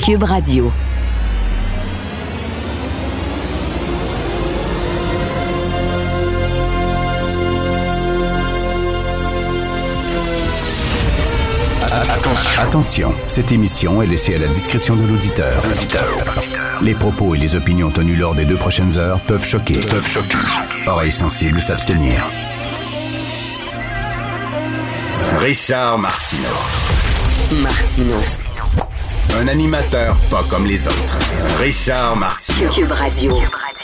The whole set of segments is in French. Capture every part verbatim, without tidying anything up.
Cube Radio. Attention, cette émission est laissée à la discrétion de l'auditeur. Les propos et les opinions tenues lors des deux prochaines heures peuvent choquer. Peuvent choquer. Oreilles sensibles s'abstenir. Richard Martineau. Martineau. Un animateur pas comme les autres. Richard Martineau. Cube Radio.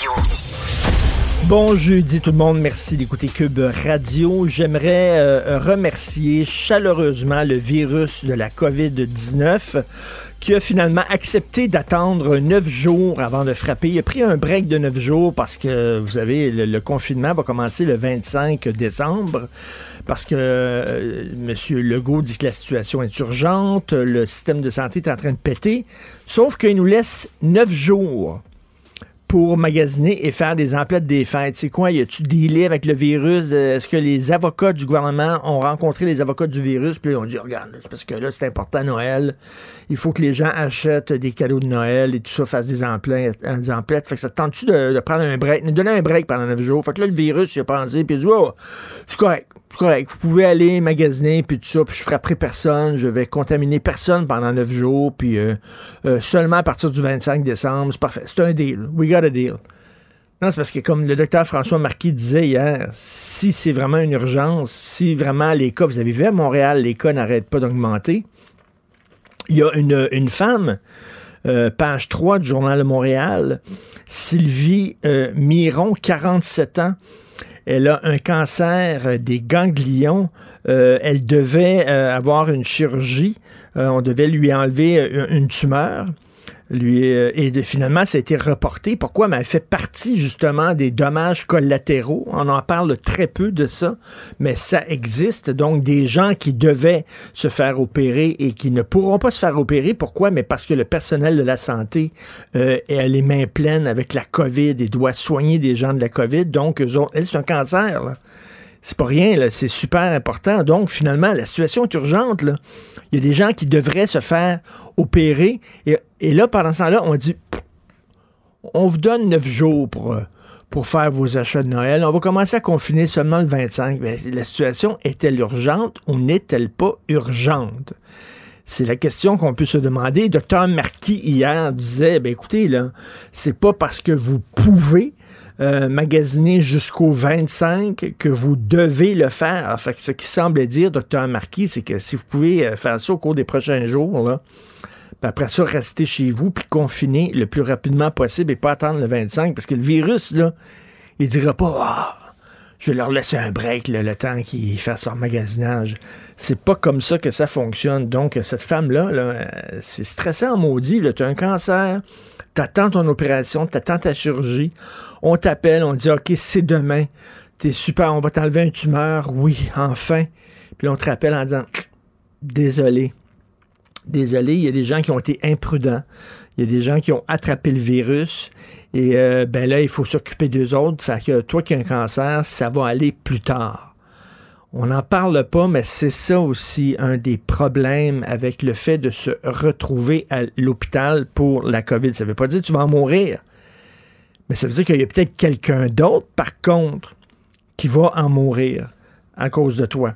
Bon jeudi tout le monde, merci d'écouter Cube Radio. J'aimerais euh, remercier chaleureusement le virus de la covid dix-neuf qui a finalement accepté d'attendre neuf jours avant de frapper. Il a pris un break de neuf jours parce que, vous savez, le, le confinement va commencer le vingt-cinq décembre parce que euh, M. Legault dit que la situation est urgente, le système de santé est en train de péter, sauf qu'il nous laisse neuf jours pour magasiner et faire des emplettes des fêtes. C'est quoi? Y a-tu dealé avec le virus? Est-ce que les avocats du gouvernement ont rencontré les avocats du virus? Puis ils ont dit, regarde, c'est parce que là, c'est important Noël. Il faut que les gens achètent des cadeaux de Noël et tout ça, fassent des emplettes. Des emplettes. Fait que ça te tente-tu de, de prendre un break? De donner un break pendant neuf jours. Fait que là, le virus, il a pensé, puis il a dit, oh, c'est correct. C'est correct. Vous pouvez aller magasiner, puis tout ça, puis je frapperai personne. Je vais contaminer personne pendant neuf jours, puis euh, euh, seulement à partir du vingt-cinq décembre. C'est parfait. C'est un deal. We got a deal. Non, c'est parce que, comme le docteur François Marquis disait hier, si c'est vraiment une urgence, si vraiment les cas, vous avez vu à Montréal, les cas n'arrêtent pas d'augmenter, il y a une, une femme, euh, page trois du Journal de Montréal, Sylvie euh, Miron, quarante-sept ans, elle a un cancer des ganglions. Euh, elle devait euh, avoir une chirurgie. Euh, on devait lui enlever une, une tumeur. Lui, euh, et de, finalement, ça a été reporté. Pourquoi? Mais elle fait partie, justement, des dommages collatéraux. On en parle très peu de ça, mais ça existe. Donc, des gens qui devaient se faire opérer et qui ne pourront pas se faire opérer. Pourquoi? Mais parce que le personnel de la santé euh, a les mains pleines avec la COVID et doit soigner des gens de la COVID. Donc, eux autres, elle, c'est un cancer, là. C'est pas rien, là, c'est super important. Donc, finalement, la situation est urgente, là. Il y a des gens qui devraient se faire opérer. Et, et là, pendant ce temps-là, on dit, on vous donne neuf jours pour, pour faire vos achats de Noël. On va commencer à confiner seulement le vingt-cinq. Bien, la situation est-elle urgente ou n'est-elle pas urgente? C'est la question qu'on peut se demander. Docteur Marquis, hier, disait, ben écoutez, là, c'est pas parce que vous pouvez Euh, magasiner jusqu'au vingt-cinq que vous devez le faire. Fait que ce qui semble dire, docteur Marquis, c'est que si vous pouvez faire ça au cours des prochains jours, là, puis après ça, rester chez vous puis confiner le plus rapidement possible et pas attendre le vingt-cinq, parce que le virus, là, il dira pas ah, je vais leur laisser un break là, le temps qu'ils fassent leur magasinage. C'est pas comme ça que ça fonctionne. Donc, cette femme-là, là, c'est stressant en maudit. Tu as un cancer, t'attends ton opération, t'attends ta chirurgie, on t'appelle, on dit « OK, c'est demain, t'es super, on va t'enlever une tumeur, oui, enfin. » Puis là, on te rappelle en disant « Désolé, désolé, il y a des gens qui ont été imprudents, il y a des gens qui ont attrapé le virus, et euh, ben là, il faut s'occuper d'eux autres, fait que toi qui as un cancer, ça va aller plus tard. » On n'en parle pas, mais c'est ça aussi un des problèmes avec le fait de se retrouver à l'hôpital pour la COVID. Ça ne veut pas dire que tu vas en mourir, mais ça veut dire qu'il y a peut-être quelqu'un d'autre, par contre, qui va en mourir à cause de toi.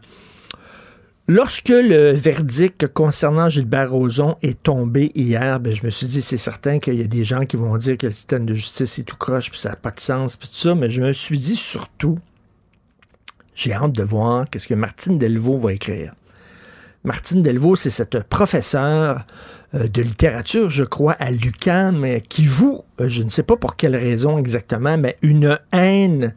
Lorsque le verdict concernant Gilbert Rozon est tombé hier, ben, je me suis dit, c'est certain qu'il y a des gens qui vont dire que le système de justice est tout croche, puis ça n'a pas de sens, puis tout ça, mais je me suis dit surtout, j'ai hâte de voir qu'est-ce que Martine Delvaux va écrire. Martine Delvaux, c'est cette professeure euh, de littérature, je crois, à l'U Q A M, qui voue, euh, je ne sais pas pour quelle raison exactement, mais une haine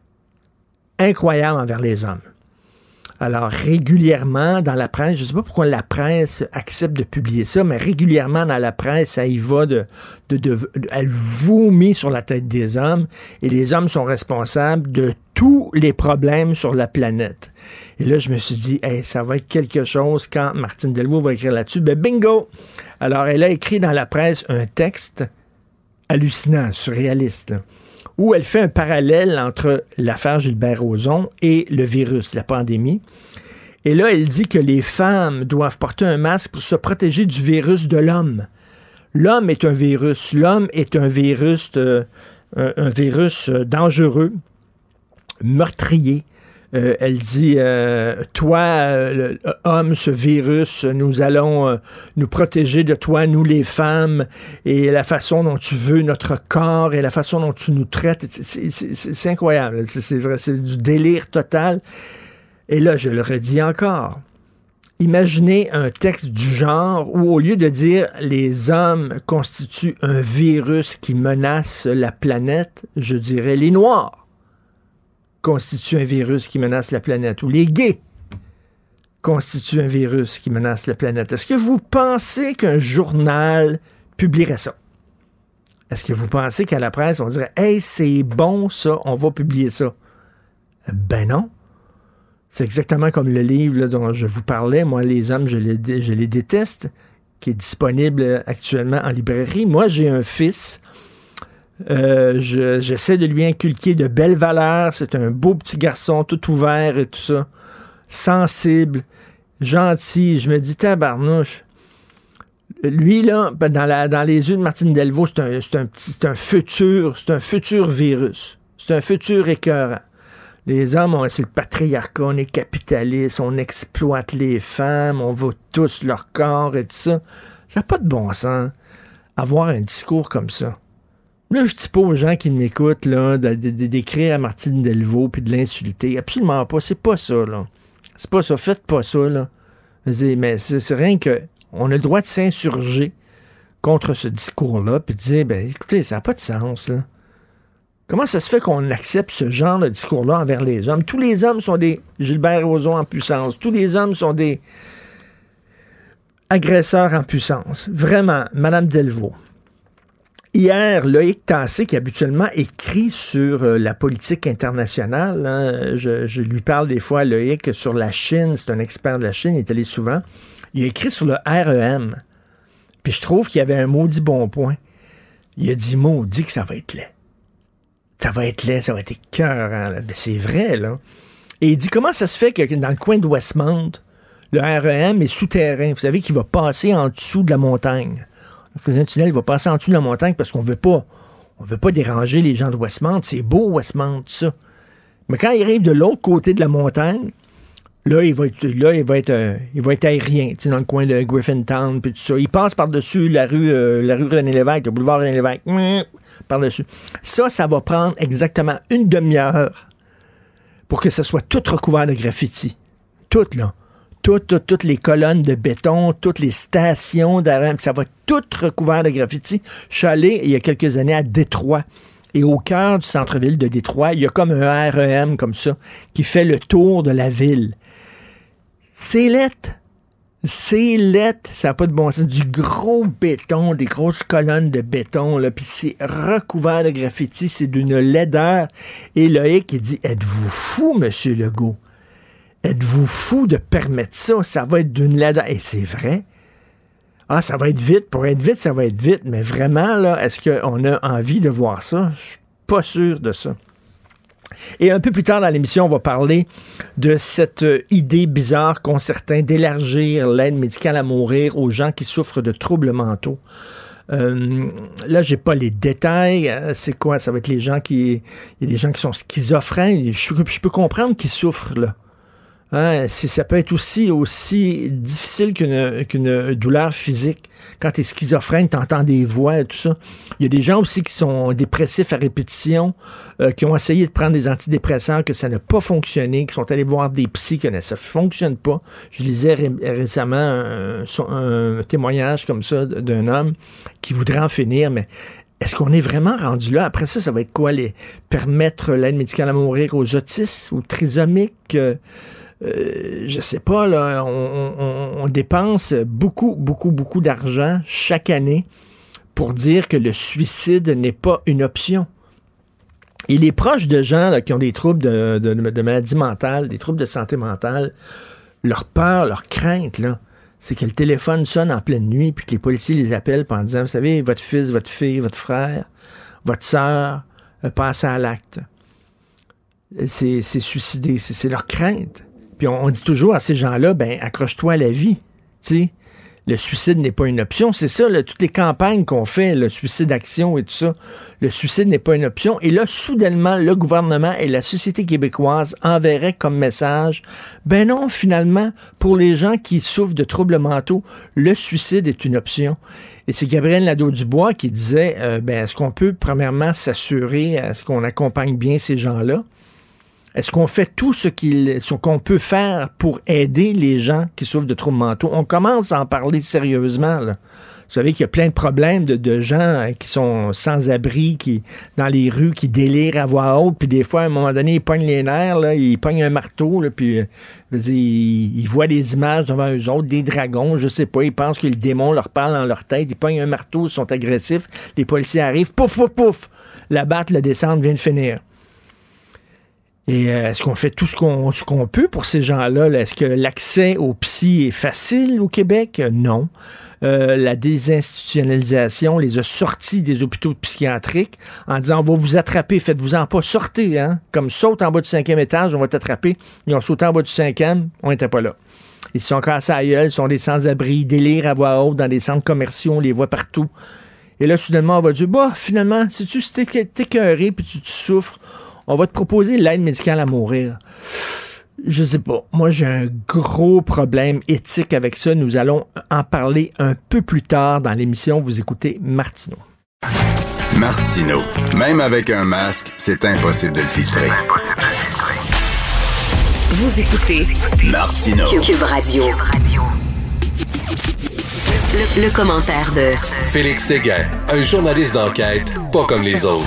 incroyable envers les hommes. Alors, régulièrement, dans la presse, je ne sais pas pourquoi la presse accepte de publier ça, mais régulièrement dans la presse, ça y va de, de, de, de elle vomit sur la tête des hommes, et les hommes sont responsables de tous les problèmes sur la planète. Et là, je me suis dit, hey, ça va être quelque chose quand Martine Delvaux va écrire là-dessus. Ben, bingo! Alors, elle a écrit dans la presse un texte hallucinant, surréaliste, là, où elle fait un parallèle entre l'affaire Gilbert Rozon et le virus, la pandémie. Et là, elle dit que les femmes doivent porter un masque pour se protéger du virus de l'homme. L'homme est un virus. L'homme est un virus, euh, un, un virus dangereux, meurtrier. Euh, elle dit, euh, toi, euh, homme, ce virus, nous allons euh, nous protéger de toi, nous les femmes, et la façon dont tu veux notre corps et la façon dont tu nous traites, c'est, c'est, c'est, c'est incroyable. C'est, c'est vrai, c'est du délire total. Et là, je le redis encore. Imaginez un texte du genre où, au lieu de dire « les hommes constituent un virus qui menace la planète », je dirais « les Noirs constituent un virus qui menace la planète » ou « les gays constituent un virus qui menace la planète ». Est-ce que vous pensez qu'un journal publierait ça? Est-ce que vous pensez qu'à la presse, on dirait « hey, c'est bon ça, on va publier ça ». Ben non. C'est exactement comme le livre là, dont je vous parlais, moi, Les hommes, je les, je les déteste, qui est disponible actuellement en librairie. Moi, j'ai un fils, euh, je, j'essaie de lui inculquer de belles valeurs, c'est un beau petit garçon, tout ouvert et tout ça, sensible, gentil. Je me dis, tabarnouche, lui, là, dans, la, dans les yeux de Martine Delvaux, c'est un, c'est un, petit, c'est un futur, c'est un futur virus, c'est un futur écœurant. Les hommes, on, c'est le patriarcat, on est capitaliste, on exploite les femmes, on veut tous leur corps et tout ça. Ça n'a pas de bon sens, avoir un discours comme ça. Là, je dis pas aux gens qui m'écoutent là, de, de, de, d'écrire à Martine Delvaux puis de l'insulter. Absolument pas. C'est pas ça, là. C'est pas ça. Faites pas ça, là. Mais c'est, c'est rien que... On a le droit de s'insurger contre ce discours-là puis de dire, ben écoutez, ça n'a pas de sens, là. Comment ça se fait qu'on accepte ce genre de discours-là envers les hommes? Tous les hommes sont des Gilbert Rozon en puissance. Tous les hommes sont des agresseurs en puissance. Vraiment, Madame Delvaux. Hier, Loïc Tassé, qui habituellement écrit sur euh, la politique internationale, hein, je, je lui parle des fois, Loïc, sur la Chine, c'est un expert de la Chine, il est allé souvent, il a écrit sur le R E M. Puis je trouve qu'il y avait un maudit bon point. Il a dit, maudit que ça va être laid. Ça va être laid, ça va être écœurant. Là. Ben, c'est vrai, là. Et il dit, comment ça se fait que dans le coin de Westmount, le R E M est souterrain? Vous savez qu'il va passer en dessous de la montagne. Le tunnel, il va passer en dessous de la montagne parce qu'on veut pas, on veut pas déranger les gens de Westmount. C'est beau, Westmount, ça. Mais quand il arrive de l'autre côté de la montagne, là, il va être, là, il va être, euh, il va être aérien, tu sais, dans le coin de Griffintown, puis tout ça. Il passe par-dessus la rue, euh, la rue René-Lévesque, le boulevard René-Lévesque, par-dessus. Ça, ça va prendre exactement une demi-heure pour que ça soit tout recouvert de graffiti. Tout, là. Toutes, toutes, toutes les colonnes de béton, toutes les stations d'arrêt, ça va tout recouvert de graffiti. Je suis allé, il y a quelques années, à Détroit. Et au cœur du centre-ville de Détroit, il y a comme un R E M comme ça, qui fait le tour de la ville. C'est lettre. C'est lettre. Ça n'a pas de bon sens. Du gros béton, des grosses colonnes de béton, là, puis c'est recouvert de graffiti, c'est d'une laideur. Et Loïc, il dit, êtes-vous fou, Monsieur Legault? Êtes-vous fou de permettre ça? Ça va être d'une laideur. Et c'est vrai. Ah, ça va être vite. Pour être vite, ça va être vite. Mais vraiment, là, est-ce qu'on a envie de voir ça? Je suis pas sûr de ça. Et un peu plus tard dans l'émission, on va parler de cette idée bizarre qu'ont certains d'élargir l'aide médicale à mourir aux gens qui souffrent de troubles mentaux. Euh, là, j'ai pas les détails. C'est quoi? Ça va être les gens qui... Il y a des gens qui sont schizophrènes. Je, je peux comprendre qu'ils souffrent, là. Hein, c'est, ça peut être aussi, aussi difficile qu'une, qu'une douleur physique. Quand tu es schizophrène, tu entends des voix et tout ça. Il y a des gens aussi qui sont dépressifs à répétition, euh, qui ont essayé de prendre des antidépresseurs, que ça n'a pas fonctionné, qui sont allés voir des psys, que ça ne fonctionne pas. Je lisais ré- récemment un, un témoignage comme ça d'un homme qui voudrait en finir, mais est-ce qu'on est vraiment rendu là? Après ça, ça va être quoi? Les, permettre l'aide médicale à mourir aux autistes, aux trisomiques? Euh, Euh, je sais pas, là, on, on, on dépense beaucoup, beaucoup, beaucoup d'argent chaque année pour dire que le suicide n'est pas une option. Et les proches de gens là, qui ont des troubles de, de, de maladie mentale, des troubles de santé mentale, leur peur, leur crainte, là, c'est que le téléphone sonne en pleine nuit puis que les policiers les appellent en disant, vous savez, votre fils, votre fille, votre frère, votre sœur euh, passe à l'acte. C'est, c'est suicidé, c'est, c'est leur crainte. Puis on, on dit toujours à ces gens-là, ben accroche-toi à la vie, tu sais. le suicide n'est pas une option. C'est ça, là, toutes les campagnes qu'on fait, le suicide action et tout ça, le suicide n'est pas une option. Et là, soudainement, le gouvernement et la société québécoise enverraient comme message, ben non, finalement, pour les gens qui souffrent de troubles mentaux, le suicide est une option. Et c'est Gabriel Nadeau-Dubois qui disait, euh, ben, est-ce qu'on peut, premièrement, s'assurer, est-ce qu'on accompagne bien ces gens-là? Est-ce qu'on fait tout ce, qu'il, ce qu'on peut faire pour aider les gens qui souffrent de troubles mentaux? On commence à en parler sérieusement, là. Vous savez qu'il y a plein de problèmes de, de gens qui sont sans abri, qui dans les rues, qui délirent à voix haute, puis des fois, à un moment donné, ils pognent les nerfs, là, ils pognent un marteau, là, puis euh, ils, ils voient des images devant eux autres, des dragons, je sais pas, ils pensent que le démon leur parle dans leur tête, ils pognent un marteau, ils sont agressifs, les policiers arrivent, pouf, pouf, pouf, la batte, la descente vient de finir. Et euh, est-ce qu'on fait tout ce qu'on, ce qu'on peut pour ces gens-là? Là? Est-ce que l'accès au psy est facile au Québec? Non. Euh, la désinstitutionnalisation les a sortis des hôpitaux psychiatriques en disant, on va vous attraper, faites-vous-en pas, sortez, hein? Comme saute en bas du cinquième étage, on va t'attraper. Ils ont sauté en bas du cinquième, on n'était pas là. Ils se sont cassés à la gueule, ils sont des sans-abri, délirent à voix haute dans des centres commerciaux, on les voit partout. Et là, soudainement, on va dire, bah, finalement, si tu t'es écœuré puis tu, tu souffres, on va te proposer l'aide médicale à mourir. Je sais pas. Moi, j'ai un gros problème éthique avec ça. Nous allons en parler un peu plus tard dans l'émission. Vous écoutez Martineau. Martineau. Même avec un masque, c'est impossible de le filtrer. Vous écoutez Martineau. Cube Radio. Le, le commentaire de Félix Séguin, un journaliste d'enquête pas comme les autres.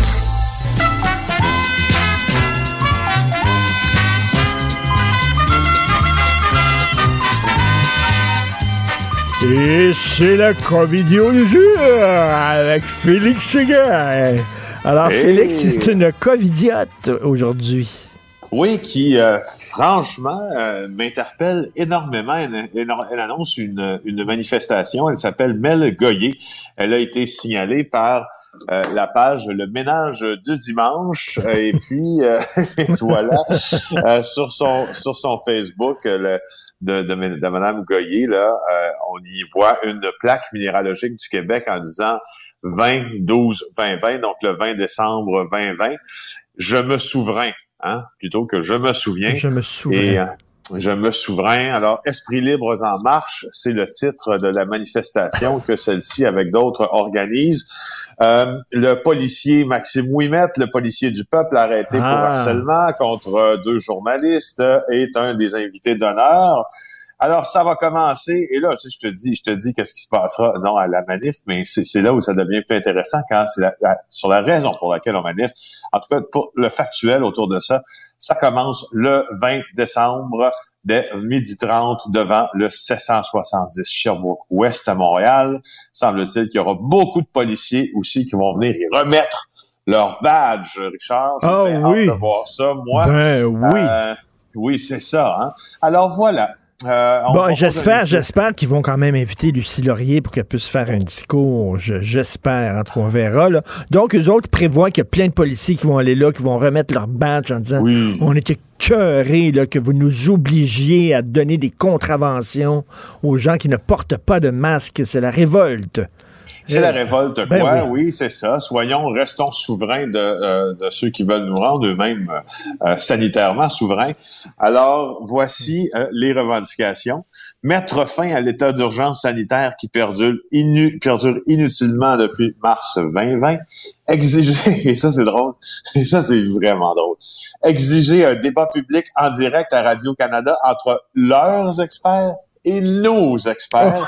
Et c'est la covidio du jour avec Félix Séguin. Alors, hey. Félix, c'est une covidiote aujourd'hui. Oui, qui, euh, franchement, euh, m'interpelle énormément. Elle, elle, elle annonce une, une manifestation. Elle s'appelle Mel Goyer. Elle a été signalée par euh, la page Le Ménage du Dimanche. Et puis, euh, voilà, euh, sur son sur son Facebook le, de, de, de Mme Goyer, là, euh, on y voit une plaque minéralogique du Québec en disant vingt douze vingt vingt, donc le vingt décembre vingt vingt. Je me souverain. Hein, plutôt que je me souviens. Je me souviens. Et, euh, je me souverain. Alors, Esprits libres en marche, c'est le titre de la manifestation que celle-ci, avec d'autres, organise. Euh, le policier Maxime Ouimet, le policier du peuple arrêté ah. pour harcèlement contre deux journalistes, est un des invités d'honneur. Alors, ça va commencer, et là, tu sais, je te dis, je te dis qu'est-ce qui se passera, non, à la manif, mais c'est, c'est là où ça devient plus intéressant quand c'est la, la, sur la raison pour laquelle on manif. En tout cas, pour le factuel autour de ça, ça commence le vingt décembre dès midi trente devant le sept cent soixante-dix Sherbrooke-Ouest à Montréal. Semble-t-il qu'il y aura beaucoup de policiers aussi qui vont venir y remettre leur badge, Richard. J'ai oh, oui. hâte de voir ça, moi. Ben oui. Euh, oui, c'est ça, hein. Alors voilà. Euh, bon, j'espère, j'espère qu'ils vont quand même inviter Lucie Laurier pour qu'elle puisse faire un discours. Je, j'espère, en tout cas, on verra. Là. Donc, eux autres prévoient qu'il y a plein de policiers qui vont aller là, qui vont remettre leur badge en disant oui. On était écœurés là, que vous nous obligiez à donner des contraventions aux gens qui ne portent pas de masque. C'est la révolte. C'est la révolte, quoi. Ben oui. oui, c'est ça. Soyons, restons souverains de, euh, de ceux qui veulent nous rendre eux-mêmes euh, sanitairement souverains. Alors, voici euh, les revendications. Mettre fin à l'état d'urgence sanitaire qui perdure, inu- perdure inutilement depuis mars vingt vingt. Exiger, et ça c'est drôle, et ça c'est vraiment drôle, exiger un débat public en direct à Radio-Canada entre leurs experts et nos experts.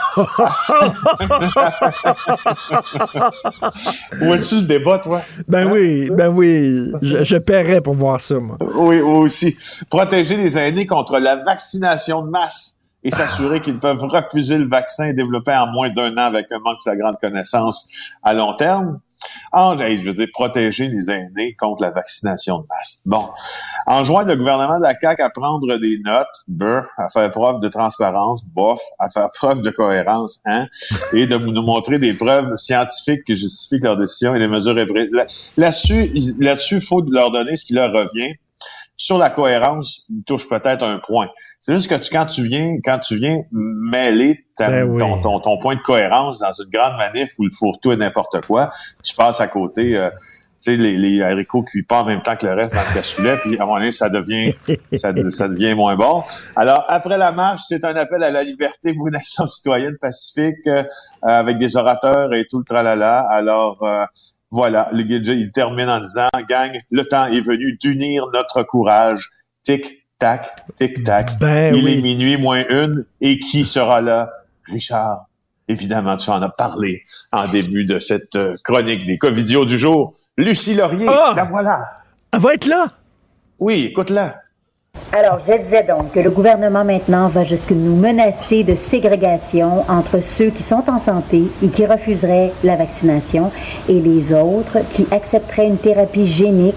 Où es-tu le débat, toi? Ben hein? oui, ben oui. Je, je paierais pour voir ça, moi. Oui, moi aussi. Protéger les aînés contre la vaccination de masse et s'assurer qu'ils peuvent refuser le vaccin développé en moins d'un an avec un manque de grande connaissance à long terme. En, je veux dire, protéger les aînés contre la vaccination de masse. Bon. Enjoindre le gouvernement de la C A Q à prendre des notes, brr, à faire preuve de transparence, bof, à faire preuve de cohérence, hein, et de nous montrer des preuves scientifiques qui justifient que leurs décisions et les mesures est prises. Là, là-dessus, là-dessus, il faut leur donner ce qui leur revient. Sur la cohérence, il touche peut-être un point. C'est juste que tu, quand tu viens, quand tu viens mêler ta, ben oui. ton, ton, ton point de cohérence dans une grande manif où il faut tout et n'importe quoi, tu passes à côté, euh, tu sais, les, les haricots cuits pas en même temps que le reste dans le cassoulet, puis à un moment donné, ça devient, ça, ça devient moins bon. Alors, après la marche, c'est un appel à la liberté pour une action citoyenne pacifique, euh, avec des orateurs et tout le tralala. Alors, euh, voilà, le guide, il termine en disant, gang, le temps est venu d'unir notre courage. Tic, tac, tic, tac. Ben il oui. est minuit moins une, et qui sera là? Richard. Évidemment, tu en as parlé en début de cette euh, chronique des Covidios du jour. Lucie Laurier, ah! La voilà. Elle va être là? Oui, écoute-la. Alors, je disais donc que le gouvernement maintenant va jusqu'à nous menacer de ségrégation entre ceux qui sont en santé et qui refuseraient la vaccination et les autres qui accepteraient une thérapie génique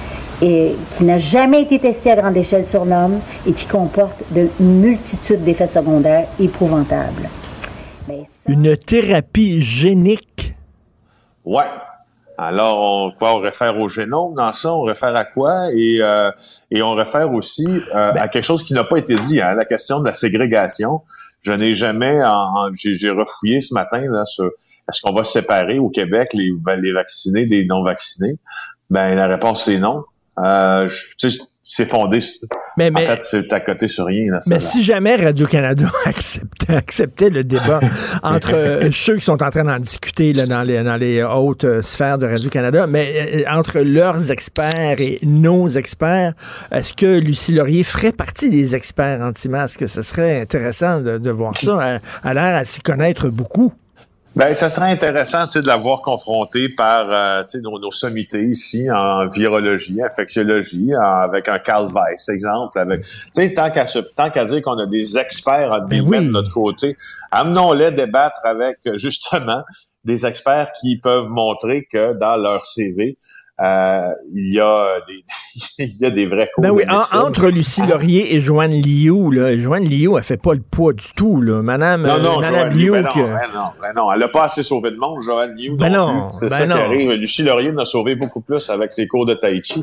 et qui n'a jamais été testée à grande échelle sur l'homme et qui comporte de, une multitude d'effets secondaires épouvantables. Mais ça... Une thérapie génique? Ouais. Alors, on, quoi, on réfère au génome dans ça, on réfère à quoi? Et, euh, et on réfère aussi euh, ben, à quelque chose qui n'a pas été dit, hein, la question de la ségrégation. Je n'ai jamais, en, en, j'ai, j'ai refouillé ce matin là sur est-ce qu'on va séparer au Québec les, les vaccinés des non-vaccinés? Ben, la réponse est non. Euh, tu sais, c'est fondé. Mais, en mais, fait, c'est à côté sur rien. Là, ça, mais là. si jamais Radio-Canada acceptait, acceptait le débat entre euh, ceux qui sont en train d'en discuter là, dans, les, dans les hautes euh, sphères de Radio-Canada, mais euh, entre leurs experts et nos experts, est-ce que Lucie Laurier ferait partie des experts anti-masques? Ce serait intéressant de, de voir ça. Elle a l'air à s'y connaître beaucoup. Ben, ça serait intéressant, tu sais, de l'avoir confronté par, euh, tu sais, nos, nos sommités ici en virologie, infectiologie, en, avec un Carl Weiss, exemple, avec, tu sais, tant qu'à se, tant qu'à dire qu'on a des experts à ben oui. de notre côté, amenons-les débattre avec, justement, des experts qui peuvent montrer que dans leur C V, euh, il y a des, il y a des vrais cours. Ben oui, en, entre Lucie Laurier et Joanne Liu, là, Joanne Liu, elle fait pas le poids du tout, là. Madame, non, non, Madame Joanne Liu, ben non, que... ben non, ben non, elle a pas assez sauvé de monde, Joanne Liu, ben non, non plus. C'est ben ça non. qui arrive. Lucie Laurier en a sauvé beaucoup plus avec ses cours de tai chi.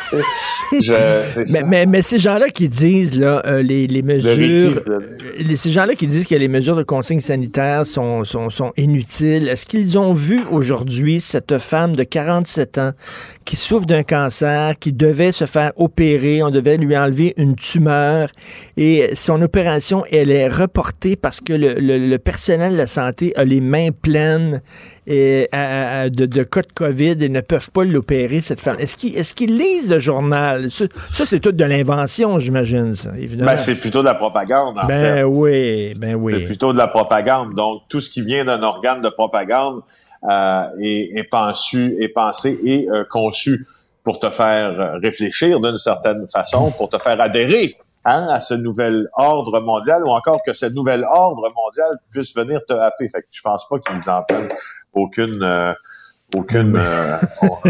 Je, c'est mais, ça. mais, mais ces gens-là qui disent, là, euh, les, les mesures, euh, les, ces gens-là qui disent que les mesures de consignes sanitaires sont, sont, sont inutiles, est-ce qu'ils ont vu aujourd'hui cette femme de quarante-sept ans qui souffre d'un cancer, qui devait se faire opérer, on devait lui enlever une tumeur et son opération, elle est reportée parce que le, le, le personnel de la santé a les mains pleines et, à, à, de, de cas de COVID et ne peuvent pas l'opérer, cette femme. Est-ce qu'ils, est-ce qu'ils lisent le journal? Ça, ça c'est tout de l'invention, j'imagine, ça, évidemment. Ben, c'est plutôt de la propagande, en ben fait. oui, ben oui. C'est plutôt de la propagande. Donc, tout ce qui vient d'un organe de propagande euh, est, est pensé, est pensé et euh, conçu pour te faire réfléchir d'une certaine façon, pour te faire adhérer hein, à ce nouvel ordre mondial, ou encore que ce nouvel ordre mondial puisse venir te happer. Fait que je pense pas qu'ils en prennent aucune euh, aucune euh, euh,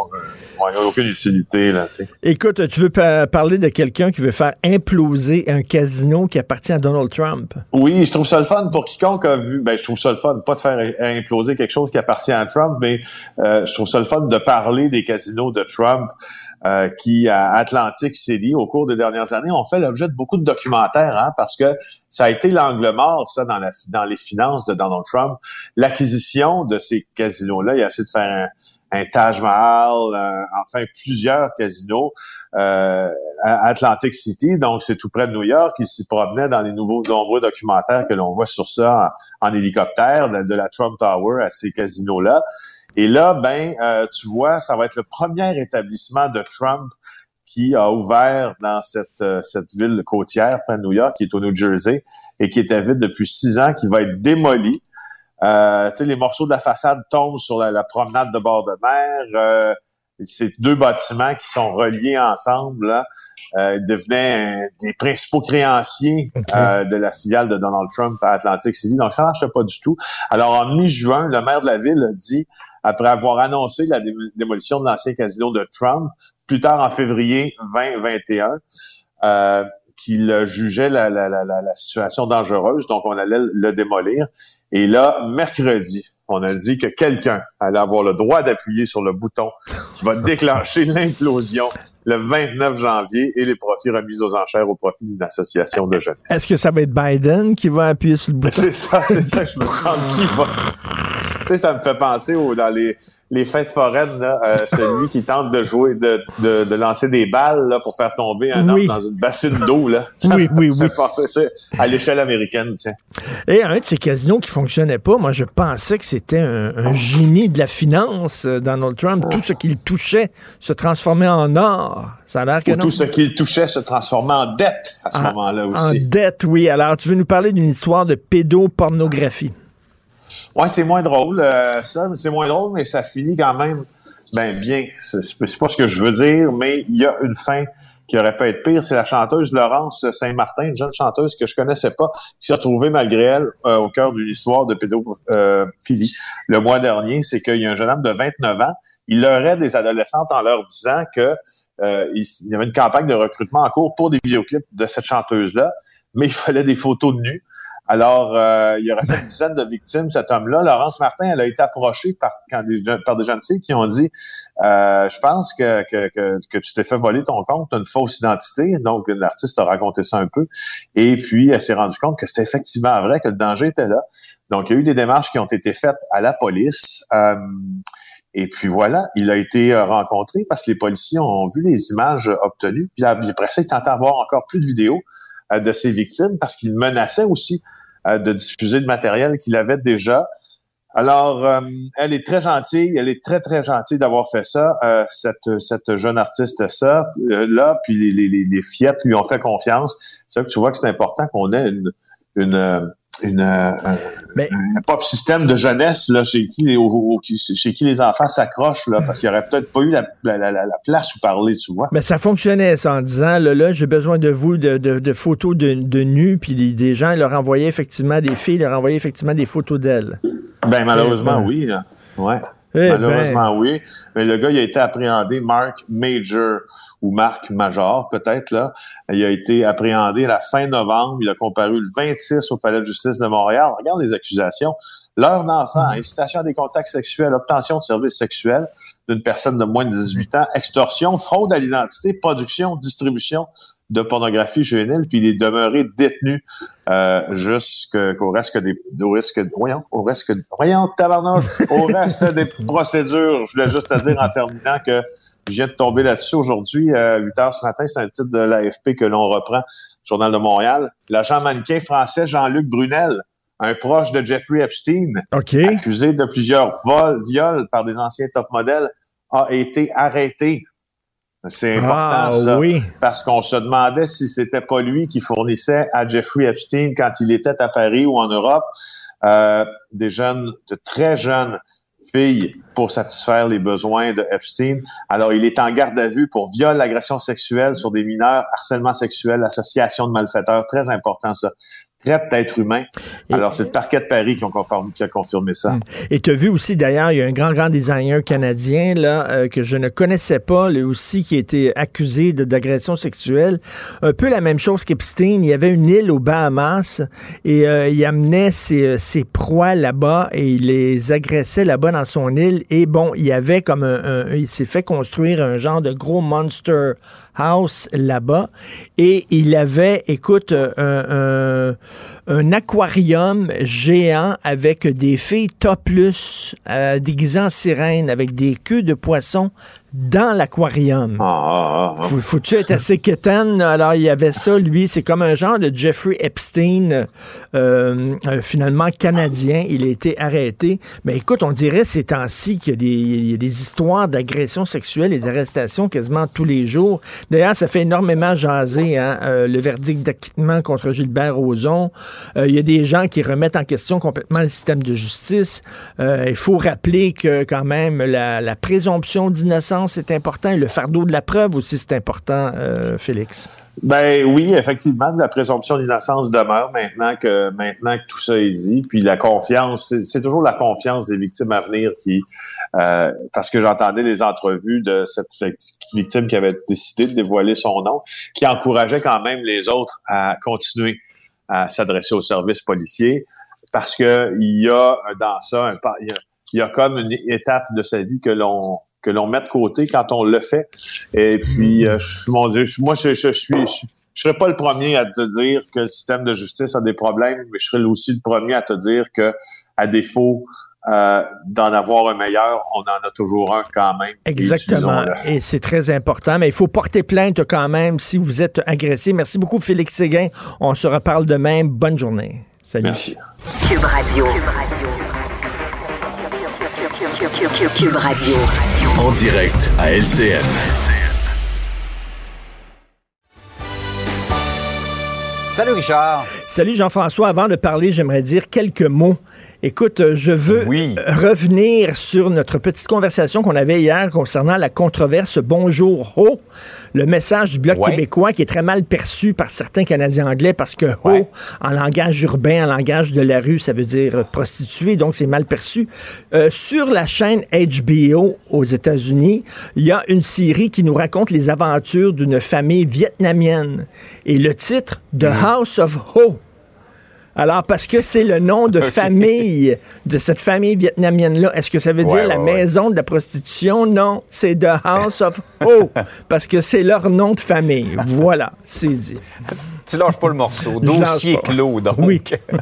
euh, aucune utilité là, tu sais. Écoute, tu veux pa- parler de quelqu'un qui veut faire imploser un casino qui appartient à Donald Trump? Oui, je trouve ça le fun pour quiconque a vu. Ben, je trouve ça le fun, pas de faire imploser quelque chose qui appartient à Trump, mais euh, je trouve ça le fun de parler des casinos de Trump euh, qui, à Atlantic City, au cours des dernières années, ont fait l'objet de beaucoup de documentaires, hein, parce que ça a été l'angle mort, ça, dans la dans les finances de Donald Trump. L'acquisition de ces casinos-là, il a essayé de faire un, un Taj Mahal, euh, enfin plusieurs casinos euh, à Atlantic City, donc c'est tout près de New York. Il s'y promenait dans les nouveaux nombreux documentaires que l'on voit sur ça en, en hélicoptère de, de la Trump Tower à ces casinos-là. Et là, ben, euh, tu vois, ça va être le premier établissement de Trump qui a ouvert dans cette euh, cette ville côtière près de New York, qui est au New Jersey, et qui était vide depuis six ans, qui va être démoli. Euh, tu sais, les morceaux de la façade tombent sur la, la promenade de bord de mer. Euh, ces deux bâtiments qui sont reliés ensemble, là, euh, devenaient euh, des principaux créanciers okay. euh, de la filiale de Donald Trump à Atlantic City. Donc, ça marchait pas du tout. Alors, en mi-juin, le maire de la ville a dit, après avoir annoncé la dé- démolition de l'ancien casino de Trump, plus tard en février vingt vingt et un, euh, qu'il jugeait la, la, la, la situation dangereuse, donc on allait le démolir. Et là, mercredi, on a dit que quelqu'un allait avoir le droit d'appuyer sur le bouton qui va déclencher l'implosion le vingt-neuf janvier et les profits remis aux enchères au profit d'une association de jeunesse. Est-ce que ça va être Biden qui va appuyer sur le bouton? C'est ça, c'est ça, je me demande qui va... Tu sais, ça me fait penser au, dans les, les fêtes foraines, là, euh, celui qui tente de jouer, de, de, de lancer des balles là, pour faire tomber un oui. homme dans une bassine d'eau. Là. Ça oui, oui, oui. Penser, à l'échelle américaine, tiens. Et un de ces casinos qui fonctionnait pas, moi, je pensais que c'était un, un génie de la finance, Donald Trump. Tout ce qu'il touchait se transformait en or. Ça a l'air que Ou non. tout ce qu'il touchait se transformait en dette à ce en, moment-là aussi. En dette, oui. Alors, tu veux nous parler d'une histoire de pédopornographie? Ouais, c'est moins drôle, euh, ça, c'est moins drôle, mais ça finit quand même ben bien. C'est, c'est pas ce que je veux dire, mais il y a une fin qui aurait pu être pire. C'est la chanteuse Laurence Saint-Martin, une jeune chanteuse que je connaissais pas, qui s'est retrouvée malgré elle euh, au cœur d'une histoire de pédophilie. Euh, le mois dernier, c'est qu'il y a un jeune homme de vingt-neuf ans, il leurrait des adolescentes en leur disant que euh, il y avait une campagne de recrutement en cours pour des vidéoclips de cette chanteuse-là, mais il fallait des photos de nus. Alors, euh, il aurait fait une dizaine de victimes, cet homme-là. Laurence Martin, elle a été approchée par, quand des, par des jeunes filles qui ont dit euh, « Je pense que, que, que, que tu t'es fait voler ton compte, tu as une fausse identité. » Donc, l'artiste a raconté ça un peu. Et puis, elle s'est rendue compte que c'était effectivement vrai, que le danger était là. Donc, il y a eu des démarches qui ont été faites à la police. Euh, Et puis voilà, il a été rencontré parce que les policiers ont vu les images obtenues. Puis après ça, ils tentaient d'avoir encore plus de vidéos euh, de ses victimes parce qu'il menaçait aussi euh, de diffuser le matériel qu'il avait déjà. Alors, euh, elle est très gentille, elle est très, très gentille d'avoir fait ça, euh, cette cette jeune artiste ça, euh, là, puis les, les, les fillettes lui ont fait confiance. C'est vrai que tu vois que c'est important qu'on ait une... une Une, un, Mais, un pop système de jeunesse là chez qui les au, au, chez qui les enfants s'accrochent là parce qu'il y aurait peut-être pas eu la, la, la, la place où parler, tu vois. Mais ça fonctionnait ça en disant là, là j'ai besoin de vous de, de, de photos de, de nus, puis les, des gens leur envoyaient effectivement des filles leur envoyaient effectivement des photos d'elles. Ben malheureusement ben, oui, ouais. Eh Malheureusement, ben. oui. Mais le gars, il a été appréhendé, Mark Major, ou Mark Major, peut-être, là. Il a été appréhendé à la fin novembre. Il a comparu le vingt-six au Palais de justice de Montréal. Regarde les accusations. L'heure d'enfant, incitation à des contacts sexuels, obtention de services sexuels d'une personne de moins de dix-huit ans, extorsion, fraude à l'identité, production, distribution de pornographie juvénile, puis il est demeuré détenu euh, jusqu'au reste des au risque voyons au reste voyons tabarnouche au reste des procédures. Je voulais juste te dire en terminant que je viens de tomber là-dessus aujourd'hui à huit heures ce matin, c'est un titre de l'A F P que l'on reprend, Journal de Montréal. L'agent mannequin français Jean-Luc Brunel, un proche de Jeffrey Epstein, okay. accusé de plusieurs vols, viols par des anciens top modèles, a été arrêté. C'est important, ah, ça, oui. parce qu'on se demandait si c'était pas lui qui fournissait à Jeffrey Epstein, quand il était à Paris ou en Europe, euh, des jeunes, de très jeunes filles pour satisfaire les besoins de Epstein. Alors, il est en garde à vue pour viol, agression sexuelle sur des mineurs, harcèlement sexuel, association de malfaiteurs. Très important, ça. Traite d'être humain. Alors, c'est le parquet de Paris qui, ont conformé, qui a confirmé ça. Et tu as vu aussi, d'ailleurs, il y a un grand, grand designer canadien là euh, que je ne connaissais pas, lui aussi, qui a été accusé de, d'agression sexuelle. Un peu la même chose qu'Epstein. Il y avait une île aux Bahamas et euh, il amenait ses, ses proies là-bas et il les agressait là-bas dans son île. Et bon, il y avait comme un... un il s'est fait construire un genre de gros monster house là-bas et il avait, écoute, un... un un aquarium géant avec des filles topless euh, déguisées en sirènes avec des queues de poissons dans l'aquarium. Ah, ah, ah. Faut, faut-tu être assez quétaine? Alors, il y avait ça, lui, c'est comme un genre de Jeffrey Epstein, euh, euh, finalement canadien. Il a été arrêté. Mais écoute, on dirait ces temps-ci qu'il y a des, il y a des histoires d'agressions sexuelles et d'arrestations quasiment tous les jours. D'ailleurs, ça fait énormément jaser, hein, euh, le verdict d'acquittement contre Gilbert Rozon. Euh, il y a des gens qui remettent en question complètement le système de justice. Euh, il faut rappeler que, quand même, la, la présomption d'innocence, c'est important. Et le fardeau de la preuve aussi, c'est important, euh, Félix. Ben oui, effectivement, la présomption d'innocence demeure maintenant que maintenant que tout ça est dit. Puis la confiance, c'est, c'est toujours la confiance des victimes à venir qui, euh, parce que j'entendais les entrevues de cette victime qui avait décidé de dévoiler son nom, qui encourageait quand même les autres à continuer à s'adresser aux services policiers. parce que il y a dans ça, un, il, y a, il y a comme une étape de sa vie que l'on que l'on met de côté quand on le fait. Et puis, euh, je, mon Dieu, je, moi, je, je, je suis... Je, Je serais pas le premier à te dire que le système de justice a des problèmes, mais je serais aussi le premier à te dire que, à défaut euh, d'en avoir un meilleur, on en a toujours un quand même. Exactement. Et, et c'est très important, mais il faut porter plainte quand même si vous êtes agressé. Merci beaucoup, Félix Séguin. On se reparle demain. Bonne journée. Salut. Merci. Cube Radio. Cube Radio. En direct à L C N. Salut Richard. Salut Jean-François. Avant de parler, j'aimerais dire quelques mots. Écoute, je veux oui. revenir sur notre petite conversation qu'on avait hier concernant la controverse Bonjour Ho, le message du Bloc ouais. québécois qui est très mal perçu par certains Canadiens anglais parce que Ho, ouais. en langage urbain, en langage de la rue, ça veut dire prostituée, donc c'est mal perçu. Euh, sur la chaîne H B O aux États-Unis, il y a une série qui nous raconte les aventures d'une famille vietnamienne. Et le titre, The mmh. House of Ho. Alors, parce que c'est le nom de okay. famille de cette famille vietnamienne-là. Est-ce que ça veut dire ouais, la ouais, maison ouais. de la prostitution? Non, c'est The House of Ho, parce que c'est leur nom de famille. Voilà, c'est dit. Tu lâches pas le morceau. Dossier clos, donc. Oui.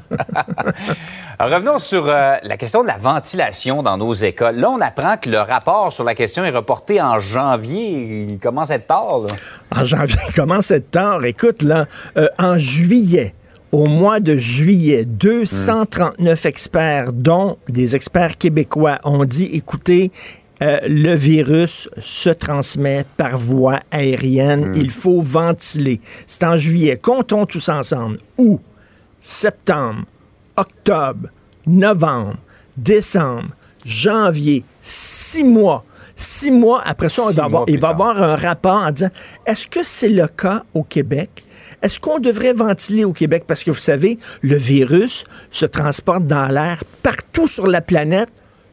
Alors, revenons sur euh, la question de la ventilation dans nos écoles. Là, on apprend que le rapport sur la question est reporté en janvier. Il commence à être tard, là. En janvier, il commence à être tard. Écoute, là, euh, en juillet, au mois de juillet, deux cent trente-neuf mmh. experts, dont des experts québécois, ont dit, écoutez, euh, le virus se transmet par voie aérienne. Mmh. Il faut ventiler. C'est en juillet. Comptons tous ensemble. Août, septembre, octobre, novembre, décembre, janvier, six mois. Six mois après ça, on va avoir, il va y avoir un rapport en disant, est-ce que c'est le cas au Québec? Est-ce qu'on devrait ventiler au Québec? Parce que vous savez, le virus se transporte dans l'air partout sur la planète,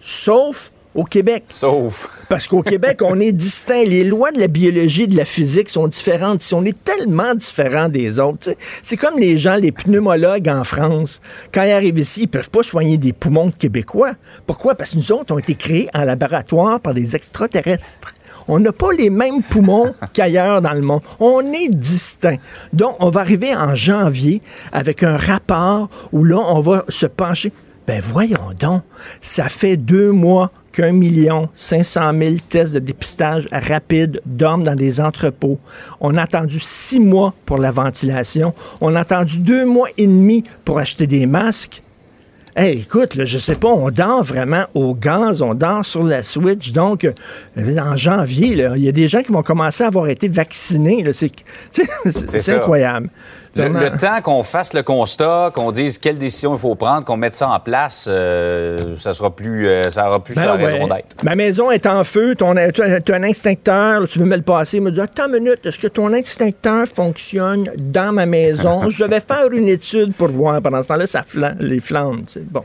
sauf au Québec. Sauf. Parce qu'au Québec, on est distinct. Les lois de la biologie et de la physique sont différentes. Si on est tellement différents des autres, t'sais. C'est comme les gens, les pneumologues en France. Quand ils arrivent ici, ils peuvent pas soigner des poumons de Québécois. Pourquoi? Parce que nous autres, on été créés en laboratoire par des extraterrestres. On n'a pas les mêmes poumons qu'ailleurs dans le monde. On est distincts. Donc, on va arriver en janvier avec un rapport où là, on va se pencher. Ben voyons donc, ça fait deux mois qu'un million cinq cent mille tests de dépistage rapide dorment dans des entrepôts. On a attendu six mois pour la ventilation. On a attendu deux mois et demi pour acheter des masques. Hey, écoute, là, je sais pas, on dort vraiment au gaz, on dort sur la Switch. Donc, euh, en janvier, il y a des gens qui vont commencer à avoir été vaccinés. Là. C'est, c'est, c'est, c'est incroyable. Le, le temps qu'on fasse le constat, qu'on dise quelle décision il faut prendre, qu'on mette ça en place, euh, ça sera plus, euh, ça aura plus ben sa ouais. raison d'être. Ma maison est en feu, tu as un extincteur, là, tu veux me le passer, il me dit, attends une minute, est-ce que ton extincteur fonctionne dans ma maison? Je vais faire une étude pour voir. Pendant ce temps-là, ça flambe, les flammes, tu sais. Bon.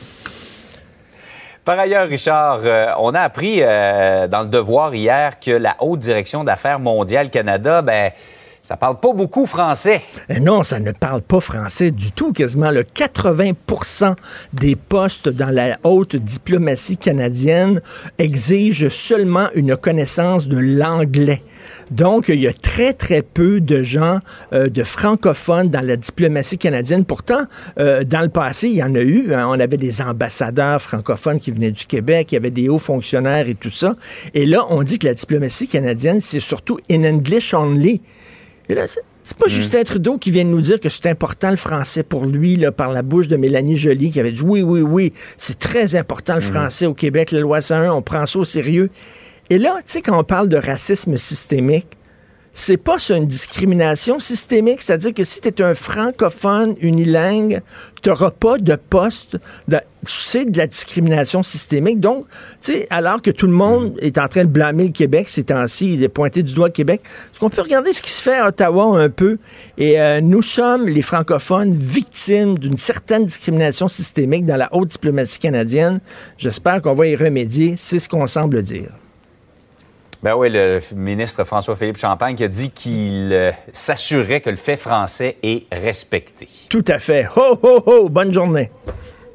Par ailleurs, Richard, euh, on a appris euh, dans le Devoir hier que la Haute Direction d'affaires mondiales Canada, ben, ça parle pas beaucoup français. Non, ça ne parle pas français du tout, quasiment. Le quatre-vingts pour cent des postes dans la haute diplomatie canadienne exigent seulement une connaissance de l'anglais. Donc, il y a très, très peu de gens, euh, de francophones dans la diplomatie canadienne. Pourtant, euh, dans le passé, il y en a eu. Hein, on avait des ambassadeurs francophones qui venaient du Québec, il y avait des hauts fonctionnaires et tout ça. Et là, on dit que la diplomatie canadienne, c'est surtout in English only. Et là, c'est, c'est pas mmh. Justin Trudeau qui vient de nous dire que c'est important le français pour lui, là, par la bouche de Mélanie Joly, qui avait dit oui, oui, oui, c'est très important le mmh. français au Québec, la loi cent un, on prend ça au sérieux. Et là, tu sais, quand on parle de racisme systémique, c'est pas ça une discrimination systémique, c'est-à-dire que si tu es un francophone unilingue, tu n'auras pas de poste, de, c'est de la discrimination systémique. Donc, tu sais, alors que tout le monde est en train de blâmer le Québec ces temps-ci, de pointer du doigt le Québec, est-ce qu'on peut regarder ce qui se fait à Ottawa un peu? Et euh, nous sommes, les francophones, victimes d'une certaine discrimination systémique dans la haute diplomatie canadienne. J'espère qu'on va y remédier, c'est ce qu'on semble dire. Ben oui, le ministre François-Philippe Champagne qui a dit qu'il euh, s'assurait que le fait français est respecté. Tout à fait. Ho, ho, ho! Bonne journée.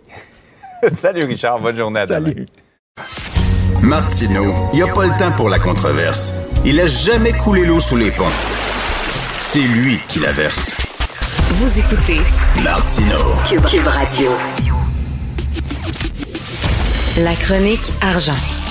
Salut Richard, bonne journée à Salut. demain. Martineau, il n'y a pas le temps pour la controverse. Il a jamais coulé l'eau sous les ponts. C'est lui qui la verse. Vous écoutez Martineau. Cube, Cube Radio. La chronique argent.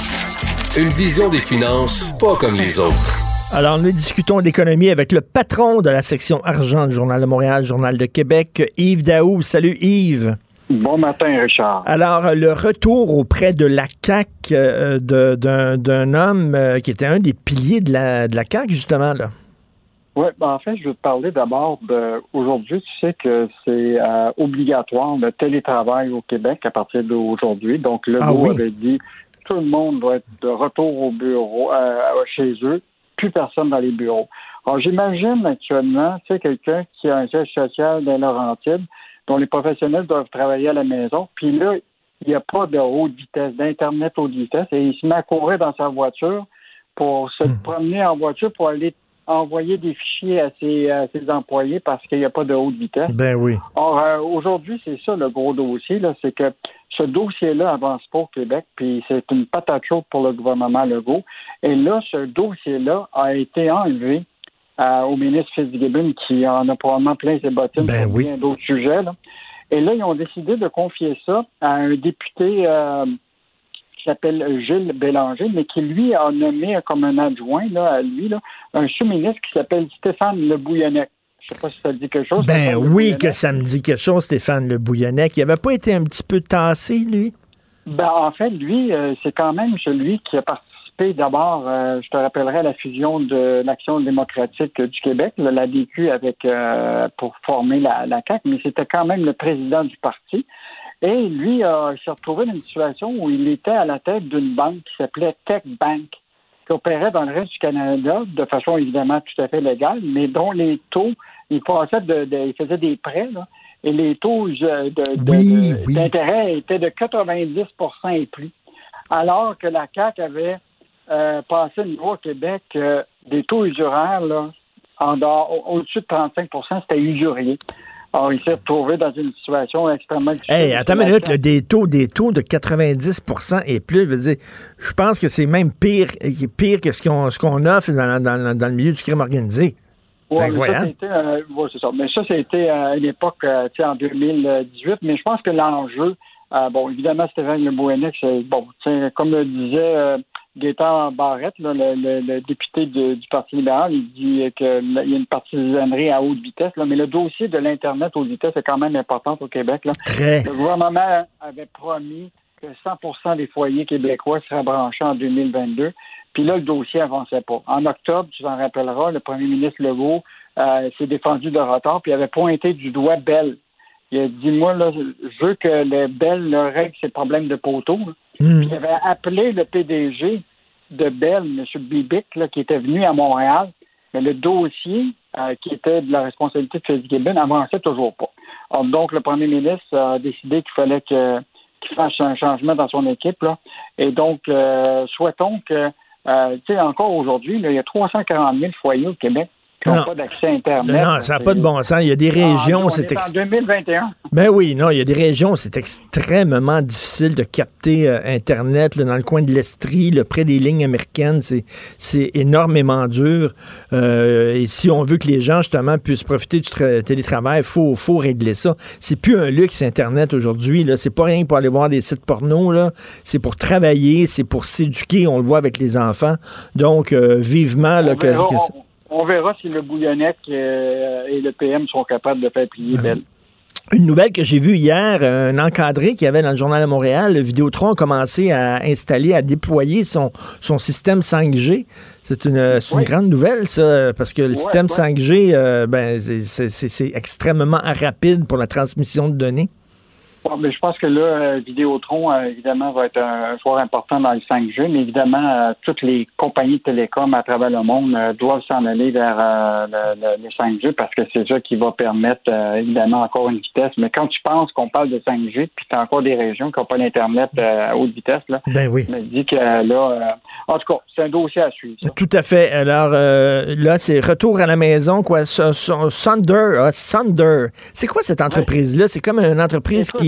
Une vision des finances pas comme les autres. Alors, nous discutons d'économie avec le patron de la section argent du Journal de Montréal, Journal de Québec, Yves Daou. Salut Yves. Bon matin, Richard. Alors, le retour auprès de la C A Q euh, de, d'un, d'un homme euh, qui était un des piliers de la, de la C A Q, justement, là. Oui, ben en fait, je veux te parler d'abord de... Aujourd'hui, tu sais que c'est euh, obligatoire le télétravail au Québec à partir d'aujourd'hui. Donc, Legault ah oui. avait dit tout le monde doit être de retour au bureau, euh, chez eux, plus personne dans les bureaux. Alors, j'imagine actuellement, tu sais, quelqu'un qui a un siège social dans Laurentides, dont les professionnels doivent travailler à la maison, puis là, il n'y a pas de haute vitesse, d'Internet haute vitesse, et il se met à courir dans sa voiture pour se mmh. promener en voiture pour aller envoyer des fichiers à ses, à ses employés parce qu'il n'y a pas de haute vitesse. Ben oui. Or, euh, aujourd'hui, c'est ça le gros dossier, là, c'est que ce dossier-là avance pas au Québec, puis c'est une patate chaude pour le gouvernement Legault. Et là, ce dossier-là a été enlevé euh, au ministre Fitzgibbon, qui en a probablement plein ses bottines ben sur oui. bien d'autres sujets, là. Et là, ils ont décidé de confier ça à un député euh, qui s'appelle Gilles Bélanger, mais qui, lui, a nommé comme un adjoint là, à lui, là, un sous-ministre qui s'appelle Stéphane Le Bouillonnec. Je ne sais pas si ça te dit quelque chose. Ben Stéphane oui que ça me dit quelque chose, Stéphane Le Bouillonnec. Il n'avait pas été un petit peu tassé, lui? Ben, en fait, lui, euh, c'est quand même celui qui a participé d'abord, euh, je te rappellerai, à la fusion de l'Action démocratique du Québec, là, l'A D Q, avec euh, pour former la, la C A Q, mais c'était quand même le président du parti. Et lui, euh, il s'est retrouvé dans une situation où il était à la tête d'une banque qui s'appelait Tech Bank, qui opérait dans le reste du Canada de façon évidemment tout à fait légale, mais dont les taux, il passait de, de il faisait des prêts, là, et les taux de, de, oui, de, oui. d'intérêt étaient de quatre-vingt-dix pour cent et plus. Alors que la C A Q avait euh, passé une loi au Québec euh, des taux usuraires, là, en dehors, au- au-dessus de trente-cinq pour cent, c'était usurier. Alors, il s'est retrouvé dans une situation extrêmement difficile. Hey, attends une minute, là, des taux, des taux de quatre-vingt-dix pour cent et plus, je veux dire, je pense que c'est même pire, pire que ce qu'on, ce qu'on offre dans, dans, dans le milieu du crime organisé. Ouais, Ben, mais ça, hein? c'était, euh, ouais, c'est ça. Mais ça, c'était à une époque, euh, tu sais, en deux mille dix-huit. Mais je pense que l'enjeu, euh, bon, évidemment, Stéphane Le Bouillonnec, c'est, bon, tu sais, comme le disait euh, Gaétan Barrette, là, le, le, le député de- du Parti libéral, il dit qu'il y a une partisanerie à haute vitesse, là, mais le dossier de l'Internet haute vitesse est quand même important au Québec, là. Très. Le gouvernement avait promis que cent pour cent des foyers québécois seraient branchés en deux mille vingt-deux. Puis là, le dossier avançait pas. En octobre, tu t'en rappelleras, le premier ministre Legault euh, s'est défendu de retard, puis il avait pointé du doigt Bell. Il a dit, moi, là, je veux que le Bell leur règle ses problèmes de poteau. là. Mm. Puis il avait appelé le P D G de Bell, M. Bibic, là, qui était venu à Montréal, mais le dossier euh, qui était de la responsabilité de Fitzgibbon n'avançait toujours pas. Alors, donc, le premier ministre a décidé qu'il fallait que, qu'il fasse un changement dans son équipe. Là. Et donc, euh, souhaitons que, euh, tu sais, encore aujourd'hui, là, il y a trois cent quarante mille foyers au Québec qui n'ont Non. pas d'accès à Internet. Non, ça n'a pas de bon sens. Il y a des Ah, régions, nous, on c'est est ex- en deux mille vingt et un. Ben oui, non, il y a des régions où c'est extrêmement difficile de capter euh, Internet. Là, dans le coin de l'Estrie, là, près des lignes américaines, c'est, c'est énormément dur. Euh, et si on veut que les gens, justement, puissent profiter du tra- télétravail, il faut, faut régler ça. C'est plus un luxe, Internet, aujourd'hui. Là. C'est pas rien pour aller voir des sites porno. Là. C'est pour travailler, c'est pour s'éduquer. On le voit avec les enfants. Donc, euh, vivement... Là, On que, verra, que- on- on verra si le Bouillonnec euh, et le P M sont capables de faire plier Bell. Une nouvelle que j'ai vue hier, un encadré qui avait dans le Journal de Montréal, le Vidéotron a commencé à installer, à déployer son, son système cinq G. C'est une, c'est une Oui. grande nouvelle, ça, parce que le Ouais, système ouais. cinq G, euh, ben, c'est, c'est- c'est- c'est extrêmement rapide pour la transmission de données. Bon, mais je pense que là, euh, Vidéotron, euh, évidemment, va être un joueur important dans le cinq G, mais évidemment, euh, toutes les compagnies de télécom à travers le monde euh, doivent s'en aller vers euh, le, le- le cinq G parce que c'est ça qui va permettre, euh, évidemment, encore une vitesse. Mais quand tu penses qu'on parle de cinq G, puis tu as encore des régions qui n'ont pas d'Internet euh, à haute vitesse, là, Ben oui. je me dis que euh, là, euh, en tout cas, c'est un dossier à suivre. ça. Tout à fait. Alors, euh, là, c'est retour à la maison, quoi. S- S- Sunder, ah, Sunder. C'est quoi cette entreprise-là? C'est comme une entreprise Écoute, qui,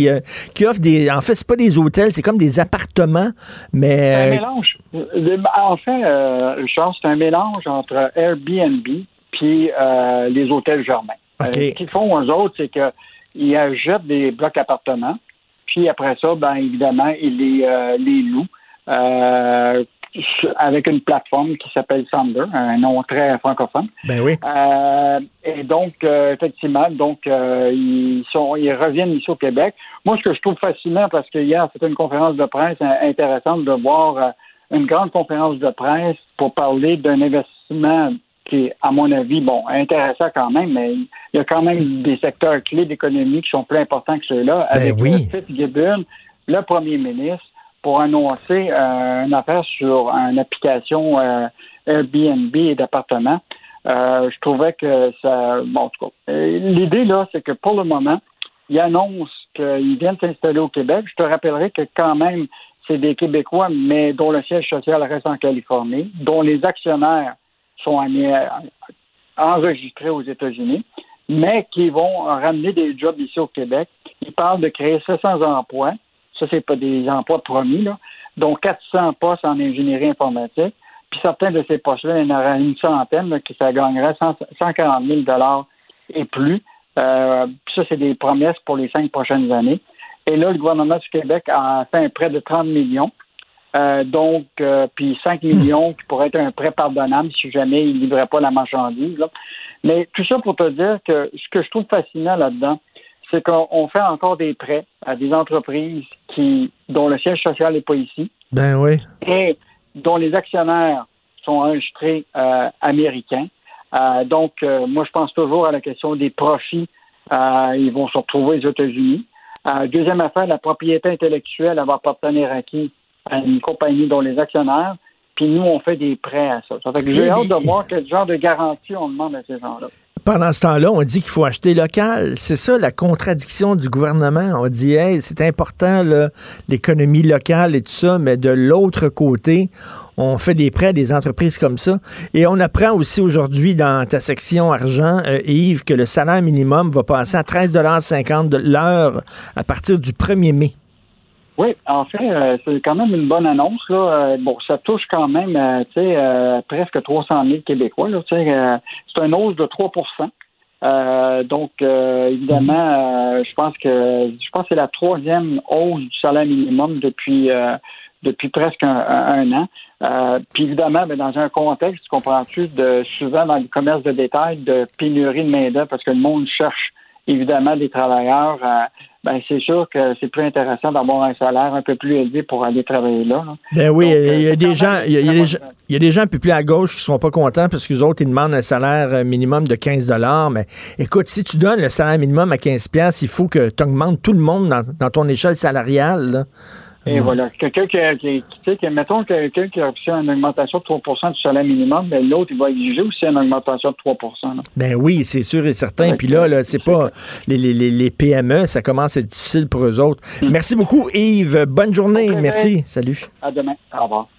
qui, euh, qui offre des... En fait, c'est pas des hôtels, c'est comme des appartements, mais... C'est un mélange. En fait, euh, Richard, c'est un mélange entre Airbnb puis euh, les hôtels Germain. Okay. Euh, ce qu'ils font, eux autres, c'est qu'ils achètent des blocs appartements, puis après ça, ben évidemment, ils les, euh, les louent euh, avec une plateforme qui s'appelle Sander, un nom très francophone. Ben oui. Euh, et donc, euh, effectivement, donc euh, ils sont, ils reviennent ici au Québec. Moi, ce que je trouve fascinant, parce que hier, c'était une conférence de presse intéressante de voir euh, une grande conférence de presse pour parler d'un investissement qui est, à mon avis, bon, intéressant quand même, mais il y a quand même des secteurs clés d'économie qui sont plus importants que ceux-là. Ben avec oui. Fitzgibbon, le premier ministre, pour annoncer euh, une affaire sur une application euh, Airbnb et d'appartements. Euh, je trouvais que ça... Bon, en tout cas, euh, l'idée, là, c'est que pour le moment, ils annoncent qu'ils viennent s'installer au Québec. Je te rappellerai que quand même, c'est des Québécois, mais dont le siège social reste en Californie, dont les actionnaires sont enregistrés aux États-Unis, mais qui vont ramener des jobs ici au Québec. Ils parlent de créer sept cents emplois. Ça, c'est pas des emplois promis, là. dont quatre cents postes en ingénierie informatique. Puis certains de ces postes-là, il y en aura une centaine là, qui ça gagnerait cent quarante mille dollars et plus. Euh, puis ça, c'est des promesses pour les cinq prochaines années. Et là, le gouvernement du Québec a fait un prêt de trente millions. Euh, donc, euh, puis cinq millions qui pourraient être un prêt pardonnable si jamais ils ne livraient pas la marchandise. Là. Mais tout ça pour te dire que ce que je trouve fascinant là-dedans, c'est qu'on fait encore des prêts à des entreprises qui dont le siège social n'est pas ici. Ben oui. Et dont les actionnaires sont enregistrés euh, américains. Euh, donc, euh, moi, je pense toujours à la question des profits. Euh, ils vont se retrouver aux États-Unis. Euh, deuxième affaire, la propriété intellectuelle, elle va appartenir à qui? À une compagnie dont les actionnaires, puis nous, on fait des prêts à ça. Ça fait que j'ai hâte de voir quel genre de garantie on demande à ces gens-là. Pendant ce temps-là, on dit qu'il faut acheter local. C'est ça la contradiction du gouvernement. On dit, hey, c'est important, là, l'économie locale et tout ça, mais de l'autre côté, on fait des prêts à des entreprises comme ça. Et on apprend aussi aujourd'hui dans ta section argent, euh, Yves, que le salaire minimum va passer à treize dollars cinquante de l'heure à partir du premier mai. Oui, en fait, euh, c'est quand même une bonne annonce, là. Euh, bon, ça touche quand même, euh, tu sais, euh, presque trois cent mille Québécois, là. Tu sais, euh, c'est une hausse de trois pour cent. Euh, donc, euh, évidemment, euh, je pense que je pense que c'est la troisième hausse du salaire minimum depuis euh, depuis presque un, un, un an. Euh, puis évidemment, ben, dans un contexte, comprends-tu, de souvent dans le commerce de détail, de pénurie de main-d'œuvre, parce que le monde cherche évidemment des travailleurs. Euh, ben c'est sûr que c'est plus intéressant d'avoir un salaire un peu plus élevé pour aller travailler là. là. Ben oui, Donc, il y a, euh, des gens, il y a, il y a des gens, il y a des gens un peu plus à gauche qui seront pas contents parce que les autres ils demandent un salaire minimum de quinze dollars. Mais écoute, si tu donnes le salaire minimum à quinze piastres, il faut que tu augmentes tout le monde dans, dans ton échelle salariale. Là. Et mmh. voilà. Quelqu'un qui, qui, qui, qui, mettons quelqu'un qui a reçu une augmentation de trois pour cent du salaire minimum, ben l'autre, il va exiger aussi une augmentation de trois pour cent. Là. Ben oui, c'est sûr et certain. Puis là, là, c'est pas les, les, les P M E, ça commence à être difficile pour eux autres. Mmh. Merci beaucoup, Yves. Bonne journée. Okay, Merci. Salut. À demain. Au revoir.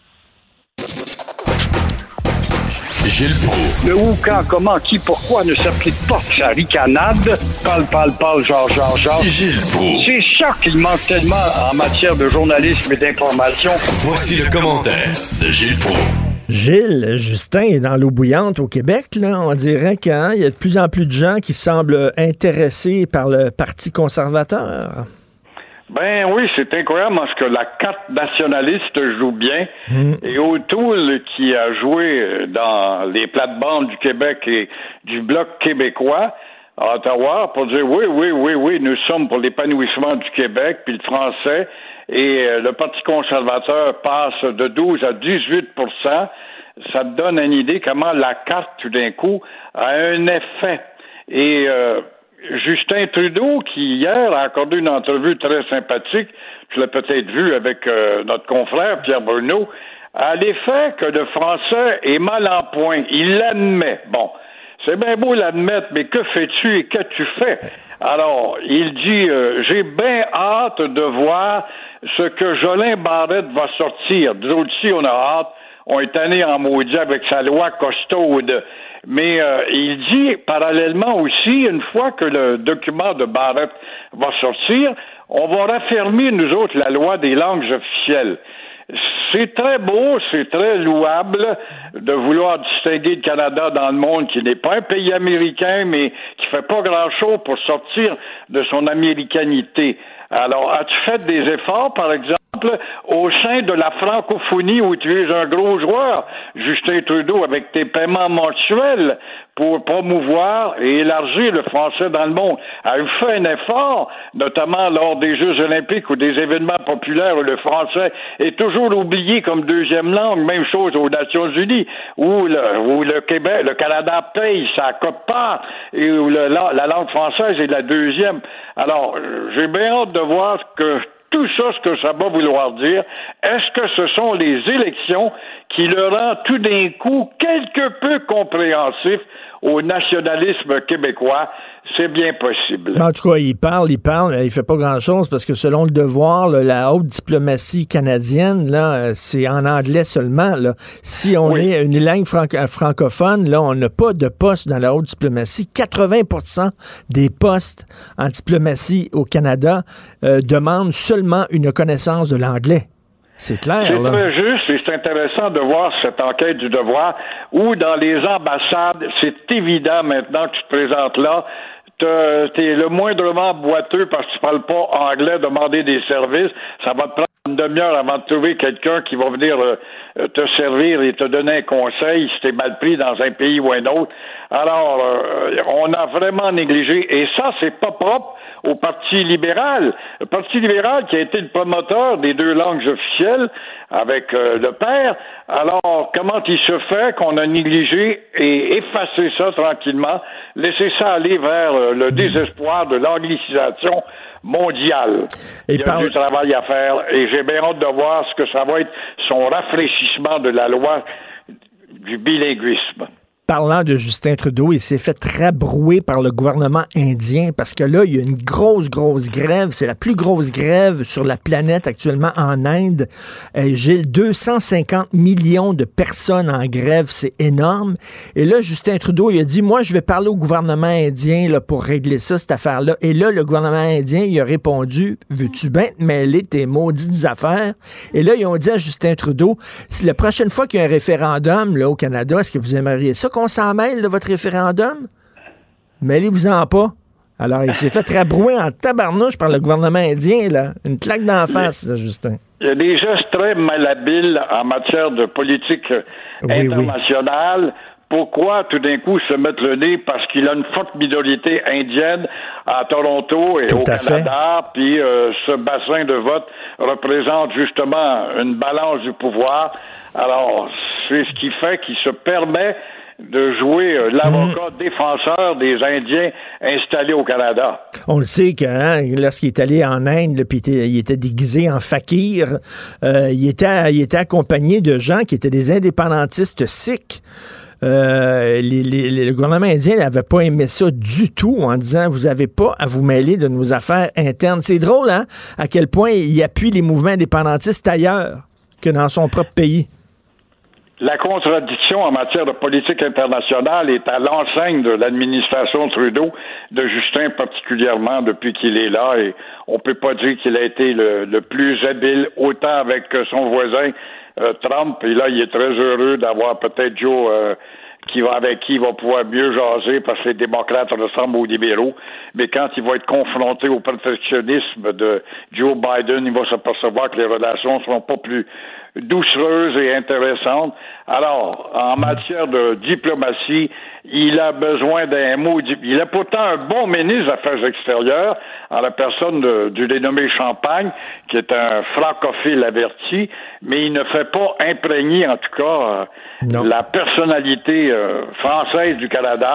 Gilles Proulx. Le où, quand, comment, qui, pourquoi ne s'applique pas sa ricanade. Parle, parle, parle, genre, genre, genre. Gilles Proulx. C'est ça qu'il manque tellement en matière de journalisme et d'information. Voici le commentaire de Gilles Proulx. Gilles, Justin est dans l'eau bouillante au Québec. Là. On dirait qu'il hein, y a de plus en plus de gens qui semblent intéressés par le Parti conservateur. Ben oui, c'est incroyable parce que la carte nationaliste joue bien. Mmh. Et O'Toole, qui a joué dans les plates-bandes du Québec et du Bloc québécois à Ottawa pour dire oui, oui, oui, oui, nous sommes pour l'épanouissement du Québec puis le français. Et le Parti conservateur passe de douze à dix-huit pour cent. Ça te donne une idée comment la carte, tout d'un coup, a un effet. Et... Euh, Justin Trudeau, qui hier a accordé une entrevue très sympathique, tu l'as peut-être vu avec euh, notre confrère Pierre Bruno, à l'effet que le français est mal en point. Il l'admet. Bon, c'est bien beau l'admettre, mais que fais-tu et qu'as-tu fait? Alors, il dit, euh, j'ai bien hâte de voir ce que Jolin Barrette va sortir. Nous aussi, on a hâte. on est tanné en maudit avec sa loi costaude. Mais euh, il dit parallèlement aussi, une fois que le document de Barrett va sortir, on va raffermir, nous autres, la loi des langues officielles. C'est très beau, c'est très louable de vouloir distinguer le Canada dans le monde, qui n'est pas un pays américain, mais qui fait pas grand-chose pour sortir de son américanité. Alors, as-tu fait des efforts, par exemple, au sein de la francophonie où tu es un gros joueur, Justin Trudeau, avec tes paiements mensuels pour promouvoir et élargir le français dans le monde? As-tu fait un effort, notamment lors des Jeux olympiques ou des événements populaires où le français est toujours oublié comme deuxième langue? Même chose aux Nations unies, où le, où le Québec, le Canada paye sa quote-part et où le, la, la langue française est la deuxième. Alors, j'ai bien hâte de voir que tout ça, ce que ça va vouloir dire. Est-ce que ce sont les élections qui le rendent tout d'un coup quelque peu compréhensif au nationalisme québécois? C'est bien possible. En tout cas, il parle, il parle, il fait pas grand-chose parce que selon le Devoir, là, la haute diplomatie canadienne, là, c'est en anglais seulement. Là. Si on oui. est une langue franco- francophone, là, on n'a pas de poste dans la haute diplomatie. quatre-vingts pour cent des postes en diplomatie au Canada euh, demandent seulement une connaissance de l'anglais. C'est clair, c'est là. très juste et c'est intéressant de voir cette enquête du Devoir où dans les ambassades, c'est évident maintenant que tu te présentes là, t'es le moindrement boiteux parce que tu parles pas anglais, demander des services, ça va te prendre une demi-heure avant de trouver quelqu'un qui va venir euh, te servir et te donner un conseil si t'es mal pris dans un pays ou un autre. Alors, euh, on a vraiment négligé, et ça, c'est pas propre au Parti libéral. Le Parti libéral qui a été le promoteur des deux langues officielles avec euh, le père. Alors, comment il se fait qu'on a négligé et effacé ça tranquillement, laissé ça aller vers euh, le désespoir de l'anglicisation mondiale. Et il y a par... du travail à faire et j'ai bien hâte de voir ce que ça va être, son rafraîchissement de la loi du bilinguisme. Parlant de Justin Trudeau, il s'est fait rabrouer par le gouvernement indien parce que là, il y a une grosse, grosse grève. C'est la plus grosse grève sur la planète actuellement en Inde. Euh, j'ai deux cent cinquante millions de personnes en grève. C'est énorme. Et là, Justin Trudeau, il a dit, moi, je vais parler au gouvernement indien là, pour régler ça, cette affaire-là. Et là, le gouvernement indien, il a répondu, veux-tu bien te mêler tes maudites affaires? Et là, ils ont dit à Justin Trudeau, si la prochaine fois qu'il y a un référendum là, au Canada, est-ce que vous aimeriez ça qu'on s'en mêle de votre référendum? Mêlez-vous-en pas. Alors, il s'est fait rabrouer en tabarnouche par le gouvernement indien, là. Une claque d'en face, ça, Justin. Il y a des gestes très malhabiles en matière de politique oui, internationale. Oui. Pourquoi, tout d'un coup, se mettre le nez parce qu'il a une forte minorité indienne à Toronto et tout au Canada, fait. Puis euh, ce bassin de vote représente justement une balance du pouvoir. Alors, c'est ce qui fait qu'il se permet de jouer euh, l'avocat mmh. défenseur des Indiens installés au Canada. On le sait que hein, lorsqu'il est allé en Inde, puis il était déguisé en fakir, euh, il, était, il était accompagné de gens qui étaient des indépendantistes sikhs. Euh, les, les, le gouvernement indien n'avait pas aimé ça du tout en disant vous n'avez pas à vous mêler de nos affaires internes. C'est drôle, hein, à quel point il appuie les mouvements indépendantistes ailleurs que dans son propre pays. La contradiction en matière de politique internationale est à l'enseigne de l'administration Trudeau, de Justin particulièrement depuis qu'il est là, et on peut pas dire qu'il a été le, le plus habile, autant avec son voisin euh, Trump, et là il est très heureux d'avoir peut-être Joe euh, qui va avec qui il va pouvoir mieux jaser parce que les démocrates ressemblent aux libéraux, mais quand il va être confronté au perfectionnisme de Joe Biden, il va s'apercevoir que les relations ne seront pas plus doucereuses et intéressantes. Alors, en matière de diplomatie, il a besoin d'un mot. Il a pourtant un bon ministre des Affaires extérieures, en la personne de, du dénommé Champagne, qui est un francophile averti, mais il ne fait pas imprégner, en tout cas, euh, la personnalité euh, française du Canada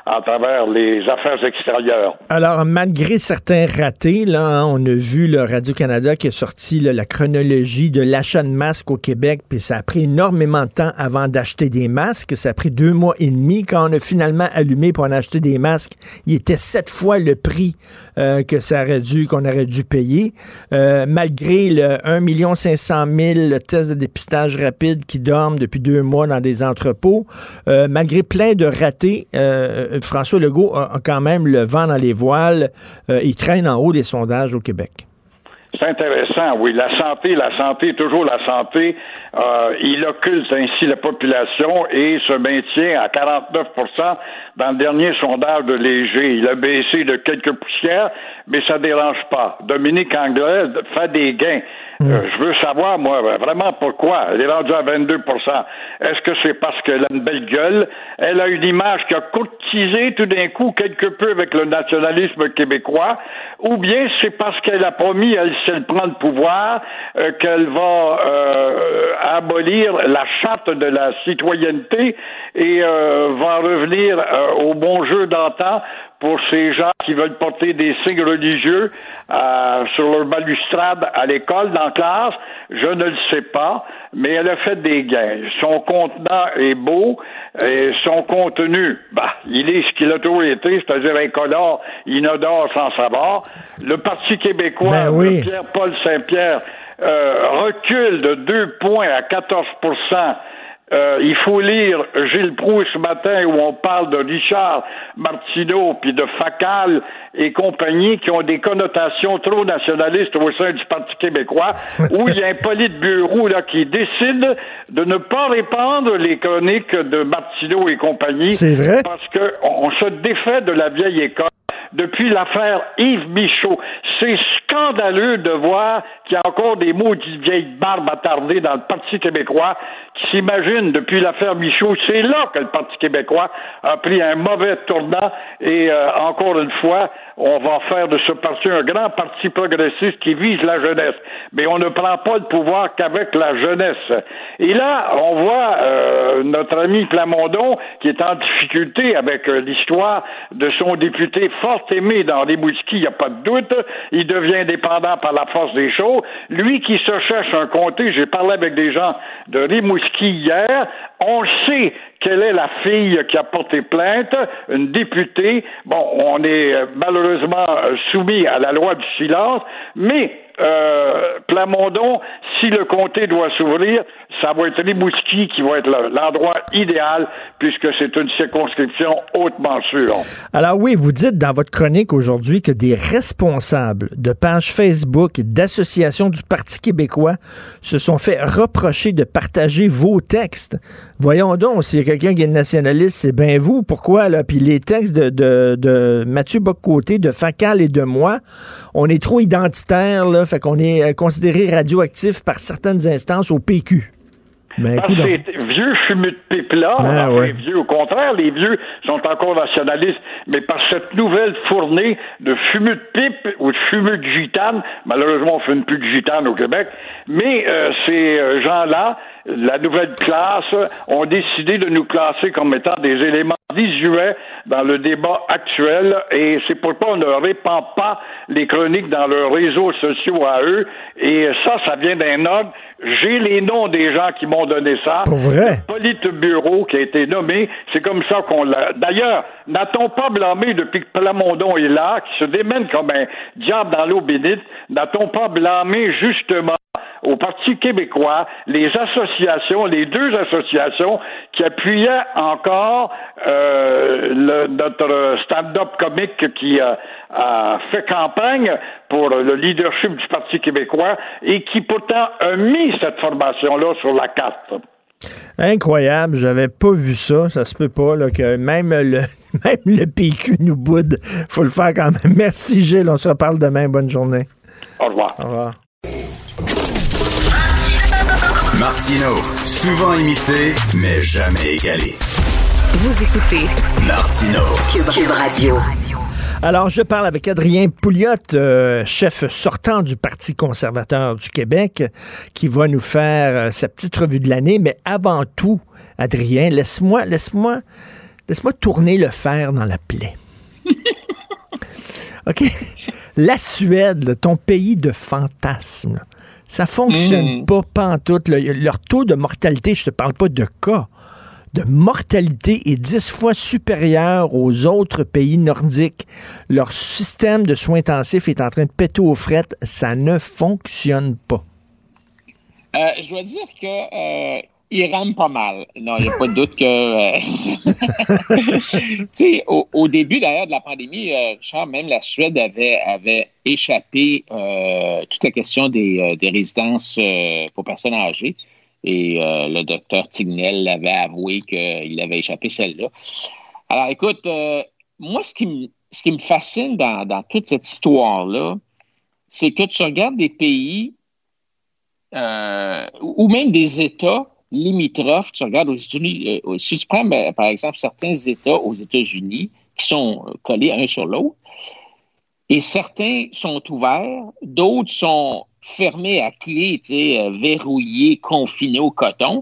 à travers les affaires extérieures. Alors, malgré certains ratés, là, hein, on a vu le Radio-Canada qui a sorti là, la chronologie de l'achat de masques au Québec, puis ça a pris énormément de temps avant d'acheter des masques. Ça a pris deux mois et demi. Quand on a finalement allumé pour en acheter des masques, il était sept fois le prix euh, que ça aurait dû, qu'on aurait dû payer. Euh, malgré le un million cinq cent mille tests de dépistage rapide qui dorment depuis deux mois dans des entrepôts, euh, malgré plein de ratés, euh, François Legault a, a quand même le vent dans les voiles. Euh, il traîne en haut des sondages au Québec. C'est intéressant, oui. La santé, la santé, toujours la santé. Euh, il occulte ainsi la population et se maintient à quarante-neuf pour cent dans le dernier sondage de Léger. Il a baissé de quelques poussières, mais ça dérange pas. Dominique Anglais fait des gains. Euh, je veux savoir, moi, vraiment pourquoi. Elle est rendue à vingt-deux pour cent. Est-ce que c'est parce qu'elle a une belle gueule? Elle a une image qui a courtisé tout d'un coup quelque peu avec le nationalisme québécois? Ou bien c'est parce qu'elle a promis, elle, si elle prend le pouvoir, euh, qu'elle va euh, abolir la charte de la citoyenneté et euh, va revenir euh, au bon jeu d'antan pour ces gens qui veulent porter des signes religieux euh, sur leur balustrade à l'école, dans la classe, je ne le sais pas, mais elle a fait des gains. Son contenant est beau, et son contenu, bah, il est ce qu'il a toujours été, c'est-à-dire incolore, inodore, sans savoir. Le Parti québécois, ben oui. Pierre-Paul Saint-Pierre, euh, recule de deux points à quatorze pour cent. Euh, il faut lire Gilles Proulx ce matin où on parle de Richard Martineau puis de Facal et compagnie qui ont des connotations trop nationalistes au sein du Parti québécois où il y a un politburo là qui décide de ne pas répandre les chroniques de Martineau et compagnie. C'est vrai? Parce que on se défait de la vieille école. Depuis l'affaire Yves Michaud, c'est scandaleux de voir qu'il y a encore des maudites vieilles barbes attardées dans le Parti québécois qui s'imaginent depuis l'affaire Michaud. C'est là que le Parti québécois a pris un mauvais tournant et euh, encore une fois, on va faire de ce parti un grand parti progressiste qui vise la jeunesse. Mais on ne prend pas le pouvoir qu'avec la jeunesse. Et là, on voit euh, notre ami Plamondon qui est en difficulté avec euh, l'histoire de son député fort aimé dans Rimouski, il n'y a pas de doute. Il devient indépendant par la force des choses. Lui qui se cherche un comté, j'ai parlé avec des gens de Rimouski hier, on sait quelle est la fille qui a porté plainte, une députée. Bon, on est malheureusement soumis à la loi du silence, mais euh, Plamondon, si le comté doit s'ouvrir, ça va être Rimouski qui va être l'endroit idéal puisque c'est une circonscription hautement sûre. Alors oui, vous dites dans votre chronique aujourd'hui que des responsables de pages Facebook et d'associations du Parti québécois se sont fait reprocher de partager vos textes. Voyons donc, s'il y a quelqu'un qui est nationaliste, c'est bien vous. Pourquoi, là? Puis les textes de, de, de Mathieu Bock-Côté, de Facal et de moi, on est trop identitaires, là, fait qu'on est considéré radioactif par certaines instances au P Q. Mais Parce que ces vieux fumeux de pipe-là, ah, enfin, ouais. vieux, au contraire, les vieux sont encore nationalistes, mais par cette nouvelle fournée de fumeux de pipe ou de fumeux de gitane, malheureusement on ne fume plus de gitane au Québec, mais euh, ces gens-là, la nouvelle classe, ont décidé de nous classer comme étant des éléments désuets dans le débat actuel, et c'est pourquoi on ne répand pas les chroniques dans leurs réseaux sociaux à eux, et ça, ça vient d'un ordre. J'ai les noms des gens qui m'ont donné ça. Pour vrai? Le politburo qui a été nommé, c'est comme ça qu'on l'a. D'ailleurs, n'a-t-on pas blâmé depuis que Plamondon est là, qui se démène comme un diable dans l'eau bénite, n'a-t-on pas blâmé justement au Parti québécois, les associations, les deux associations qui appuyaient encore euh, le, notre stand-up comique qui a, a fait campagne pour le leadership du Parti québécois et qui pourtant a mis cette formation-là sur la carte. Incroyable, j'avais pas vu ça, ça se peut pas là, que même le même le P Q nous boude. Faut le faire quand même. Merci Gilles, on se reparle demain, bonne journée. Au revoir. Au revoir. Martineau, souvent imité, mais jamais égalé. Vous écoutez Martineau, Cube, Cube Radio. Alors, je parle avec Adrien Pouliot, euh, chef sortant du Parti conservateur du Québec, qui va nous faire euh, sa petite revue de l'année. Mais avant tout, Adrien, laisse-moi, laisse-moi, laisse-moi tourner le fer dans la plaie. OK? La Suède, là, ton pays de fantasmes, là, ça fonctionne mmh. pas pantoute. Là. Leur taux de mortalité, je te parle pas de cas, de mortalité est dix fois supérieur aux autres pays nordiques. Leur système de soins intensifs est en train de péter aux frettes. Ça ne fonctionne pas. Euh, je dois dire que euh, ils rament pas mal. Non, il n'y a pas de doute que... Euh... tu sais, au, au début, d'ailleurs, de la pandémie, euh, Richard, même la Suède avait, avait échappé euh, toute la question des, euh, des résidences euh, pour personnes âgées. Et euh, le docteur Tignel avait avoué qu'il avait échappé celle-là. Alors, écoute, euh, moi, ce qui me, ce qui me fascine dans, dans toute cette histoire-là, c'est que tu regardes des pays euh, ou même des États limitrophes. Tu regardes aux États-Unis, euh, si tu prends, ben, par exemple, certains États aux États-Unis qui sont collés un sur l'autre, et certains sont ouverts, d'autres sont fermés à clé, tu sais, euh, verrouillés, confinés au coton.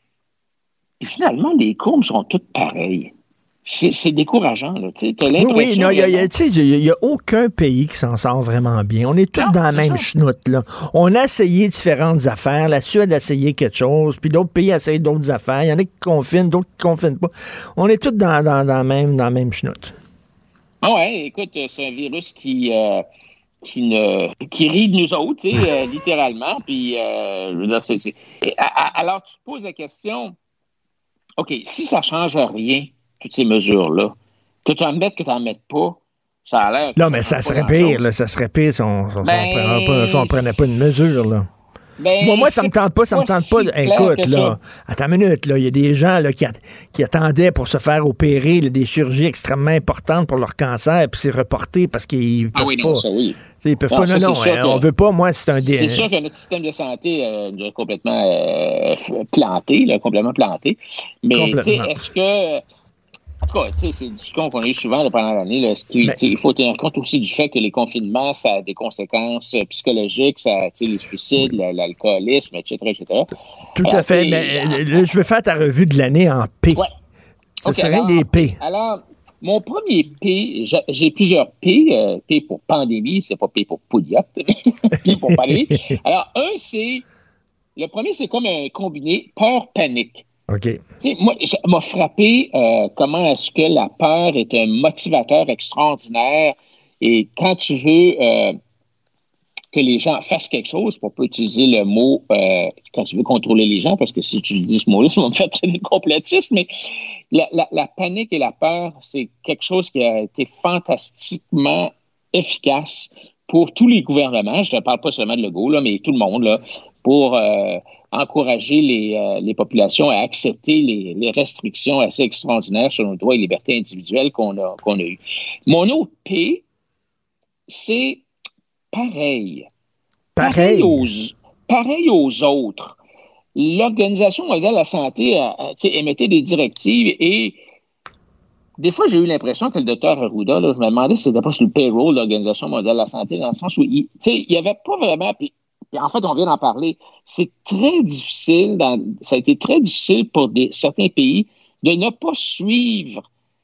Et finalement, les courbes sont toutes pareilles. C'est, c'est décourageant, là, tu sais, t'as l'impression... Oui, oui, non, il n'y a, a aucun pays qui s'en sort vraiment bien. On est tous non, dans la même chenoute, là. On a essayé différentes affaires. La Suède a essayé quelque chose, puis d'autres pays ont essayé d'autres affaires. Il y en a qui confinent, d'autres qui ne confinent pas. On est tous dans, dans, dans, même, dans la même chenoute. Ah ouais, écoute, c'est un virus qui... Euh... Qui, ne, qui rit de nous autres, tu sais, euh, littéralement. Puis, euh, je veux dire, c'est, c'est... Et, à, à, alors, tu te poses la question, OK, si ça ne change rien, toutes ces mesures-là, que tu en mettes, que tu n'en mettes pas, ça a l'air... Non, mais ça, ça serait pire, là, ça serait pire si on ne ben... prenait pas une mesure, là. Ben, moi, moi, ça me tente pas, ça me tente pas. Écoute, là, attends une minute, là, il y a des gens là, qui, a, qui attendaient pour se faire opérer là, des chirurgies extrêmement importantes pour leur cancer, puis c'est reporté parce qu'ils peuvent ah oui, pas. Non, ça, oui. Ils peuvent non, pas, ça, non, non, hein, on veut pas, moi, c'est un... C'est dé... sûr que notre système de santé euh, est complètement euh, planté, là, complètement planté. Mais, tu sais, est-ce que... En tout cas, tu sais, c'est une discussion qu'on a eu souvent là, pendant l'année. Là, qui, mais... Il faut tenir compte aussi du fait que les confinements, ça a des conséquences euh, psychologiques, ça, les suicides, oui. l'alcoolisme, et cetera, et cetera. Tout alors, à fait. Mais, là, je veux faire ta revue de l'année en P. Ouais. Ça okay, serait alors, des P. Alors, mon premier P, j'ai, j'ai plusieurs P. Euh, P pour pandémie, c'est pas P pour pouliot, P pour pandémie. Alors, un, c'est... Le premier, c'est comme un combiné peur-panique. OK. Tu sais, moi, ça m'a frappé euh, comment est-ce que la peur est un motivateur extraordinaire et quand tu veux euh, que les gens fassent quelque chose, pour pas utiliser le mot euh, quand tu veux contrôler les gens, parce que si tu dis ce mot-là, ça va me faire traiter de complotiste, mais la, la, la panique et la peur, c'est quelque chose qui a été fantastiquement efficace pour tous les gouvernements. Je ne parle pas seulement de Legault, là, mais tout le monde, là, pour... Euh, encourager les, euh, les populations à accepter les, les restrictions assez extraordinaires sur nos droits et libertés individuelles qu'on a, qu'on a eues. Mon autre P, c'est pareil. Pareil. Pareil aux, pareil aux autres. L'Organisation mondiale de la santé a, a, émettait des directives et des fois, j'ai eu l'impression que le docteur Arruda, là, je me demandais si c'était pas sur le payroll de l'Organisation mondiale de la santé, dans le sens où il n'y avait pas vraiment... Puis, en fait, on vient d'en parler. C'est très difficile, dans, ça a été très difficile pour des, certains pays de ne pas suivre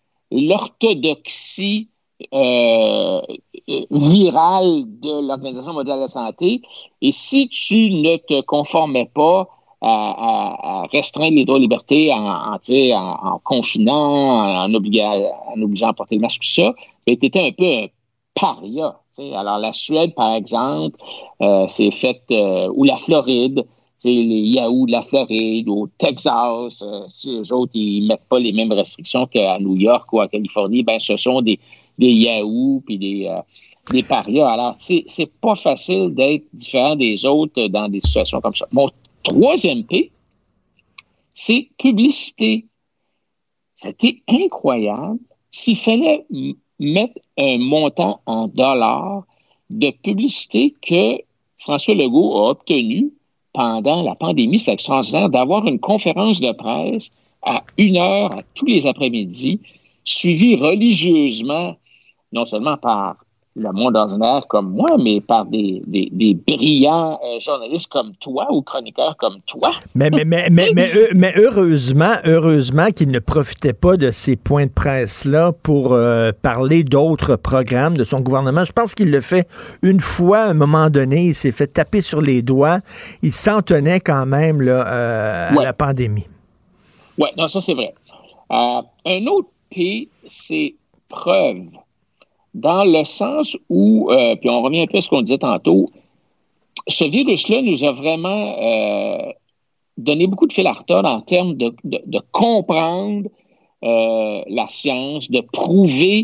l'orthodoxie euh, virale de l'Organisation mondiale de la santé. Et si tu ne te conformais pas à, à, à restreindre les droits et libertés en, en, en, en confinant, en, obliga, en obligeant à porter le masque, tout ça, ben, tu étais un peu un paria. T'sais. Alors, la Suède, par exemple, euh, c'est fait, euh, ou la Floride, les Yahoo de la Floride, ou Texas, euh, si eux autres, ils mettent pas les mêmes restrictions qu'à New York ou à Californie, ben ce sont des, des Yahoo puis des, euh, des parias. Alors, c'est, c'est pas facile d'être différent des autres dans des situations comme ça. Mon troisième P, c'est publicité. C'était incroyable. S'il fallait... M- mettre un montant en dollars de publicité que François Legault a obtenu pendant la pandémie. C'est extraordinaire d'avoir une conférence de presse à une heure à tous les après-midi, suivie religieusement, non seulement par le monde ordinaire comme moi, mais par des, des, des brillants euh, journalistes comme toi ou chroniqueurs comme toi. Mais, mais, mais, mais, mais, mais heureusement, heureusement qu'il ne profitait pas de ces points de presse-là pour euh, parler d'autres programmes de son gouvernement. Je pense qu'il le fait une fois, à un moment donné, il s'est fait taper sur les doigts. Il s'en tenait quand même là, euh, ouais. à la pandémie. Oui, non, ça c'est vrai. Euh, un autre P, c'est preuve. Dans le sens où, euh, puis on revient un peu à ce qu'on disait tantôt, ce virus-là nous a vraiment euh, donné beaucoup de fil à retordre en termes de, de, de comprendre euh, la science, de prouver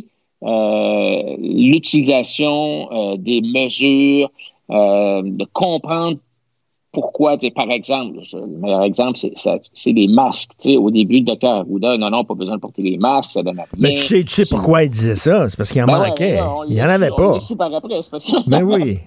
euh, l'utilisation euh, des mesures, euh, de comprendre pourquoi, par exemple, le meilleur exemple, c'est, ça, c'est les masques. T'sais, au début, le docteur Arruda, non, non, pas besoin de porter les masques, ça donne à rien. Mais tu sais, tu sais pourquoi il disait ça? C'est parce qu'il en ben manquait. Ouais, il n'y en avait pas. On su par après, c'est parce qu'il ben oui.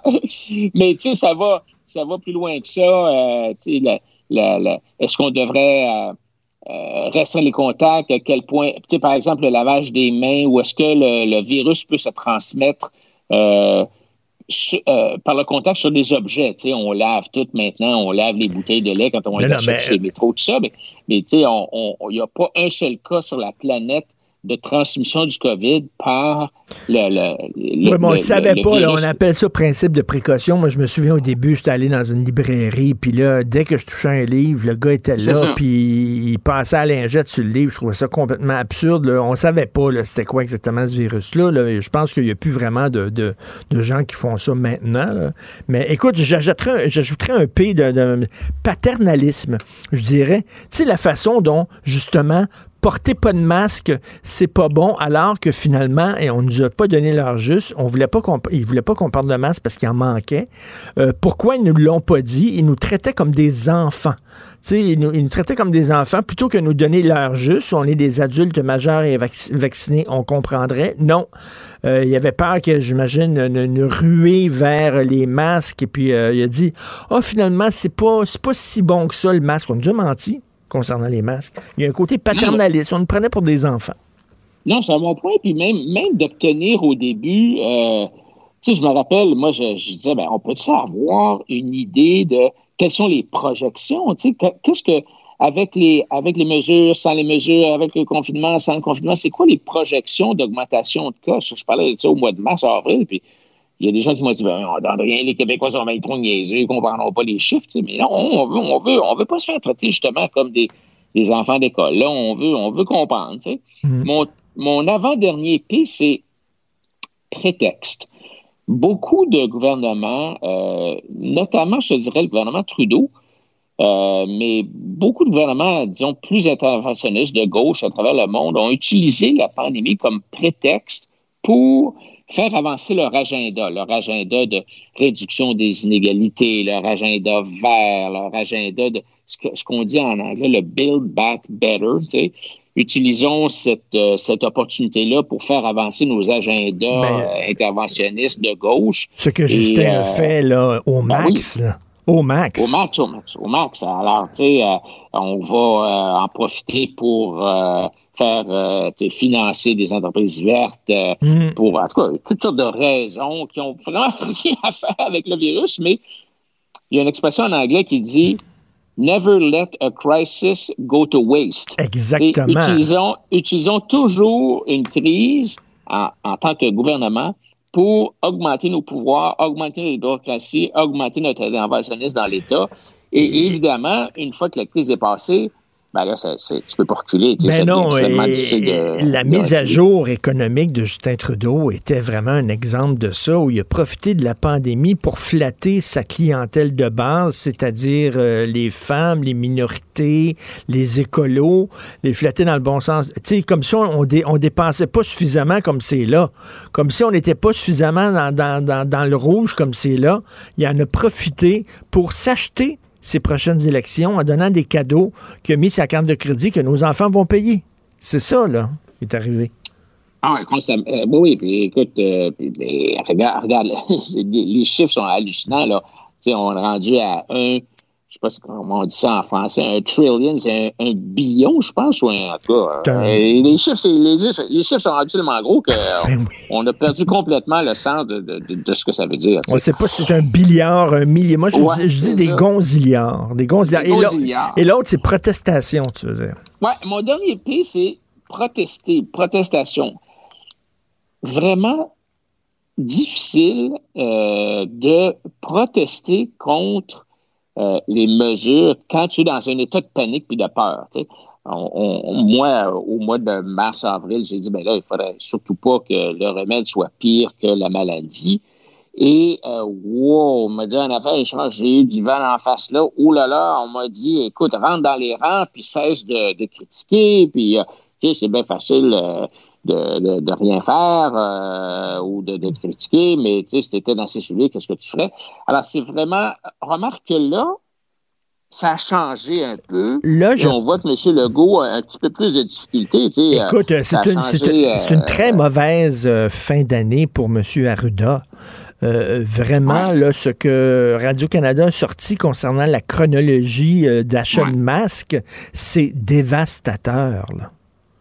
Mais tu sais, ça va, ça va plus loin que ça. Euh, la, la, la, est-ce qu'on devrait euh, euh, restreindre les contacts? À quel point, par exemple, le lavage des mains, ou est-ce que le, le virus peut se transmettre euh, Euh, par le contact sur des objets, tu sais, on lave tout maintenant, on lave les bouteilles de lait quand on les non, achète mais... sur les métros, tout ça, mais, mais tu sais, il n'y a pas un seul cas sur la planète de transmission du COVID par le... le, le oui, mais on ne le savait le, pas, le là, on appelle ça principe de précaution. Moi, je me souviens au début, j'étais allé dans une librairie, puis là, dès que je touchais un livre, le gars était là, puis il passait à la lingette sur le livre. Je trouvais ça complètement absurde. Là. On ne savait pas là, c'était quoi exactement ce virus-là. Là. Je pense qu'il n'y a plus vraiment de, de, de gens qui font ça maintenant. Là. Mais écoute, j'ajouterais, j'ajouterais un P de, de paternalisme, je dirais. Tu sais, la façon dont, justement, porter pas de masque, c'est pas bon, alors que finalement, et on nous a pas donné l'heure juste, on voulait pas qu'on, ils voulaient pas qu'on porte de masque parce qu'il en manquait. Euh, pourquoi ils nous l'ont pas dit? Ils nous traitaient comme des enfants. Tu sais, ils nous, ils nous traitaient comme des enfants plutôt que nous donner l'heure juste. On est des adultes majeurs et vac- vaccinés, on comprendrait. Non. Euh, il avait peur que, j'imagine, une, une ruée vers les masques. Et puis, euh, il a dit, ah, oh, finalement, c'est pas, c'est pas si bon que ça, le masque. On nous a menti concernant les masques. Il y a un côté paternaliste. On nous prenait pour des enfants. Non, c'est un bon point. Puis même, même d'obtenir au début, euh, tu sais, je me rappelle, moi, je, je disais, ben, on peut-tu avoir une idée de quelles sont les projections? Tu sais, qu'est-ce que, avec les, avec les mesures, sans les mesures, avec le confinement, sans le confinement, c'est quoi les projections d'augmentation de cas? Je parlais de ça au mois de mars, avril, puis il y a des gens qui m'ont dit, ben, on n'entend rien, les Québécois sont bien trop niaiseux, ils ne comprendront pas les chiffres, tu sais, mais non, on veut, on veut, on veut pas se faire traiter justement comme des, des enfants d'école. Là, on veut, on veut comprendre, tu sais. Mm. Mon, mon avant-dernier P, c'est prétexte. Beaucoup de gouvernements, euh, notamment, je te dirais, le gouvernement Trudeau, euh, mais beaucoup de gouvernements, disons, plus interventionnistes de gauche à travers le monde ont utilisé la pandémie comme prétexte pour faire avancer leur agenda, leur agenda de réduction des inégalités, leur agenda vert, leur agenda de ce, que, ce qu'on dit en anglais, le Build Back Better. Tu sais. Utilisons cette, euh, cette opportunité-là pour faire avancer nos agendas ben, euh, interventionnistes de gauche. Ce que Justin Et, euh, a fait là, au max. Ben oui. Là. Au max. Au max, au max, au max. Alors, tu sais, euh, on va euh, en profiter pour euh, faire euh, financer des entreprises vertes euh, mm. pour, en tout cas, toutes sortes de raisons qui ont vraiment rien à faire avec le virus, mais il y a une expression en anglais qui dit « Never let a crisis go to waste ». Exactement. Utilisons, utilisons toujours une crise en, en tant que gouvernement pour augmenter nos pouvoirs, augmenter la bureaucratie, augmenter notre interventionnisme dans l'État. Et, et évidemment, une fois que la crise est passée, ben là, ça, c'est, tu peux pas reculer. Tu ben sais, non, c'est et, difficile de, la de mise reculer. à jour économique de Justin Trudeau était vraiment un exemple de ça, où il a profité de la pandémie pour flatter sa clientèle de base, c'est-à-dire euh, les femmes, les minorités, les écolos, les flatter dans le bon sens. Tu sais, comme si on, on, dé, on dépensait pas suffisamment comme c'est là. Comme si on n'était pas suffisamment dans, dans, dans, dans le rouge comme c'est là. Il en a profité pour s'acheter ces prochaines élections en donnant des cadeaux qu'il a mis sa carte de crédit que nos enfants vont payer. C'est ça, là, qui est arrivé. Ah oui, constamment. Euh, oui, puis écoute, euh, puis, mais, regarde, regarde les chiffres sont hallucinants, là. T'sais, on est rendu à un je sais pas comment on dit ça en français, un trillion, c'est un, un billion, je pense, ou un, en tout cas. Euh, les, chiffres, c'est, les, les chiffres sont absolument gros que ben oui. on a perdu complètement le sens de, de, de, de ce que ça veut dire. On ne sait pas si c'est un billiard, un milliard. Moi, je, ouais, dis, je dis des gonzillards. Des gonzillards. Des gonzillards. Et, l'autre, et l'autre, c'est protestation, tu veux dire. Oui, mon dernier P, c'est protester, protestation. Vraiment difficile euh, de protester contre Euh, les mesures quand tu es dans un état de panique puis de peur. Tu sais. on, on, moi, au mois de mars-avril, j'ai dit, ben là, il faudrait surtout pas que le remède soit pire que la maladie. Et, euh, wow, on m'a dit en affaire, j'ai eu du vent en face là. Oh là là, on m'a dit, écoute, rentre dans les rangs puis cesse de, de critiquer. Puis, euh, tu sais, c'est bien facile euh, de, de, de rien faire euh, ou de, de critiquer, mais tu sais, si tu étais dans ces souliers, qu'est-ce que tu ferais? Alors, c'est vraiment... Remarque que là, ça a changé un peu. Là, je... Et on voit que M. Legault a un petit peu plus de difficultés. Tu sais, écoute, euh, c'est, une, changé, c'est, une, c'est une très mauvaise euh, fin d'année pour M. Arruda. Euh, vraiment, ouais. là, ce que Radio-Canada a sorti concernant la chronologie euh, d'achat ouais. de masques, c'est dévastateur, là.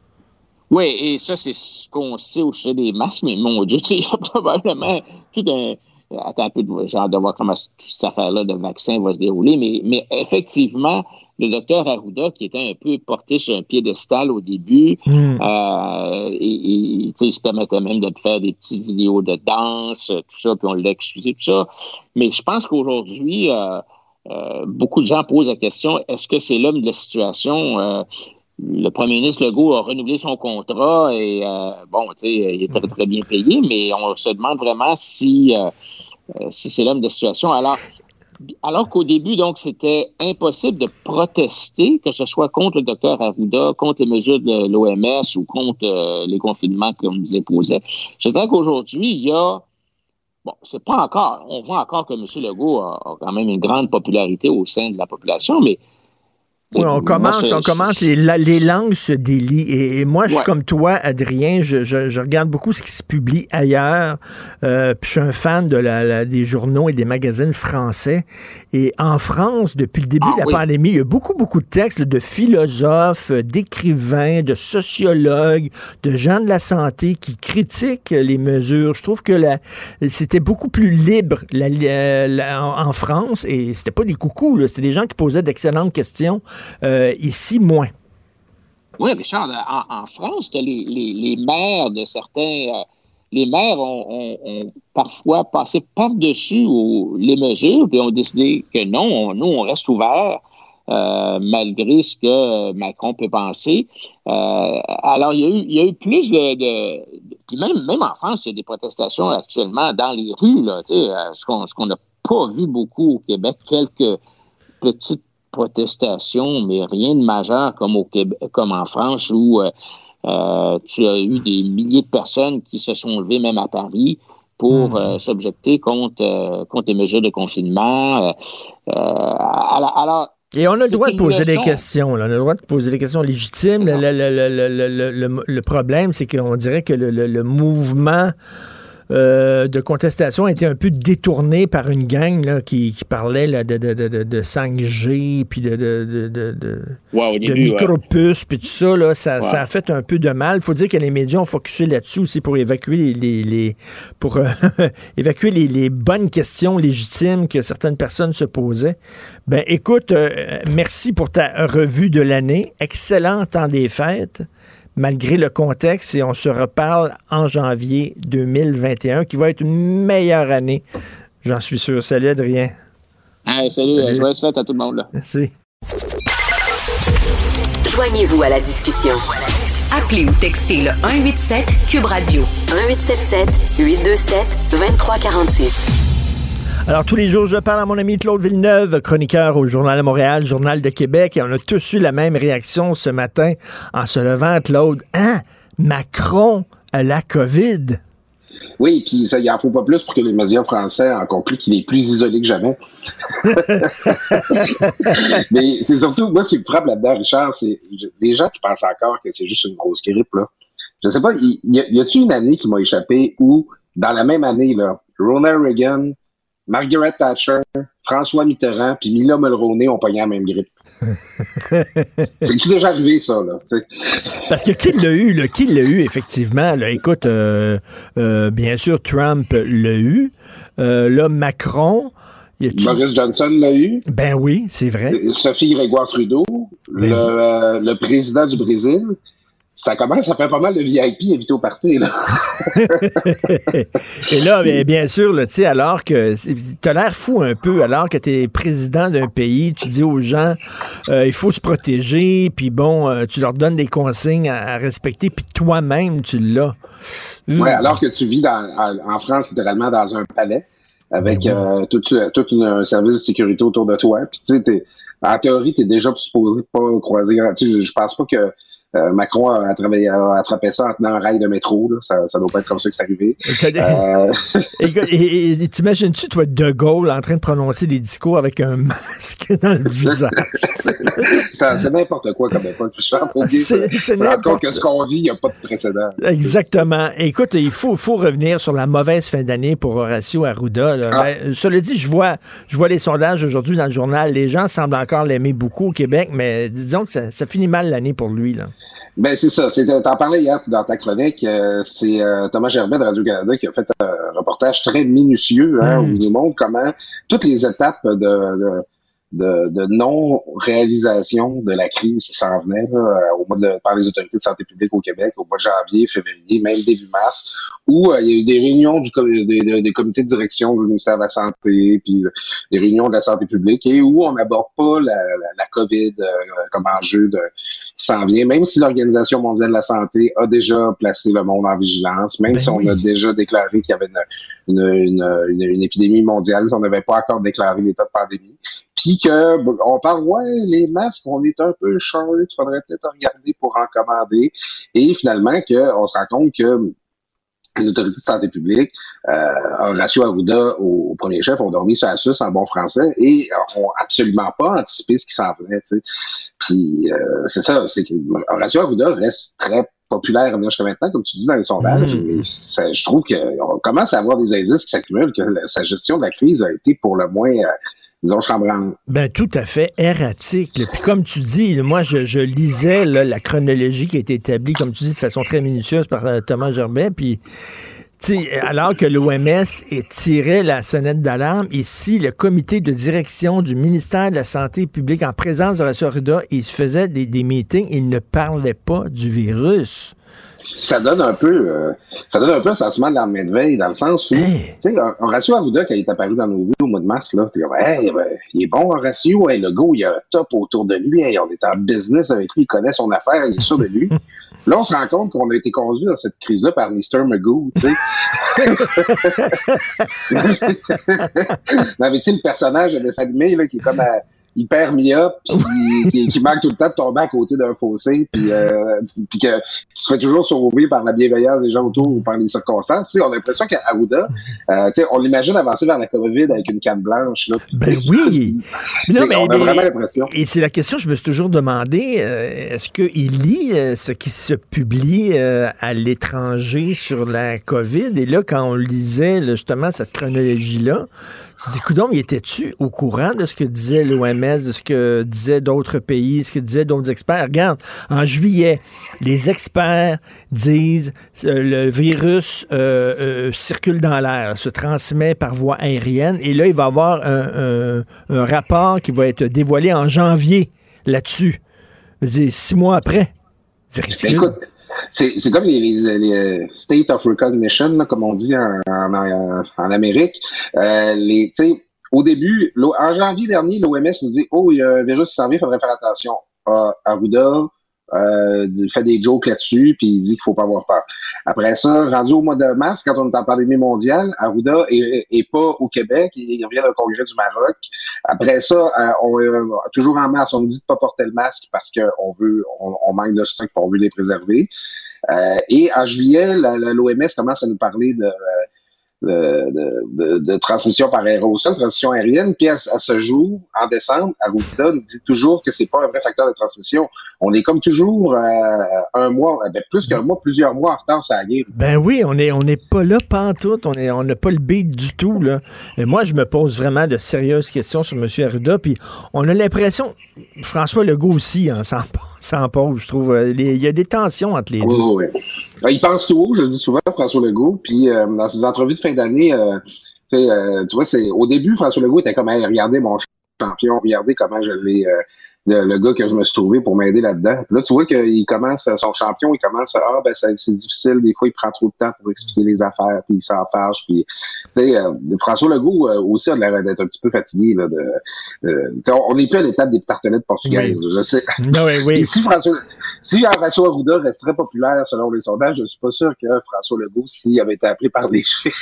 Oui, et ça, c'est ce qu'on sait au sujet des masques, mais mon Dieu, tu sais, il y a probablement tout un... Attends un peu, j'ai hâte de voir comment toute cette affaire-là de vaccin va se dérouler, mais, mais effectivement, le docteur Arruda, qui était un peu porté sur un piédestal au début, mmh. euh, et, et il se permettait même de faire des petites vidéos de danse, tout ça, puis on l'a excusé, tout ça. Mais je pense qu'aujourd'hui, euh, euh, beaucoup de gens posent la question, est-ce que c'est l'homme de la situation? Euh, Le premier ministre Legault a renouvelé son contrat et, euh, bon, tu sais, il est très, très bien payé, mais on se demande vraiment si, euh, si c'est l'homme de situation. Alors, alors qu'au début, donc, c'était impossible de protester, que ce soit contre le docteur Arruda, contre les mesures de l'O M S ou contre euh, les confinements qu'on nous imposait. Je dirais qu'aujourd'hui, il y a... Bon, c'est pas encore... On voit encore que M. Legault a, a quand même une grande popularité au sein de la population, mais oui, on commence, moi, je, on commence, les, les langues se délient. Et, et moi, je suis ouais. comme toi, Adrien, je, je, je regarde beaucoup ce qui se publie ailleurs. Euh, puis je suis un fan de la, la, des journaux et des magazines français. Et en France, depuis le début ah, de la oui. pandémie, il y a beaucoup, beaucoup de textes là, de philosophes, d'écrivains, de sociologues, de gens de la santé qui critiquent les mesures. Je trouve que la, c'était beaucoup plus libre la, la, la, en, en France. Et c'était pas des coucous, là, c'était des gens qui posaient d'excellentes questions. Euh, ici, moins. Oui, Richard, en, en France, les, les, les maires de certains... Euh, les maires ont, ont, ont parfois passé par-dessus aux, les mesures et ont décidé que non, on, nous, on reste ouverts euh, malgré ce que Macron peut penser. Euh, alors, il y a eu, il y a eu plus de... de, de même, même en France, il y a des protestations actuellement dans les rues, là, tu sais, ce qu'on ce qu'on n'a pas vu beaucoup au Québec, quelques petites protestations, mais rien de majeur comme au Québec, comme en France où euh, euh, tu as eu des milliers de personnes qui se sont levées même à Paris pour mmh. euh, s'objecter contre, euh, contre les mesures de confinement. Euh, alors, alors et on a le droit de poser leçon. des questions. Là. On a le droit de poser des questions légitimes. Le, le, le, le, le, le, le problème, c'est qu'on dirait que le, le, le mouvement Euh, de contestation a été un peu détourné par une gang là, qui, qui parlait là, de, de, de, de cinq G puis de, de, de, de, de, wow, de micropuces puis tout ça, là, ça, wow. ça a fait un peu de mal. Il faut dire que les médias ont focusé là-dessus aussi pour évacuer les, les, les pour euh, évacuer les, les bonnes questions légitimes que certaines personnes se posaient. Ben écoute, euh, merci pour ta revue de l'année. Excellent temps des fêtes. Malgré le contexte, et on se reparle en janvier deux mille vingt et un, qui va être une meilleure année. J'en suis sûr. Salut, Adrien. Hey, salut. salut. Joyeuses fêtes à tout le monde. Là. Merci. Joignez-vous à la discussion. Appelez ou textez le un huit sept Cube Radio. un huit sept sept huit deux sept deux trois quatre six. Alors, tous les jours, je parle à mon ami Claude Villeneuve, chroniqueur au Journal de Montréal, Journal de Québec, et on a tous eu la même réaction ce matin en se levant, Claude. Hein? Macron a la COVID? Oui, puis ça, il n'en faut pas plus pour que les médias français en concluent qu'il est plus isolé que jamais. Mais c'est surtout, moi, ce qui me frappe là-dedans, Richard, c'est les gens qui pensent encore que c'est juste une grosse grippe, là. Je sais pas, y, y, y a-t-il une année qui m'a échappé où, dans la même année, là, Ronald Reagan Margaret Thatcher, François Mitterrand, puis Mila Mulroney ont pogné la même grippe. C'est-tu déjà arrivé, ça, là? T'sais? Parce que qui l'a eu, là? Qui l'a eu, effectivement? Là, écoute, euh, euh, bien sûr, Trump l'a eu. Euh, là, Macron... Boris Johnson l'a eu. Ben oui, c'est vrai. Sophie Grégoire Trudeau, ben le, oui. euh, le président du Brésil. Ça commence à faire pas mal de V I P invité au party, là. Et là, bien, bien sûr, tu sais, alors que t'as l'air fou un peu, alors que t'es président d'un pays, tu dis aux gens, euh, il faut se protéger, puis bon, euh, tu leur donnes des consignes à, à respecter, puis toi-même, tu l'as. Oui, alors que tu vis dans, en France, littéralement, dans un palais, avec ben oui. euh, tout, tout une, un service de sécurité autour de toi, puis tu sais, en théorie, t'es déjà supposé pas croiser, tu sais, je, je pense pas que Euh, Macron a, attrapé, a attrapé ça en tenant un rail de métro. Là. Ça, ça doit pas être comme ça que c'est arrivé. euh... et, et, et t'imagines-tu, toi, De Gaulle en train de prononcer des discours avec un masque dans le visage? ça, c'est n'importe quoi comme époque. Je faut dire c'est, c'est ça rend compte que ce qu'on vit, il n'y a pas de précédent. Exactement. Écoute, il faut, faut revenir sur la mauvaise fin d'année pour Horacio Arruda. Là. Ah. Ben, cela dit, je vois, je vois les sondages aujourd'hui dans le journal. Les gens semblent encore l'aimer beaucoup au Québec, mais disons que ça, ça finit mal l'année pour lui, là. Ben c'est ça. C'est, t'en parlais hier dans ta chronique. Euh, c'est euh, Thomas Gerbet de Radio-Canada qui a fait un reportage très minutieux hein, mmh. où il nous montre comment toutes les étapes de, de, de, de non-réalisation de la crise qui s'en venait là, au mois de, par les autorités de santé publique au Québec au mois de janvier, février, même début mars, où euh, il y a eu des réunions du des, des, des comités de direction du ministère de la Santé, puis euh, des réunions de la santé publique, et où on n'aborde pas la, la, la COVID euh, comme enjeu de qui s'en vient, même si l'Organisation mondiale de la santé a déjà placé le monde en vigilance, même ben si on oui. a déjà déclaré qu'il y avait une, une, une, une, une épidémie mondiale, si on n'avait pas encore déclaré l'état de pandémie, puis que on parle, ouais, les masques, on est un peu short, il faudrait peut-être regarder pour en commander, et finalement qu'on se rend compte que les autorités de santé publique, euh, Horacio Arruda au, au premier chef, ont dormi sur la suce en bon français et ont absolument pas anticipé ce qui s'en venait, tu sais. Puis euh, c'est ça, c'est que Horacio Arruda reste très populaire jusqu'à maintenant, comme tu dis dans les sondages. Mmh. Mais ça, je trouve qu'on commence à avoir des indices qui s'accumulent, que la, sa gestion de la crise a été pour le moins... Euh, disons, chambranle. Ben, tout à fait erratique. Là. Puis comme tu dis, moi, je, je lisais là, la chronologie qui a été établie, comme tu dis, de façon très minutieuse par euh, Thomas Gerbet, puis alors que l'O M S tirait la sonnette d'alarme, ici, le comité de direction du ministère de la Santé publique, en présence de Horacio Arruda, il faisait des, des meetings, il ne parlait pas du virus. Ça donne un peu euh, ça donne un peu un sentiment de lendemain de veille, dans le sens où, hey. tu sais, Horacio Arruda, quand il est apparu dans nos vues au mois de mars, là, t'es comme, hey, ben, il est bon, Horacio, hey, le gars, il y a un top autour de lui, hey, on est en business avec lui, il connaît son affaire, il est sûr de lui. Là, on se rend compte qu'on a été conduit dans cette crise-là par mister Magoo, tu sais. Non, mais tu sais, le personnage de dessin animé, là, qui est comme à, hyper myope, puis qui, qui manque tout le temps de tomber à côté d'un fossé, puis euh, puis que qui se fait toujours sauver par la bienveillance des gens autour ou par les circonstances. Tu sais, on a l'impression qu'à Arruda, euh, tu sais, on l'imagine avancer vers la COVID avec une canne blanche. Là, ben oui! Non, mais, on a mais, vraiment l'impression. Et c'est la question que je me suis toujours demandé, euh, est-ce qu'il lit euh, ce qui se publie euh, à l'étranger sur la COVID? Et là, quand on lisait là, justement cette chronologie-là, je me dis, coudonc, il était-tu au courant de ce que disait l'O M S, de ce que disaient d'autres pays, ce que disaient d'autres experts? Regarde, en juillet, les experts disent euh, le virus euh, euh, circule dans l'air, se transmet par voie aérienne, et là, il va y avoir un, un, un rapport qui va être dévoilé en janvier là-dessus. Je veux dire, six mois après. C'est ridicule. Écoute, c'est, c'est comme les, les, les state of recognition, là, comme on dit en, en, en Amérique. Euh, les, tu sais, au début, en janvier dernier, l'O M S nous dit « Oh, il y a un virus qui s'en vient, il faudrait faire attention. Ah, » Arruda euh, fait des jokes là-dessus, puis il dit qu'il faut pas avoir peur. Après ça, rendu au mois de mars, quand on est en pandémie mondiale, Arruda est, est pas au Québec, il revient d'un congrès du Maroc. Après ça, euh, on, euh, toujours en mars, on nous dit de pas porter le masque parce qu'on veut, on, on manque de stock, on veut les préserver. Euh, et en juillet, la, la, l'O M S commence à nous parler de... Euh, de, de, de, de transmission par aérosol, transmission aérienne, puis à, à ce jour, en décembre, Arruda nous dit toujours que c'est pas un vrai facteur de transmission. On est comme toujours euh, un mois, ben plus qu'un mois, plusieurs mois en retard sur la guerre. Ben oui, on est on n'est pas là pantoute, on est on n'a pas le beat du tout là. Et moi, je me pose vraiment de sérieuses questions sur M. Arruda, puis on a l'impression, François Legault aussi, hein, s'en, s'en pose, je trouve. Il y a des tensions entre les oui, deux. Oui, oui. Il pense tout haut, je le dis souvent, François Legault, puis euh, dans ses entrevues de fin d'année, euh, euh, tu vois, c'est au début, François Legault était comme hey, regardez mon champion, regardez comment je l'ai euh, le, le gars que je me suis trouvé pour m'aider là-dedans. Puis là, tu vois qu'il commence, son champion, il commence à, ah, ben, ça, c'est difficile, des fois, il prend trop de temps pour expliquer les affaires, puis il s'en fâche, puis, tu sais, euh, François Legault euh, aussi a l'air d'être un petit peu fatigué, là, de, euh, on n'est plus à l'étape des tartelettes portugaises, oui. Là, je sais. No, oui, oui. Et si François, si François Arruda resterait populaire selon les sondages, je suis pas sûr que François Legault, s'il avait été appelé par les chefs,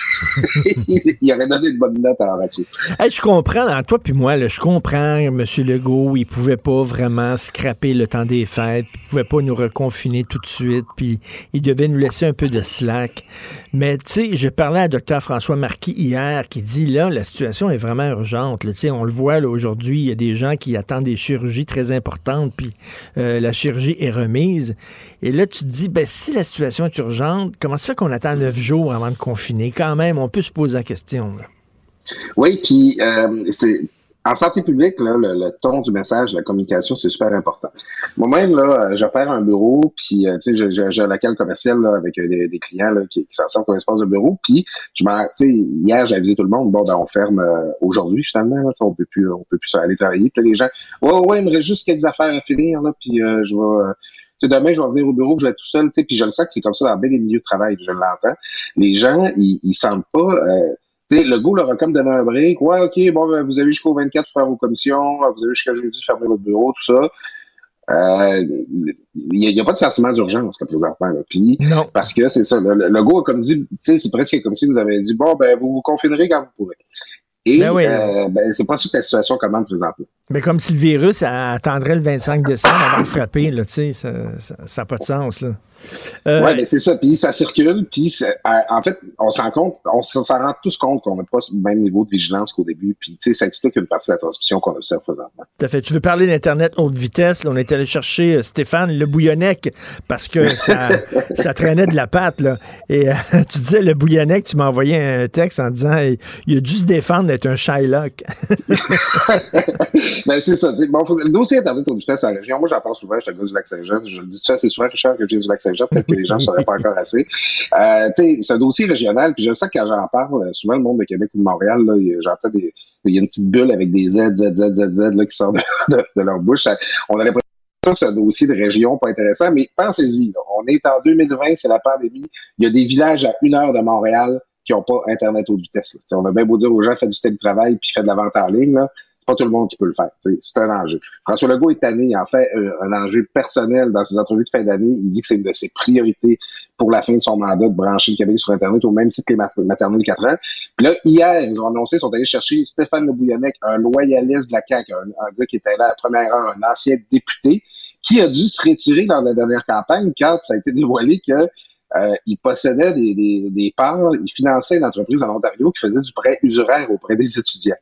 il, il aurait donné une bonne note en ratio. Hey, je comprends, là, toi puis moi, là, je comprends, M. Legault, il pouvait pas vraiment scraper le temps des fêtes, il pouvait pas nous reconfiner tout de suite, puis il devait nous laisser un peu de slack. Mais tu sais, j'ai parlé à Dr François Marquis hier, qui dit là, la situation est vraiment urgente. Tu sais, on le voit là aujourd'hui, il y a des gens qui attendent des chirurgies très importantes, puis euh, la chirurgie est remise. Et là, tu te dis, ben si la situation est urgente, comment ça fait qu'on attend neuf jours avant de confiner? Quand même, on peut se poser la question. Là. Oui, puis euh, c'est en santé publique, là, le, le ton du message, la communication, c'est super important. Moi-même, là, j'opère un bureau, puis tu sais, j'ai, j'ai un local commercial là, avec des, des clients là, qui, qui s'en sortent comme espace de bureau. Puis, je m'en, tu sais, hier, j'ai avisé tout le monde, bon, ben, on ferme euh, aujourd'hui finalement. Là, on peut plus, on peut plus aller travailler. Puis les gens, ouais, ouais, il me reste juste quelques affaires à finir là, puis euh, je vais. Euh, Tu sais, demain, je vais venir au bureau, je vais être tout seul, tu sais, puis je le sais que c'est comme ça dans bien des milieux de travail, je l'entends. Les gens, ils, ils sentent pas. Euh, Tu sais, le go leur a comme donné un break. Ouais, OK, bon, ben, vous avez jusqu'au vingt-quatre pour faire vos commissions. Vous avez jusqu'à jeudi pour fermer votre bureau, tout ça. Euh, il n'y a, a pas de sentiment d'urgence, là, présentement. Là. Puis, non. Parce que c'est ça. Le, le go a comme dit, tu sais, c'est presque comme si vous avez dit, bon, ben, vous vous confinerez quand vous pourrez. Et ben oui. euh, ben, c'est pas sûr que la situation commande présentement. Mais comme si le virus attendrait le vingt-cinq décembre avant de frapper, là, tu sais, ça n'a pas de sens, là. Euh, oui, mais c'est ça. Puis ça circule. Puis en fait, on se rend compte, on s'en rend tous compte qu'on n'a pas le même niveau de vigilance qu'au début. Puis tu sais, ça explique une partie de la transmission qu'on observe présentement. Tout à fait. Tu veux parler d'Internet haute vitesse? Là, on est allé chercher Stéphane Le Bouillonnec parce que ça, ça traînait de la patte. Là. Et euh, tu disais Le Bouillonnec, tu m'as envoyé un texte en disant il a dû se défendre d'être un Shylock. Ben c'est ça. Bon, faut, le dossier Internet haute vitesse en région, moi j'en parle souvent, je suis un gars du Lac-Saint-Jean. Je le dis ça assez souvent, Richard, que j'ai du Lac-Saint-Jean. Peut-être que les gens ne sauraient pas encore assez. Euh, tu sais, c'est un dossier régional, puis je sais que quand j'en parle, souvent le monde de Québec ou de Montréal, là, j'entends des, il y a une petite bulle avec des Z, Z, Z, Z, Z, là, qui sort de, de, de leur bouche. Ça, on a l'impression que c'est un dossier de région pas intéressant, mais pensez-y, là, on est en deux mille vingt, c'est la pandémie. Il y a des villages à une heure de Montréal qui n'ont pas Internet haute vitesse. Là. On a bien beau dire aux gens, faites du télétravail puis faites de la vente en ligne, là. Pas tout le monde qui peut le faire. T'sais, c'est un enjeu. François Legault est tanné, il en fait euh, un enjeu personnel dans ses entrevues de fin d'année. Il dit que c'est une de ses priorités pour la fin de son mandat de brancher le Québec sur Internet au même titre que les maternelles quatre ans. Puis là, hier, ils ont annoncé, ils sont allés chercher Stéphane Le Bouillonnec, un loyaliste de la C A Q, un, un gars qui était là à la première heure, un ancien député, qui a dû se retirer lors de la dernière campagne quand ça a été dévoilé que Euh, il possédait des, des, des parts, il finançait une entreprise en Ontario qui faisait du prêt usuraire auprès des étudiants.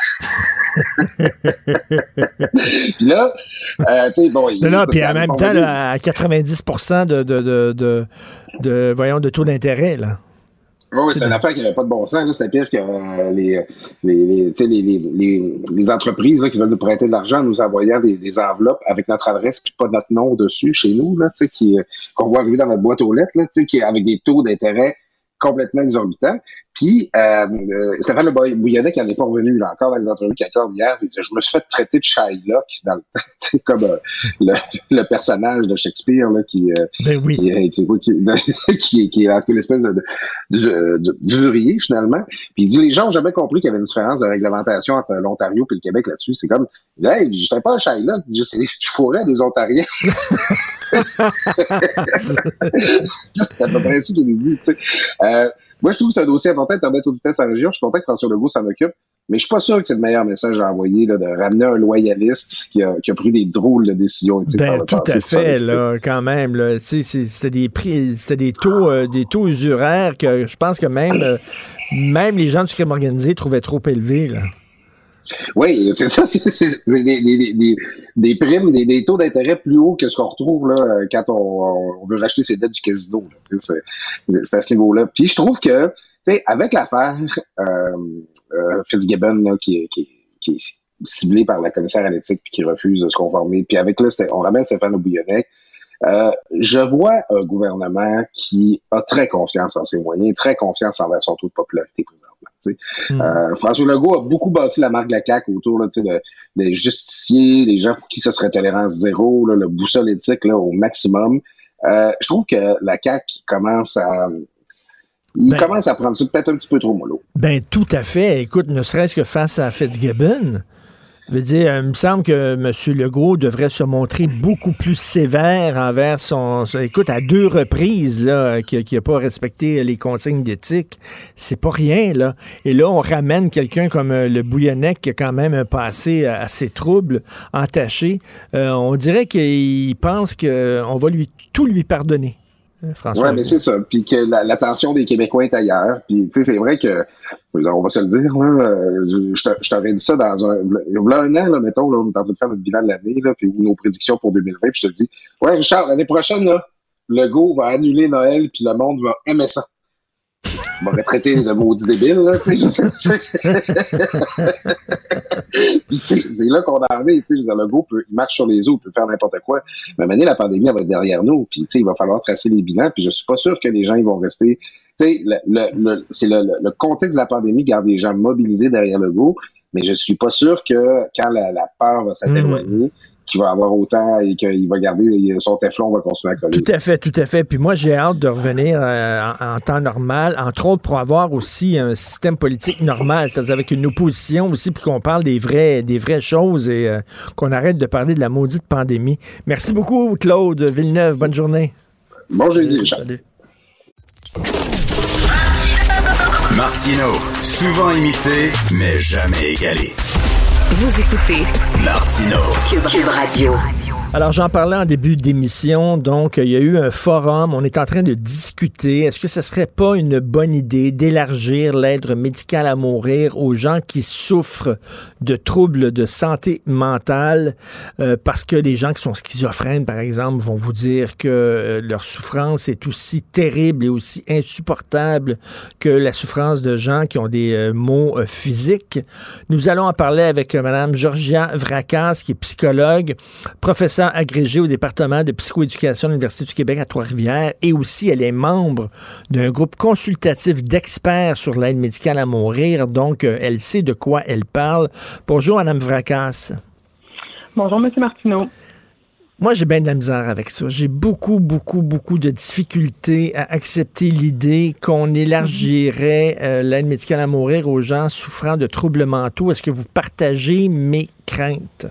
Puis là, euh, tu sais, bon... Il, non, non, puis en même temps, là, à quatre-vingt-dix pour cent de, de, de, de, de, voyons, de taux d'intérêt, là. Oui, c'est une affaire qui n'avait pas de bon sens. Là. C'était pire que euh, les, les, les, les, les, les, les entreprises là, qui veulent nous prêter de l'argent en nous envoyant des, des enveloppes avec notre adresse puis pas notre nom dessus chez nous, là, qui, qu'on voit arriver dans notre boîte aux lettres, là, qui avec des taux d'intérêt complètement exorbitants. Puis, euh, euh, Stéphane Le Bouillonnec, qui n'en est pas revenu là, encore dans les entrevues qu'il accorde hier, il dit, je me suis fait traiter de Shylock, dans le, comme euh, le, le personnage de Shakespeare là, qui, euh, ben oui. qui, qui, qui, qui, qui est un peu l'espèce de, de, de, d'usurier, finalement. Puis il dit, les gens n'ont jamais compris qu'il y avait une différence de réglementation entre l'Ontario et le Québec là-dessus. C'est comme, il dit, hey, je n'étais pas un Shylock, je, je fourrais des Ontariens. C'est à peu près ça qu'il nous dit, tu sais. Euh, moi, je trouve que c'est un dossier important, Internet haute vitesse en région. Je suis content que François Legault s'en occupe. Mais je suis pas sûr que c'est le meilleur message à envoyer, là, de ramener un loyaliste qui a, qui a pris des drôles de décisions. Ben, tout à fait, là, quand même. Là, c'était des prix, c'était des taux, euh, des taux usuraires que je pense que même, euh, même les gens du crime organisé trouvaient trop élevés, là. Oui, c'est ça, c'est, c'est des, des, des, des primes, des, des taux d'intérêt plus hauts que ce qu'on retrouve là quand on, on veut racheter ses dettes du casino. Là, c'est, c'est à ce niveau-là. Puis je trouve que, tu sais, avec l'affaire euh, euh, Fitzgibbon là, qui, qui, qui est ciblée par la commissaire à l'éthique puis qui refuse de se conformer, puis avec là, on ramène Stéphane Bouillonnec, euh, je vois un gouvernement qui a très confiance en ses moyens, très confiance envers son taux de popularité présentement. Mmh. Euh, François Legault a beaucoup bâti la marque de la C A Q autour là, de, des justiciers, des gens pour qui ce serait tolérance zéro, là, le boussole éthique là, au maximum. Euh, je trouve que la C A Q commence à il ben, commence à prendre ça peut-être un petit peu trop mollo. Ben tout à fait. Écoute, ne serait-ce que face à Fitzgibbon, je veux dire, il me semble que M. Legault devrait se montrer beaucoup plus sévère envers son... son écoute, à deux reprises, là, qui n'a pas respecté les consignes d'éthique, c'est pas rien, là. Et là, on ramène quelqu'un comme euh, le Bouillonnec, qui a quand même un passé assez trouble, entaché. Euh, on dirait qu'il pense qu'on va lui tout lui pardonner. François. Oui, mais c'est ça. Puis que la, l'attention des Québécois est ailleurs. Puis, tu sais, c'est vrai que, on va se le dire, là, je, je t'aurais dit ça dans un, il y a un an, là, mettons, là, on est en train de faire notre bilan de l'année, là, puis nos prédictions pour deux mille vingt, puis je te dis, ouais, Richard, l'année prochaine, là, Legault va annuler Noël, puis le monde va aimer ça. Il va retraiter de maudit débile, là, tu sais. Puis c'est, c'est là qu'on en est, tu sais. Le Legault peut, il marche sur les eaux, il peut faire n'importe quoi. Mais maintenant, la pandémie, elle va être derrière nous. Puis, tu sais, il va falloir tracer les bilans. Puis, je suis pas sûr que les gens, ils vont rester. Tu sais, le, le, le, c'est le, le contexte de la pandémie garde les gens mobilisés derrière Legault. Mais je suis pas sûr que quand la, la peur va s'éloigner, mmh. qu'il va avoir autant et qu'il va garder son téflon, va continuer à coller. Tout à fait, tout à fait. Puis moi, j'ai hâte de revenir euh, en, en temps normal, entre autres pour avoir aussi un système politique normal, c'est-à-dire avec une opposition aussi, puis qu'on parle des vrais, des vraies choses et euh, qu'on arrête de parler de la maudite pandémie. Merci beaucoup, Claude Villeneuve. Bonne journée. Bon jeudi, Richard. Salut. Martineau, souvent imité, mais jamais égalé. Vous écoutez Martineau. Cube, Cube Radio. Alors, j'en parlais en début d'émission, donc il y a eu un forum, on est en train de discuter, est-ce que ce serait pas une bonne idée d'élargir l'aide médicale à mourir aux gens qui souffrent de troubles de santé mentale, euh, parce que les gens qui sont schizophrènes, par exemple, vont vous dire que euh, leur souffrance est aussi terrible et aussi insupportable que la souffrance de gens qui ont des euh, maux euh, physiques. Nous allons en parler avec euh, Mme Georgia Vracas, qui est psychologue, professeure agrégée au département de psychoéducation de l'Université du Québec à Trois-Rivières, et aussi elle est membre d'un groupe consultatif d'experts sur l'aide médicale à mourir, donc euh, elle sait de quoi elle parle. Bonjour Mme Vracas. Bonjour M. Martineau. Moi, j'ai bien de la misère avec ça. J'ai beaucoup, beaucoup, beaucoup de difficultés à accepter l'idée qu'on élargirait euh, l'aide médicale à mourir aux gens souffrant de troubles mentaux. Est-ce que vous partagez mes craintes?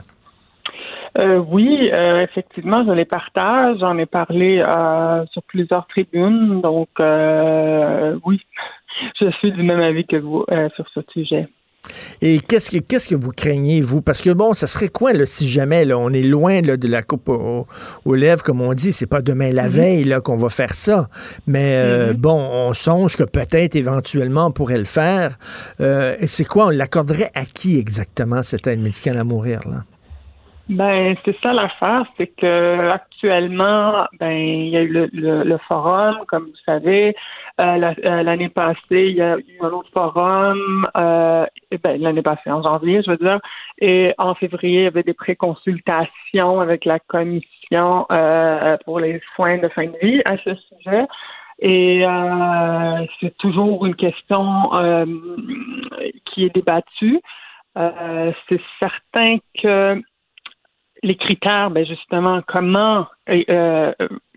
Euh, oui, euh, effectivement, je les partage. J'en ai parlé euh, sur plusieurs tribunes. Donc, euh, oui, je suis du même avis que vous euh, sur ce sujet. Et qu'est-ce que qu'est-ce que vous craignez, vous? Parce que, bon, ça serait quoi, là, si jamais, là, on est loin là, de la coupe au, aux lèvres, comme on dit, c'est pas demain la mm-hmm. veille là, qu'on va faire ça. Mais, euh, mm-hmm. bon, on songe que peut-être, éventuellement, on pourrait le faire. Euh, c'est quoi, on l'accorderait à qui exactement, cette aide médicale à mourir, là? Ben, c'est ça l'affaire, c'est que actuellement, ben, il y a eu le, le, le forum, comme vous savez. Euh, la, euh, l'année passée, il y a eu un autre forum, euh, ben, l'année passée, en janvier, je veux dire. Et en février, il y avait des préconsultations avec la commission euh, pour les soins de fin de vie à ce sujet. Et euh, c'est toujours une question euh, qui est débattue. Euh, c'est certain que les critères, ben justement, comment euh,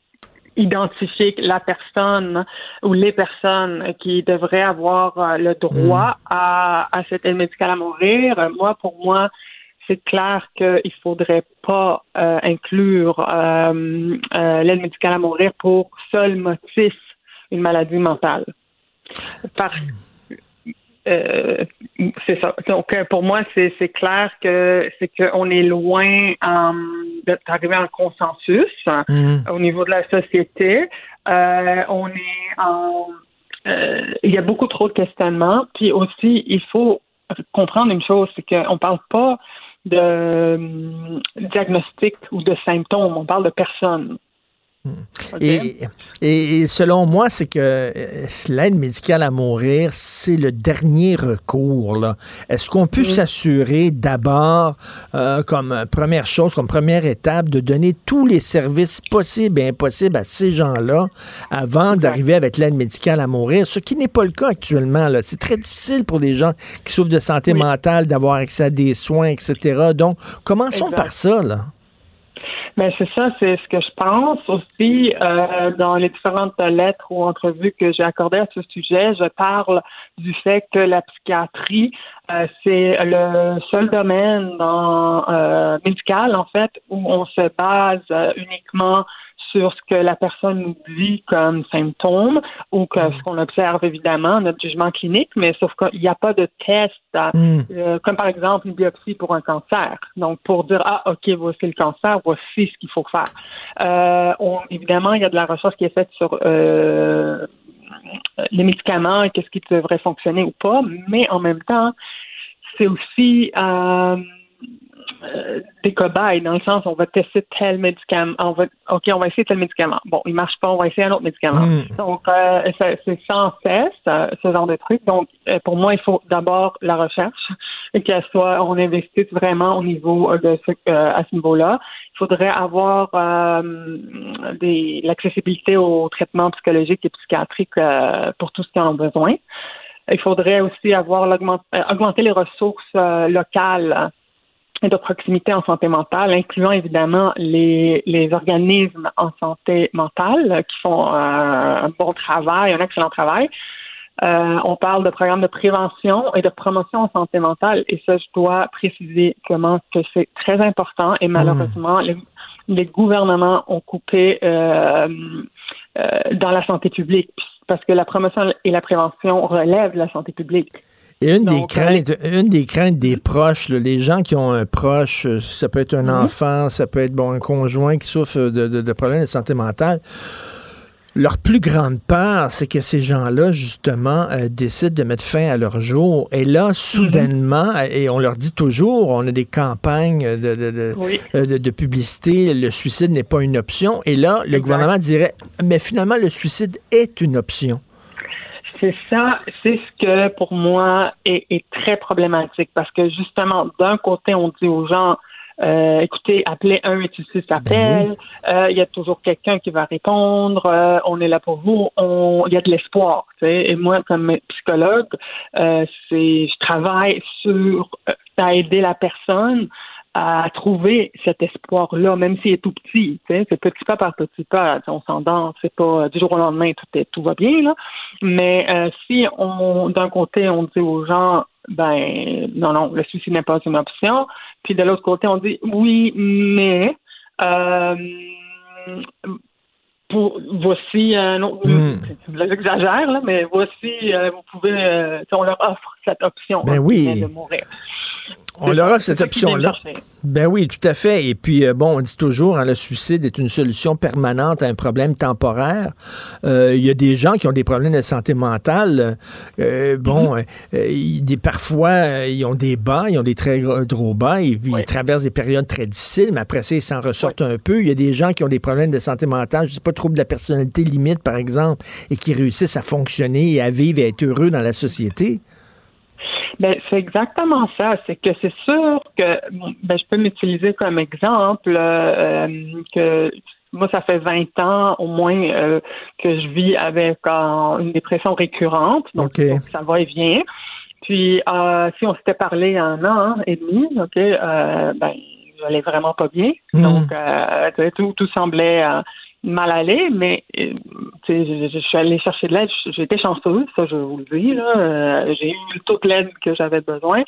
identifier la personne ou les personnes qui devraient avoir le droit à, à cette aide médicale à mourir. Moi, pour moi, c'est clair qu'il faudrait pas euh, inclure euh, euh, l'aide médicale à mourir pour seul motif une maladie mentale. Parce euh, c'est ça. Donc, pour moi, c'est, c'est clair que c'est qu'on est loin euh, d'arriver à un consensus mmh. au niveau de la société. Euh, on est en... Euh, il y a beaucoup trop de questionnements. Puis aussi, il faut comprendre une chose, c'est qu'on ne parle pas de euh, diagnostic ou de symptômes, on parle de personnes. Okay. Et, et selon moi, c'est que l'aide médicale à mourir, c'est le dernier recours, là. Est-ce qu'on peut mmh. s'assurer d'abord, euh, comme première chose, comme première étape, de donner tous les services possibles et impossibles à ces gens-là avant okay. d'arriver avec l'aide médicale à mourir, ce qui n'est pas le cas actuellement, là. C'est très difficile pour les gens qui souffrent de santé oui. mentale d'avoir accès à des soins, et cetera. Donc, commençons exact. par ça, là. Ben c'est ça, c'est ce que je pense aussi euh, dans les différentes lettres ou entrevues que j'ai accordées à ce sujet. Je parle du fait que la psychiatrie, euh, c'est le seul domaine dans, euh, médical, en fait, où on se base euh, uniquement sur ce que la personne nous dit comme symptômes ou que ce qu'on observe, évidemment, notre jugement clinique, mais sauf qu'il n'y a pas de test, mm. euh, comme par exemple une biopsie pour un cancer. Donc, pour dire, ah, OK, voici le cancer, voici ce qu'il faut faire. Euh, on, évidemment, il y a de la recherche qui est faite sur euh, les médicaments et qu'est-ce qui devrait fonctionner ou pas, mais en même temps, c'est aussi... Euh, Euh, des cobayes, dans le sens on va tester tel médicament, on va OK, on va essayer tel médicament. Bon, il marche pas, on va essayer un autre médicament. Mm. Donc, euh, c'est, c'est sans cesse, euh, ce genre de truc. Donc, euh, pour moi, il faut d'abord la recherche et qu'elle soit, on investisse vraiment au niveau de ce, euh, à ce niveau-là. Il faudrait avoir euh, des, l'accessibilité aux traitements psychologiques et psychiatriques euh, pour tous ceux qui en ont besoin. Il faudrait aussi avoir l'augment, euh, augmenter les ressources euh, locales et de proximité en santé mentale, incluant évidemment les, les organismes en santé mentale qui font euh, un bon travail, un excellent travail. Euh, on parle de programmes de prévention et de promotion en santé mentale, et ça, je dois préciser comment que c'est très important, et malheureusement, mmh. les, les gouvernements ont coupé euh, euh, dans la santé publique, parce que la promotion et la prévention relèvent de la santé publique. Et une, Donc, des craintes, euh, une des craintes des proches, là, les gens qui ont un proche, ça peut être un mm-hmm. enfant, ça peut être bon, un conjoint qui souffre de, de, de problèmes de santé mentale, leur plus grande peur, c'est que ces gens-là, justement, euh, décident de mettre fin à leur jour. Et là, soudainement, mm-hmm. et on leur dit toujours, on a des campagnes de, de, de, oui. euh, de, de publicité, le suicide n'est pas une option. Et là, le exact. gouvernement dirait, mais finalement, le suicide est une option. C'est ça, c'est ce que pour moi est, est très problématique parce que justement, d'un côté, on dit aux gens, euh, écoutez, appelez un huit huit six appel, il ben oui. euh, y a toujours quelqu'un qui va répondre, euh, on est là pour vous, il y a de l'espoir. Tu sais. Et moi, comme psychologue, euh, c'est, je travaille sur euh, à aider la personne à trouver cet espoir-là, même s'il est tout petit, tu sais, c'est petit pas par petit pas, on s'endort, c'est pas du jour au lendemain, tout est, tout va bien, là. Mais euh, si on, d'un côté, on dit aux gens, ben, non, non, le suicide n'est pas une option, puis de l'autre côté, on dit, oui, mais, euh, pour, voici, euh, non, mm. j'exagère, là, mais voici, euh, vous pouvez, euh, on leur offre cette option ben oui. de mourir. On leur offre cette option-là. Ben oui, tout à fait. Et puis, euh, bon, on dit toujours, hein, le suicide est une solution permanente à un problème temporaire. Il euh, y a des gens qui ont des problèmes de santé mentale. Euh, bon, mm-hmm. euh, des, parfois, euh, ils ont des bas, ils ont des très gros bas, et puis oui. ils traversent des périodes très difficiles, mais après ça, ils s'en ressortent oui. un peu. Il y a des gens qui ont des problèmes de santé mentale, je sais pas, trouble de la personnalité limite, par exemple, et qui réussissent à fonctionner et à vivre et à être heureux dans la société. Ben, c'est exactement ça. C'est que c'est sûr que ben, je peux m'utiliser comme exemple euh, que moi, ça fait vingt ans au moins euh, que je vis avec euh, une dépression récurrente. Donc, okay. donc ça va et vient. Puis, euh, si on s'était parlé il y a un an et demi, OK, euh, ben, j'allais vraiment pas bien. Mmh. Donc, euh, tout, tout semblait... Euh, mal aller, mais euh, je, je suis allée chercher de l'aide. J'ai été chanceuse, ça je vous le dis. Là. Euh, j'ai eu toute l'aide que j'avais besoin.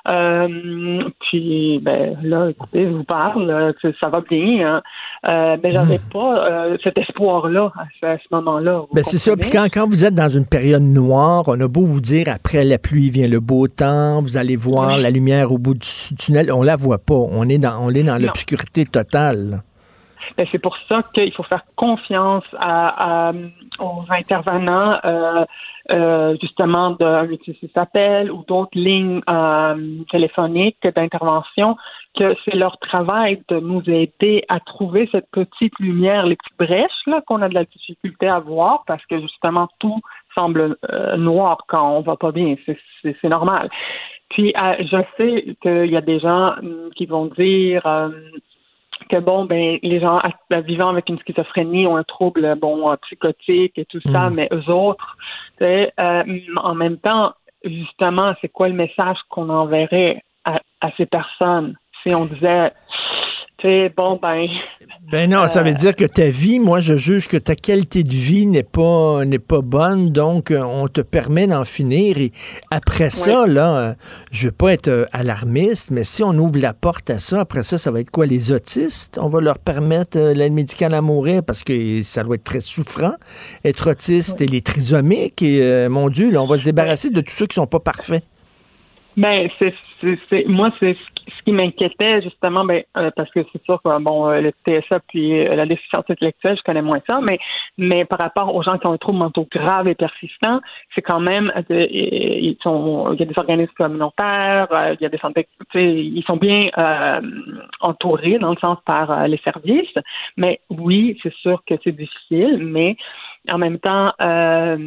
Euh, puis ben là, écoutez, je vous parle, ça va bien. Hein. Euh, mais j'avais mmh. pas euh, cet espoir-là à, à ce moment-là. Ben c'est ça. Puis quand, quand vous êtes dans une période noire, on a beau vous dire après la pluie vient le beau temps, vous allez voir oui. la lumière au bout du tunnel, on la voit pas. On est dans, on est dans l'obscurité totale. Ben, c'est pour ça qu'il faut faire confiance à, à, aux intervenants, euh, euh, justement, de un huit appel ou d'autres lignes euh, téléphoniques d'intervention, que c'est leur travail de nous aider à trouver cette petite lumière, les petites brèches là qu'on a de la difficulté à voir, parce que justement, tout semble euh, noir quand on va pas bien. C'est, c'est, c'est normal. Puis, euh, je sais qu'il y a des gens euh, qui vont dire... Euh, que bon, ben les gens vivant avec une schizophrénie ont un trouble bon euh, psychotique et tout ça, mmh. mais eux autres, euh, en même temps, justement, c'est quoi le message qu'on enverrait à, à ces personnes si on disait, tu sais, bon, ben... Ben non, euh, ça veut dire que ta vie, moi, je juge que ta qualité de vie n'est pas n'est pas bonne, donc on te permet d'en finir. Et après ça, oui. là, je veux pas être alarmiste, mais si on ouvre la porte à ça, après ça, ça va être quoi? Les autistes? On va leur permettre l'aide médicale à mourir parce que ça doit être très souffrant, être autiste, oui. et les trisomiques. Et euh, mon Dieu, là, on va se débarrasser de tous ceux qui sont pas parfaits. Ben, c'est, c'est, c'est moi, c'est ce qui m'inquiétait, justement, ben, euh, parce que c'est sûr que, bon, euh, le T S A puis euh, la déficience intellectuelle, je connais moins ça, mais, mais par rapport aux gens qui ont un trouble mentaux grave et persistant, c'est quand même, euh, ils sont, il y a des organismes communautaires, euh, il y a des santé, tu sais, ils sont bien euh, entourés, dans le sens, par euh, les services, mais oui, c'est sûr que c'est difficile, mais en même temps, euh,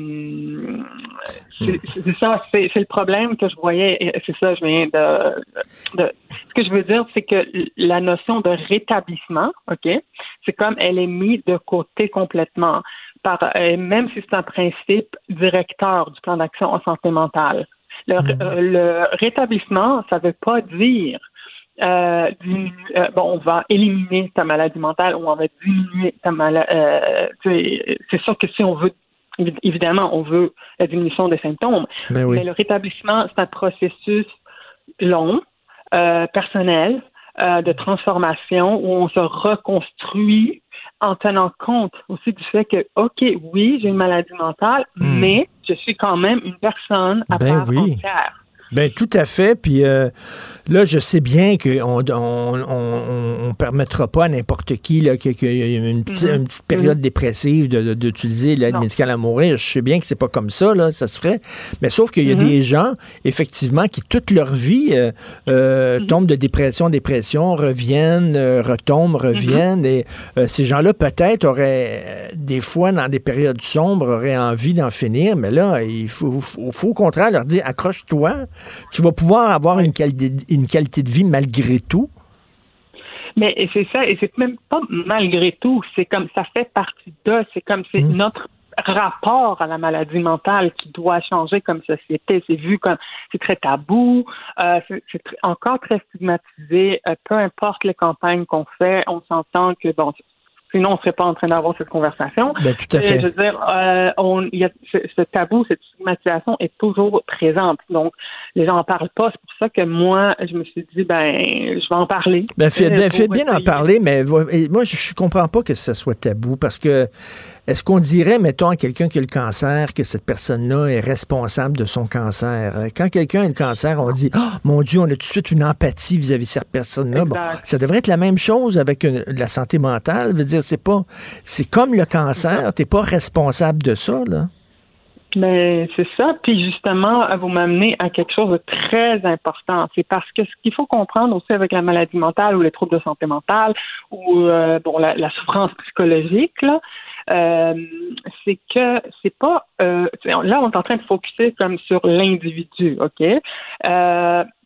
c'est, c'est ça, c'est, c'est le problème que je voyais, et c'est ça, je viens de, de... Ce que je veux dire, c'est que la notion de rétablissement, OK, c'est comme elle est mise de côté complètement, par, euh, même si c'est un principe directeur du plan d'action en santé mentale. Le, mmh. euh, le rétablissement, ça veut pas dire Euh, du, euh, bon, on va éliminer ta maladie mentale ou on va diminuer ta maladie. Euh, c'est sûr que si on veut, évidemment, on veut la diminution des symptômes, ben oui. mais le rétablissement, c'est un processus long, euh, personnel, euh, de transformation où on se reconstruit en tenant compte aussi du fait que, OK, oui, j'ai une maladie mentale, mmh. mais je suis quand même une personne à ben part oui. entière. Ben tout à fait. Puis euh, là, je sais bien qu'on on, on, on permettra pas à n'importe qui là, qu'il y ait une, petite, mm-hmm. une petite période mm-hmm. dépressive de, de, d'utiliser l'aide non. médicale à mourir. Je sais bien que c'est pas comme ça, là, ça se ferait. Mais sauf qu'il y a mm-hmm. des gens, effectivement, qui toute leur vie euh, euh, mm-hmm. tombent de dépression en dépression, reviennent, euh, retombent, reviennent. Mm-hmm. Et euh, ces gens-là, peut-être, auraient euh, des fois, dans des périodes sombres, auraient envie d'en finir. Mais là, il faut, faut, faut au contraire leur dire, accroche-toi. Tu vas pouvoir avoir une qualité, une qualité de vie malgré tout. Mais c'est ça, et c'est même pas malgré tout, c'est comme ça fait partie de, c'est comme c'est mmh. notre rapport à la maladie mentale qui doit changer comme société. C'est vu comme, c'est très tabou, euh, c'est, c'est tr- encore très stigmatisé, euh, peu importe les campagnes qu'on fait, on s'entend que, bon, sinon, on ne serait pas en train d'avoir cette conversation. Ben, tout à fait. Et, je veux dire, euh, on, y a, ce, ce tabou, cette stigmatisation est toujours présente. Donc, les gens n'en parlent pas. C'est pour ça que moi, je me suis dit, ben, je vais en parler. Ben, faites ben, fait bien d'en parler, mais moi, je ne comprends pas que ce soit tabou parce que est-ce qu'on dirait, mettons, à quelqu'un qui a le cancer, que cette personne-là est responsable de son cancer? Quand quelqu'un a le cancer, on dit, oh, mon Dieu, on a tout de suite une empathie vis-à-vis de cette personne-là. Bon, ça devrait être la même chose avec une, la santé mentale. Je veux dire, c'est pas, c'est comme le cancer, t'es pas responsable de ça, là. Mais c'est ça. Puis justement, vous m'amenez à quelque chose de très important. C'est parce que ce qu'il faut comprendre aussi avec la maladie mentale ou les troubles de santé mentale ou euh, bon la, la souffrance psychologique, là, euh, c'est que c'est pas euh, là on est en train de focuser comme sur l'individu, ok. Euh,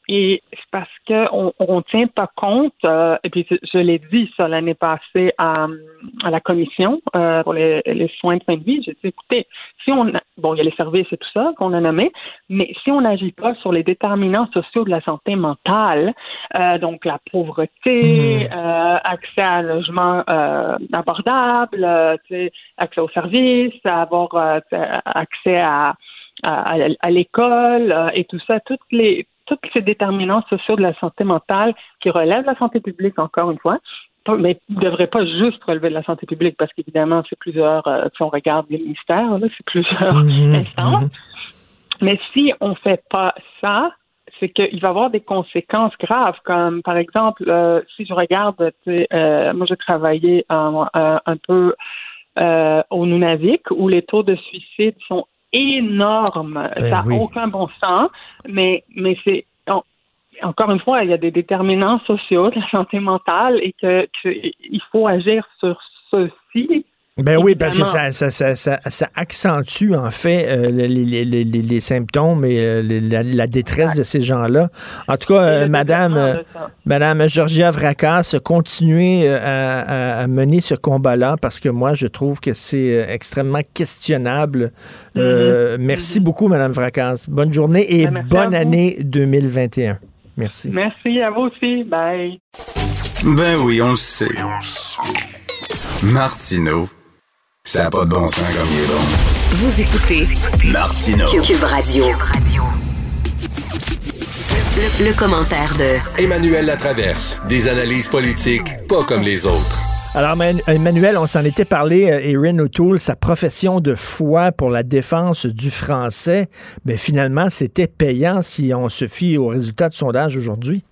Et c'est parce qu'on on tient pas compte, euh, et puis je l'ai dit ça l'année passée à, à la commission euh, pour les, les soins de fin de vie. J'ai dit, écoutez, si on a, bon, il y a les services et tout ça qu'on a nommé, mais si on n'agit pas sur les déterminants sociaux de la santé mentale, euh, donc la pauvreté, mmh. euh, accès à un logement euh, abordable, euh, accès aux services, avoir euh, accès à, à, à l'école euh, et tout ça, toutes les tous ces déterminants sociaux de la santé mentale qui relèvent de la santé publique, encore une fois, mais ne devraient pas juste relever de la santé publique, parce qu'évidemment, c'est plusieurs, euh, si on regarde les ministères, là, c'est plusieurs mmh, instances. Mmh. Mais si on ne fait pas ça, c'est qu'il va y avoir des conséquences graves, comme par exemple, euh, si je regarde, euh, moi j'ai travaillé un, un, un peu euh, au Nunavik, où les taux de suicide sont énorme. Ben ça n'a oui. aucun bon sens, mais, mais c'est on, encore une fois, il y a des déterminants sociaux de la santé mentale et que, que il faut agir sur ceci. Ben oui, parce que ça, ça, ça, ça, ça accentue en fait euh, les, les, les, les symptômes et euh, la, la détresse de ces gens-là. En tout cas, euh, Madame, euh, Madame Georgia Vracasse, continuez à, à, à mener ce combat-là, parce que moi, je trouve que c'est extrêmement questionnable. Euh, mm-hmm. Merci mm-hmm. beaucoup, Madame Vracasse. Bonne journée et ben, bonne année deux mille vingt et un. Merci. Merci à vous aussi. Bye. Ben oui, on le sait. Martineau. Ça n'a pas de bon sens comme il est bon. Vous écoutez Martineau. Cube Radio. Le, le commentaire de Emmanuel Latraverse. Des analyses politiques pas comme les autres. Alors, Emmanuel, on s'en était parlé, Erin O'Toole, sa profession de foi pour la défense du français, mais finalement, c'était payant si on se fie aux résultats de sondage aujourd'hui.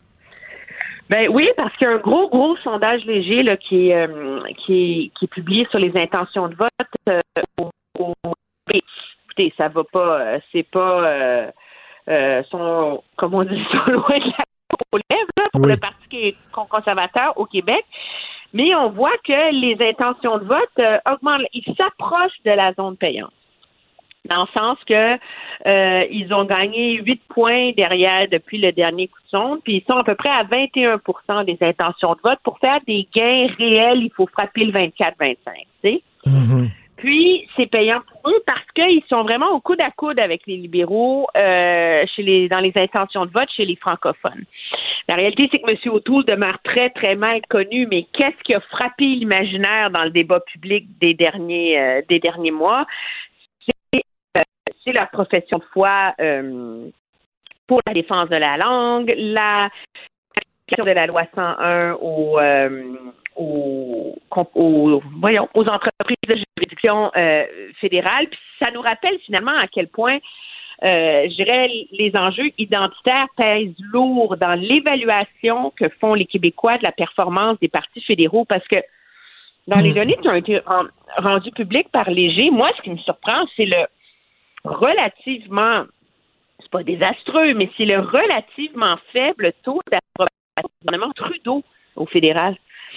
Ben oui, parce qu'il y a un gros, gros sondage léger là, qui, est, euh, qui, est, qui est publié sur les intentions de vote. Euh, au, au, écoutez, ça va pas, euh, c'est pas, euh, euh, sont, comme on dit, sont loin de la aux lèvres là, pour oui. le Parti conservateur au Québec. Mais on voit que les intentions de vote euh, augmentent, ils s'approchent de la zone payante. Dans le sens que euh, ils ont gagné huit points derrière depuis le dernier coup de sonde, puis ils sont à peu près à vingt et un pour cent des intentions de vote. Pour faire des gains réels, il faut frapper le vingt-quatre vingt-cinq, tu sais. Mm-hmm. Puis, c'est payant pour eux parce qu'ils sont vraiment au coude à coude avec les libéraux euh, chez les dans les intentions de vote chez les francophones. La réalité, c'est que M. O'Toole demeure très, très mal connu, mais qu'est-ce qui a frappé l'imaginaire dans le débat public des derniers euh, des derniers mois? C'est, euh, c'est la profession de foi euh, pour la défense de la langue, la application de la loi cent un au... Euh, Aux, aux, voyons, aux entreprises de juridiction euh, fédérale. Puis ça nous rappelle finalement à quel point, euh, je dirais, les enjeux identitaires pèsent lourd dans l'évaluation que font les Québécois de la performance des partis fédéraux, parce que dans mmh. les données qui ont été rendues publiques par Léger, moi, ce qui me surprend, c'est le relativement, c'est pas désastreux, mais c'est le relativement faible taux d'approbation du gouvernement Trudeau au fédéral.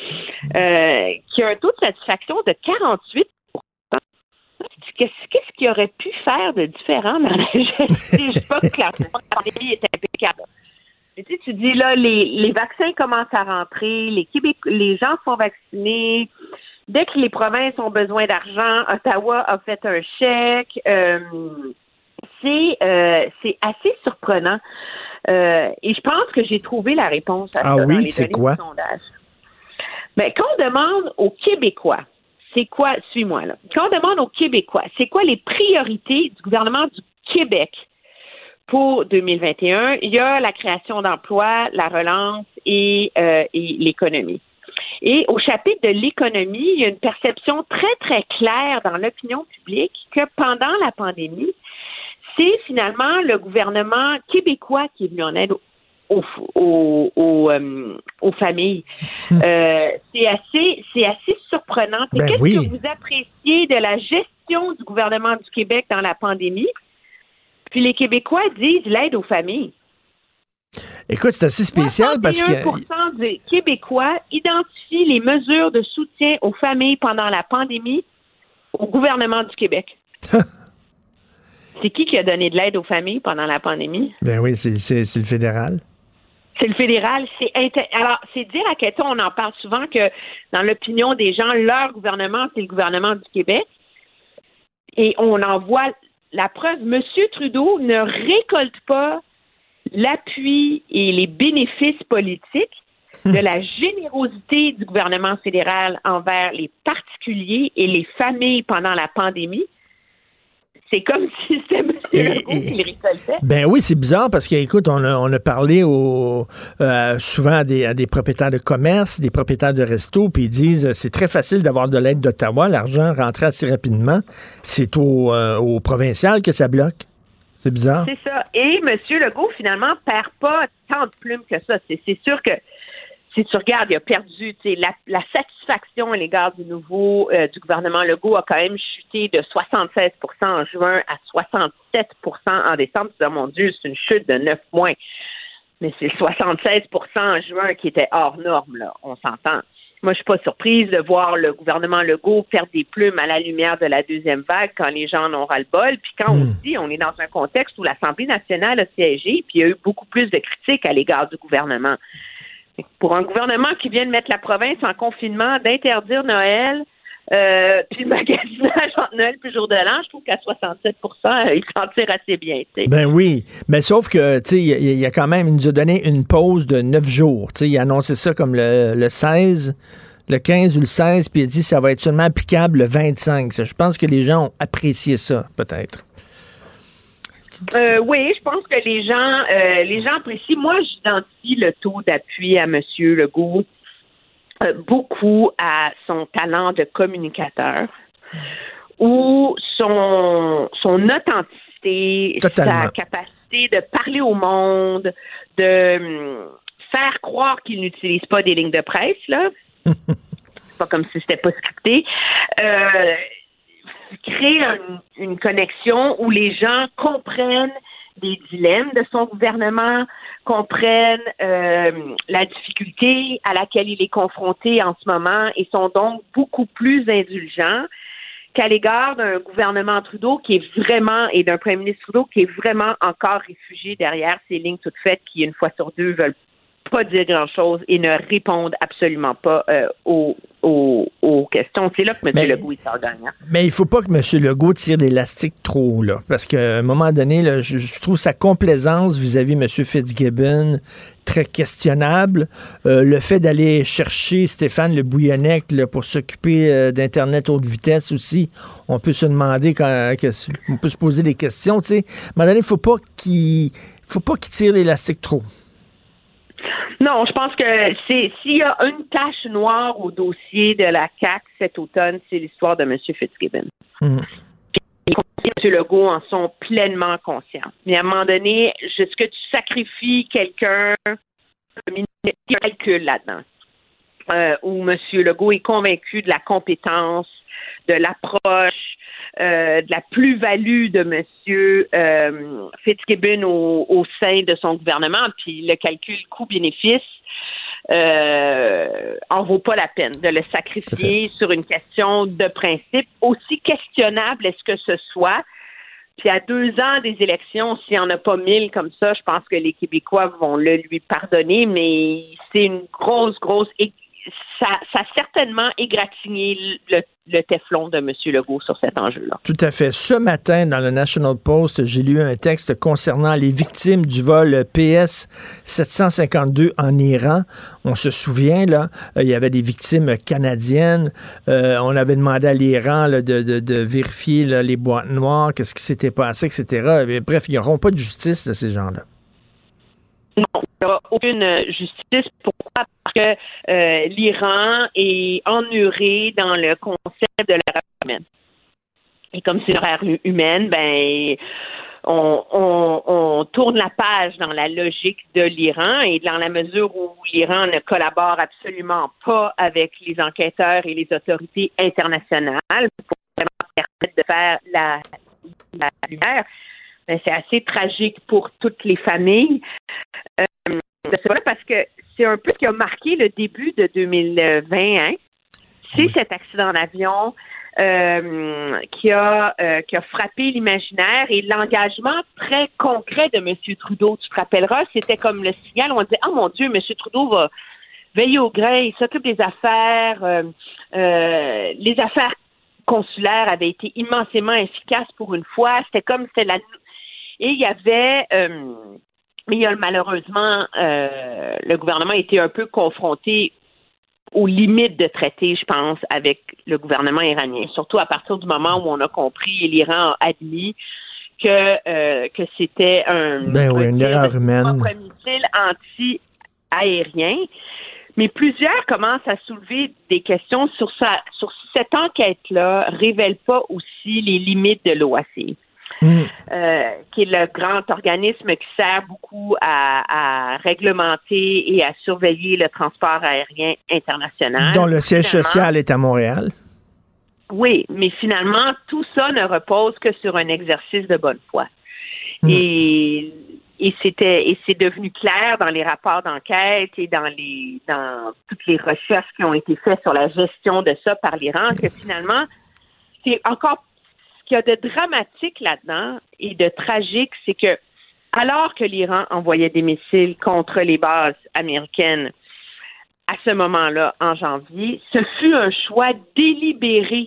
Euh, qui a un taux de satisfaction de quarante-huit pour cent. Qu'est-ce, qu'est-ce qu'il aurait pu faire de différent dans la gestion? Je ne sais pas que la pandémie est impeccable. Mais tu sais, tu dis là, les, les vaccins commencent à rentrer, les Québec, les gens sont vaccinés. Dès que les provinces ont besoin d'argent, Ottawa a fait un chèque. Euh, c'est, euh, c'est assez surprenant. Euh, et je pense que j'ai trouvé la réponse à ah ça oui, dans les c'est données quoi? du sondage. Ben, quand on demande aux Québécois, c'est quoi, suis-moi là, quand on demande aux Québécois, c'est quoi les priorités du gouvernement du Québec pour deux mille vingt et un, il y a la création d'emplois, la relance et, euh, et l'économie. Et au chapitre de l'économie, il y a une perception très, très claire dans l'opinion publique que pendant la pandémie, c'est finalement le gouvernement québécois qui est venu en aide aux Aux, aux, aux, euh, aux familles. Euh, c'est assez, c'est assez surprenant. Ben Qu'est-ce oui. que vous appréciez de la gestion du gouvernement du Québec dans la pandémie? Puis les Québécois disent l'aide aux familles. Écoute, c'est assez spécial parce que... soixante et un pour cent des Québécois identifient les mesures de soutien aux familles pendant la pandémie au gouvernement du Québec. C'est qui qui a donné de l'aide aux familles pendant la pandémie? Ben oui, c'est, c'est, c'est le fédéral. C'est le fédéral. C'est inter... Alors, c'est dire à quel point on en parle souvent que dans l'opinion des gens, leur gouvernement, c'est le gouvernement du Québec. Et on en voit la preuve. Monsieur Trudeau ne récolte pas l'appui et les bénéfices politiques de la générosité du gouvernement fédéral envers les particuliers et les familles pendant la pandémie. C'est comme si c'était M. Legault qui le récoltait. Ben oui, c'est bizarre parce qu'écoute, on a, on a parlé au, euh, souvent à des, à des propriétaires de commerce, des propriétaires de restos, puis ils disent c'est très facile d'avoir de l'aide d'Ottawa, l'argent rentre assez rapidement. C'est au, euh, au provincial que ça bloque. C'est bizarre. C'est ça. Et M. Legault, finalement, perd pas tant de plumes que ça. C'est, c'est sûr que si tu regardes, il a perdu, tu sais, la, la satisfaction à l'égard du nouveau, euh, du gouvernement Legault a quand même chuté de soixante-seize pour cent en juin à soixante-sept pour cent en décembre. Tu dis, oh mon Dieu, c'est une chute de neuf points. Mais c'est soixante-seize pour cent en juin qui était hors norme, là. On s'entend. Moi, je suis pas surprise de voir le gouvernement Legault perdre des plumes à la lumière de la deuxième vague quand les gens en ont ras-le-bol. Puis quand mmh. aussi, on est dans un contexte où l'Assemblée nationale a siégé, puis il y a eu beaucoup plus de critiques à l'égard du gouvernement. Pour un gouvernement qui vient de mettre la province en confinement, d'interdire Noël, euh, puis le magasinage entre Noël puis jour de l'an, je trouve qu'à soixante-sept pour cent, il s'en tire assez bien. T'sais. Ben oui, mais sauf que, tu sais, il y, y a quand même, il nous a donné une pause de neuf jours. Tu sais, il a annoncé ça comme le, le seize, le quinze ou le seize, puis il a dit que ça va être seulement applicable le vingt-cinq. Je pense que les gens ont apprécié ça, peut-être. Euh, oui, je pense que les gens, euh, les gens apprécient. Moi, j'identifie le taux d'appui à M. Legault euh, beaucoup à son talent de communicateur ou son, son authenticité, Totalement. Sa capacité de parler au monde, de um, faire croire qu'il n'utilise pas des lignes de presse, là. C'est pas comme si c'était pas scripté. Euh, créer un, une connexion où les gens comprennent les dilemmes de son gouvernement, comprennent euh, la difficulté à laquelle il est confronté en ce moment et sont donc beaucoup plus indulgents qu'à l'égard d'un gouvernement Trudeau qui est vraiment, et d'un premier ministre Trudeau qui est vraiment encore réfugié derrière ces lignes toutes faites qui, une fois sur deux, veulent pas dire grand-chose et ne répondent absolument pas euh, aux, aux, aux questions. C'est là que M. Legault, il sort gagnant. Mais il faut pas que M. Legault tire l'élastique trop, là, parce qu'à un moment donné, là, je, je trouve sa complaisance vis-à-vis de M. Fitzgibbon très questionnable. Euh, le fait d'aller chercher Stéphane Le Bouillonnec là, pour s'occuper euh, d'Internet haute vitesse aussi, on peut se demander, quand, que, on peut se poser des questions. Tu sais, à un moment donné, il faut pas qu'il faut pas qu'il tire l'élastique trop. Non, je pense que c'est s'il y a une tache noire au dossier de la C A Q cet automne, c'est l'histoire de M. Fitzgibbon. Mmh. Et M. Legault en sont pleinement conscients. Mais à un moment donné, est-ce que tu sacrifies quelqu'un, il y a un calcul là-dedans, euh, où M. Legault est convaincu de la compétence, de l'approche, Euh, de la plus-value de M. Euh, Fitzgibbon au, au sein de son gouvernement, puis le calcul coût-bénéfice euh, en vaut pas la peine de le sacrifier sur une question de principe, aussi questionnable est-ce que ce soit. Puis à deux ans des élections, s'il n'y en a pas mille comme ça, je pense que les Québécois vont le lui pardonner, mais c'est une grosse, grosse... Ça, ça a certainement égratigné le, le téflon de M. Legault sur cet enjeu-là. Tout à fait. Ce matin, dans le National Post, j'ai lu un texte concernant les victimes du vol P S sept cent cinquante-deux en Iran. On se souvient, là, il y avait des victimes canadiennes. Euh, on avait demandé à l'Iran là, de, de, de vérifier là, les boîtes noires, qu'est-ce qui s'était passé, et cetera. Mais, bref, ils n'auront pas de justice de ces gens-là. Non, il n'y aura aucune justice. Pourquoi? Parce que euh, l'Iran est emmuré dans le concept de l'erreur humaine. Et comme c'est une erreur humaine, ben on, on, on tourne la page dans la logique de l'Iran et dans la mesure où l'Iran ne collabore absolument pas avec les enquêteurs et les autorités internationales pour vraiment permettre de faire la, la lumière. Ben, c'est assez tragique pour toutes les familles. Euh, c'est vrai parce que c'est un peu ce qui a marqué le début de deux mille vingt. Hein? C'est cet accident d'avion euh, qui a euh, qui a frappé l'imaginaire et l'engagement très concret de M. Trudeau. Tu te rappelleras, c'était comme le signal où on disait « Oh mon Dieu, M. Trudeau va veiller au grain, il s'occupe des affaires. Euh, euh, les affaires consulaires avaient été immensément efficaces pour une fois. C'était comme c'était la... Et il y avait... Euh, mais il y a malheureusement, euh, le gouvernement a été un peu confronté aux limites de traité, je pense, avec le gouvernement iranien. Surtout à partir du moment où on a compris et l'Iran a admis que euh, que c'était un, ben oui, un une erreur humaine, missile anti-aérien. Mais plusieurs commencent à soulever des questions sur ça, sur si cette enquête-là révèle pas aussi les limites de l'O A C I. Mmh. Euh, qui est le grand organisme qui sert beaucoup à, à réglementer et à surveiller le transport aérien international. Dont le siège finalement, social est à Montréal. Oui, mais finalement, tout ça ne repose que sur un exercice de bonne foi. Mmh. Et, et c'était et c'est devenu clair dans les rapports d'enquête et dans les dans toutes les recherches qui ont été faites sur la gestion de ça par l'Iran que finalement, c'est encore ce qu'il y a de dramatique là-dedans et de tragique, c'est que alors que l'Iran envoyait des missiles contre les bases américaines à ce moment-là, en janvier, ce fut un choix délibéré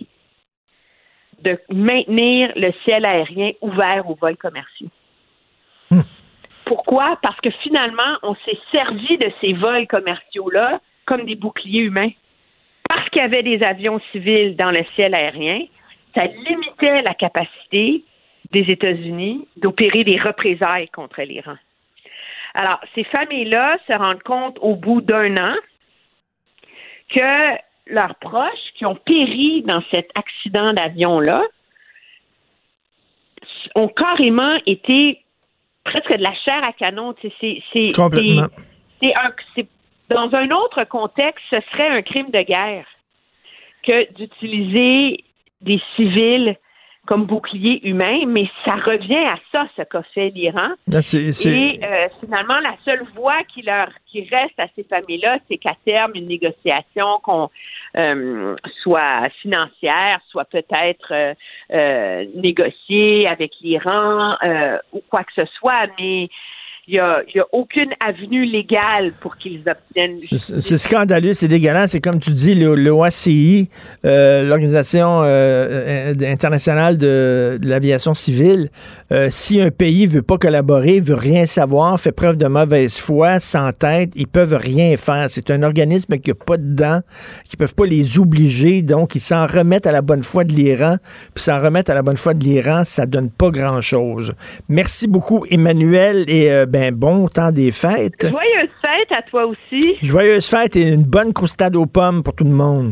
de maintenir le ciel aérien ouvert aux vols commerciaux. Hum. Pourquoi? Parce que finalement, on s'est servi de ces vols commerciaux-là comme des boucliers humains. Parce qu'il y avait des avions civils dans le ciel aérien, ça limitait la capacité des États-Unis d'opérer des représailles contre l'Iran. Alors, ces familles-là se rendent compte au bout d'un an que leurs proches qui ont péri dans cet accident d'avion-là ont carrément été presque de la chair à canon. C'est, c'est, c'est, Complètement. C'est, c'est un, c'est, dans un autre contexte, ce serait un crime de guerre que d'utiliser des civils comme bouclier humain, mais ça revient à ça, ce qu'a fait l'Iran. Là, c'est, c'est... Et euh, finalement, la seule voie qui leur qui reste à ces familles-là, c'est qu'à terme, une négociation qu'on euh, soit financière, soit peut-être euh, euh, négociée avec l'Iran euh, ou quoi que ce soit, mais il n'y a, y a aucune avenue légale pour qu'ils obtiennent... C'est, c'est scandaleux, c'est dégueulasse. C'est comme tu dis, le, le O A C I, euh, l'Organisation euh, internationale de, de l'aviation civile, euh, si un pays veut pas collaborer, veut rien savoir, fait preuve de mauvaise foi, s'entête, ils peuvent rien faire. C'est un organisme qui n'a pas de dents, qui peuvent pas les obliger, donc ils s'en remettent à la bonne foi de l'Iran, puis s'en remettre à la bonne foi de l'Iran, ça donne pas grand-chose. Merci beaucoup, Emmanuel, et euh, ben, bon temps des fêtes. Joyeuses fêtes à toi aussi. Joyeuses fêtes et une bonne croustade aux pommes pour tout le monde.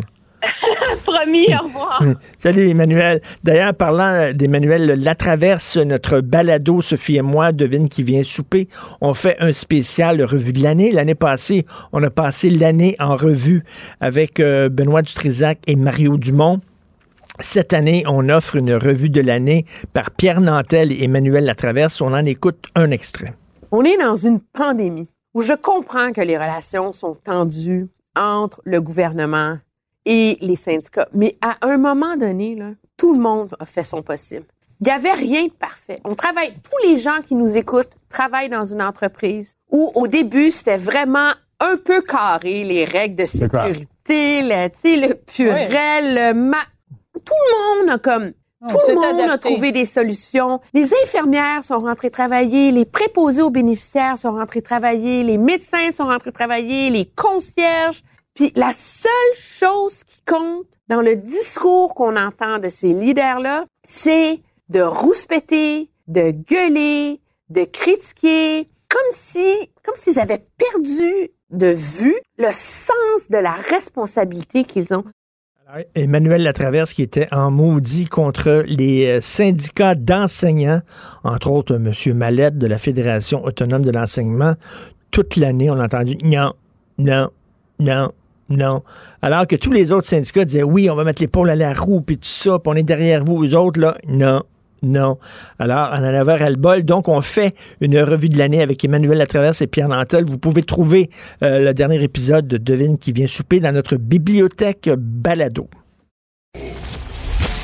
Promis, au revoir. Salut Emmanuel. D'ailleurs, parlant d'Emmanuel Latraverse, notre balado, Sophie et moi, devine qui vient souper, on fait un spécial revue de l'année. L'année passée, on a passé l'année en revue avec euh, Benoît Dutrisac et Mario Dumont. Cette année, on offre une revue de l'année par Pierre Nantel et Emmanuel Latraverse. On en écoute un extrait. On est dans une pandémie où je comprends que les relations sont tendues entre le gouvernement et les syndicats. Mais à un moment donné, là, tout le monde a fait son possible. Il n'y avait rien de parfait. On travaille, tous les gens qui nous écoutent travaillent dans une entreprise où au début, c'était vraiment un peu carré, les règles de sécurité, le, le purel, oui. le ma... Tout le monde a comme... Tout le monde adapté. a trouvé des solutions. Les infirmières sont rentrées travailler, les préposés aux bénéficiaires sont rentrés travailler, les médecins sont rentrés travailler, les concierges. Puis la seule chose qui compte dans le discours qu'on entend de ces leaders-là, c'est de rouspéter, de gueuler, de critiquer, comme si, comme s'ils avaient perdu de vue le sens de la responsabilité qu'ils ont. Emmanuel Latraverse qui était en maudit contre les syndicats d'enseignants, entre autres M. Mallette de la Fédération autonome de l'enseignement. Toute l'année, on a entendu « non, non, non, non ». Alors que tous les autres syndicats disaient « oui, on va mettre l'épaule à la roue, puis tout ça, puis on est derrière vous, eux autres, là, non ». Non. Alors, on en avait ras-le-bol. Donc, on fait une revue de l'année avec Emmanuel Latraverse et Pierre Nantel. Vous pouvez trouver euh, le dernier épisode de Devine qui vient souper dans notre bibliothèque balado.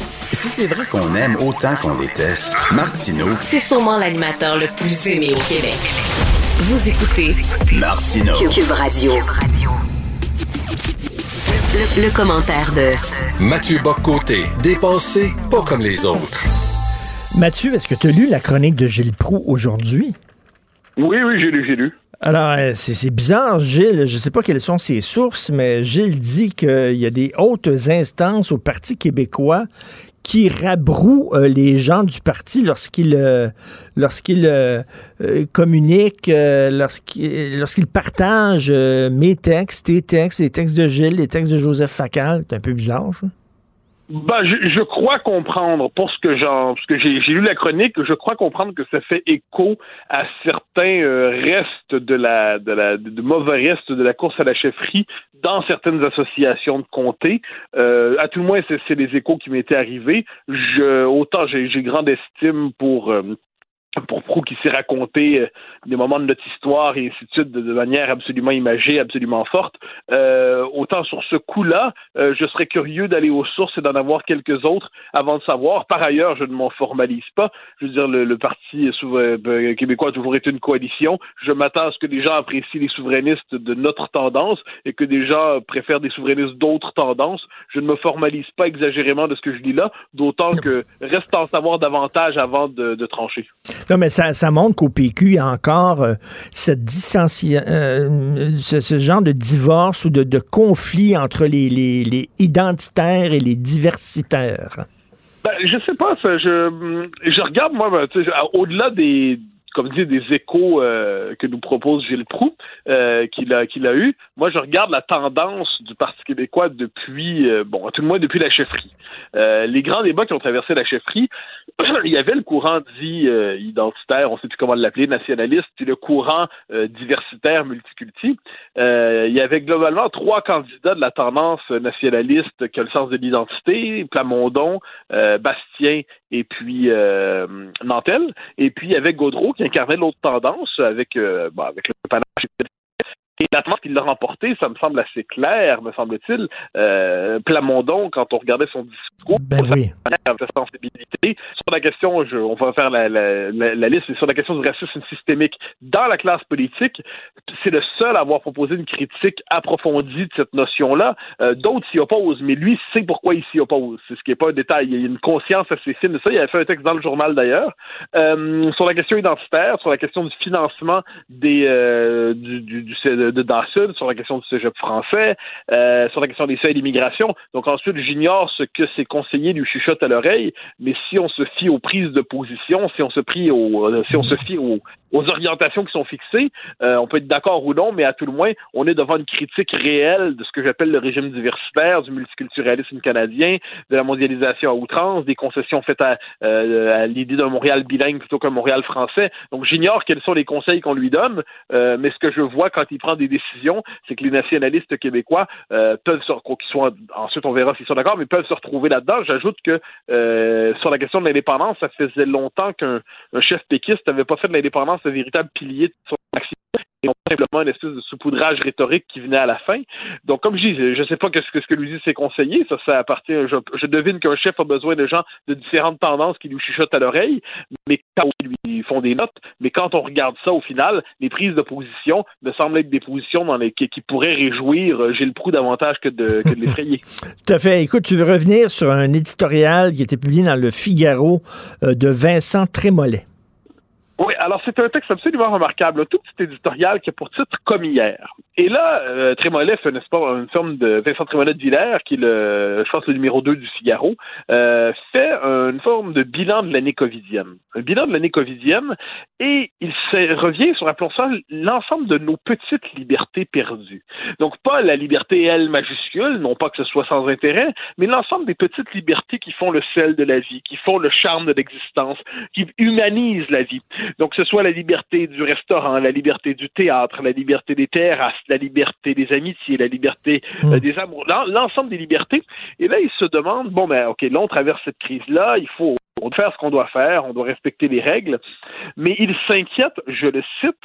si c'est vrai qu'on aime autant qu'on déteste, Martineau, c'est sûrement l'animateur le plus aimé au Québec. Vous écoutez Martineau. Cube Radio. Le, le commentaire de Mathieu Bock-Côté, dépensé pas comme les autres. Mathieu, est-ce que tu as lu la chronique de Gilles Proulx aujourd'hui? Oui, oui, j'ai lu, j'ai lu. Alors, c'est, c'est bizarre, Gilles, je ne sais pas quelles sont ses sources, mais Gilles dit qu'il y a des hautes instances au Parti québécois qui rabrouent euh, les gens du parti lorsqu'ils euh, lorsqu'ils euh, euh, communiquent, euh, lorsqu'ils, lorsqu'ils partagent euh, mes textes, tes textes, les textes de Gilles, les textes de Joseph Facal. C'est un peu bizarre, ça. Ben, je, je crois comprendre, pour ce que j'en, parce que j'ai, j'ai lu la chronique, je crois comprendre que ça fait écho à certains euh, restes de la, de la, de mauvais restes de la course à la chefferie dans certaines associations de comté. Euh, à tout le moins, c'est, c'est des échos qui m'étaient arrivés. Je, autant j'ai, j'ai grande estime pour euh, pour Proulx qui s'est raconté euh, des moments de notre histoire et ainsi de suite de, de manière absolument imagée, absolument forte. Euh, autant sur ce coup-là, euh, je serais curieux d'aller aux sources et d'en avoir quelques autres avant de savoir. Par ailleurs, je ne m'en formalise pas. Je veux dire, le, le Parti souverain, euh, québécois a toujours été une coalition. Je m'attends à ce que des gens apprécient les souverainistes de notre tendance et que des gens préfèrent des souverainistes d'autres tendances. Je ne me formalise pas exagérément de ce que je lis là, d'autant que reste à en savoir davantage avant de, de trancher. Non, mais ça, ça montre qu'au P Q, il y a encore euh, cette dissension, euh, ce, ce genre de divorce ou de, de conflit entre les, les, les identitaires et les diversitaires. Ben, je sais pas, ça, je, je regarde, moi, ben, au-delà des, comme dit, des échos euh, que nous propose Gilles Proulx, euh, qu'il a, qu'il a eu, moi, je regarde la tendance du Parti québécois depuis, euh, bon, à tout le moins depuis la chefferie. Euh, les grands débats qui ont traversé la chefferie, il y avait le courant dit euh, identitaire, on ne sait plus comment l'appeler, nationaliste, puis le courant euh, diversitaire, multiculti. Euh, il y avait globalement trois candidats de la tendance nationaliste qui a le sens de l'identité, Plamondon, euh, Bastien et puis euh, Nantel. Et puis il y avait Gaudreault qui incarnait l'autre tendance avec, euh, bon, avec le panache. Et la tendance qu'il l'a remporté, ça me semble assez clair, me semble-t-il. Euh, Plamondon, quand on regardait son discours, ben oui. sa sensibilité, sur la question, je, on va faire la, la, la, la liste, sur la question du racisme systémique dans la classe politique, c'est le seul à avoir proposé une critique approfondie de cette notion-là. Euh, d'autres s'y opposent, mais lui sait pourquoi il s'y oppose. C'est ce qui n'est pas un détail. Il y a une conscience assez fine de ça. Il avait fait un texte dans le journal, d'ailleurs. Euh, sur la question identitaire, sur la question du financement des, euh, du, du, du, de, de Dawson, sur la question du cégep français, euh, sur la question des seuils d'immigration. Donc ensuite, j'ignore ce que ses conseillers lui chuchotent à l'oreille, mais si on se fie aux prises de position, si on se prie aux, euh, si on se fie aux, aux orientations qui sont fixées, euh, on peut être d'accord ou non, mais à tout le moins, on est devant une critique réelle de ce que j'appelle le régime diversitaire, du multiculturalisme canadien, de la mondialisation à outrance, des concessions faites à, euh, à l'idée d'un Montréal bilingue plutôt qu'un Montréal français. Donc j'ignore quels sont les conseils qu'on lui donne, euh, mais ce que je vois quand il prend des décisions, c'est que les nationalistes québécois euh, peuvent se, qu'ils soient, ensuite on verra s'ils sont d'accord, mais peuvent se retrouver là-dedans. J'ajoute que euh, sur la question de l'indépendance, ça faisait longtemps qu'un un chef péquiste n'avait pas fait de l'indépendance un véritable pilier de son action et non simplement une espèce de saupoudrage rhétorique qui venait à la fin. Donc, comme je dis, je ne sais pas ce que, ce que lui dit ses conseillers, ça, ça appartient, je, je devine qu'un chef a besoin de gens de différentes tendances qui lui chuchotent à l'oreille, mais quand ils lui font des notes, mais quand on regarde ça, au final, les prises de position me semblent être des positions dans les, qui, qui pourraient réjouir Gilles Proulx davantage que de, que de l'effrayer. Tout à fait. Écoute, tu veux revenir sur un éditorial qui était publié dans le Figaro euh, de Vincent Trémollet. Oui, alors c'est un texte absolument remarquable, un tout petit éditorial qui a pour titre « Comme hier ». Et là, euh, Trémollet fait, n'est-ce pas, une forme de Vincent Trémollet de Villers, qui est le, je pense, le numéro deux du Figaro, euh, fait une forme de bilan de l'année covidienne. Un bilan de l'année covidienne, et il se revient sur, appelons ça, l'ensemble de nos petites libertés perdues. Donc, pas la liberté L majuscule, non pas que ce soit sans intérêt, mais l'ensemble des petites libertés qui font le sel de la vie, qui font le charme de l'existence, qui humanisent la vie. Donc, que ce soit la liberté du restaurant, la liberté du théâtre, la liberté des terrasses, la liberté des amitiés, la liberté euh, des amours, l'ensemble des libertés. Et là, il se demande, bon, ben, OK, là, on traverse cette crise-là, il faut on doit faire ce qu'on doit faire, on doit respecter les règles, mais il s'inquiète, je le cite,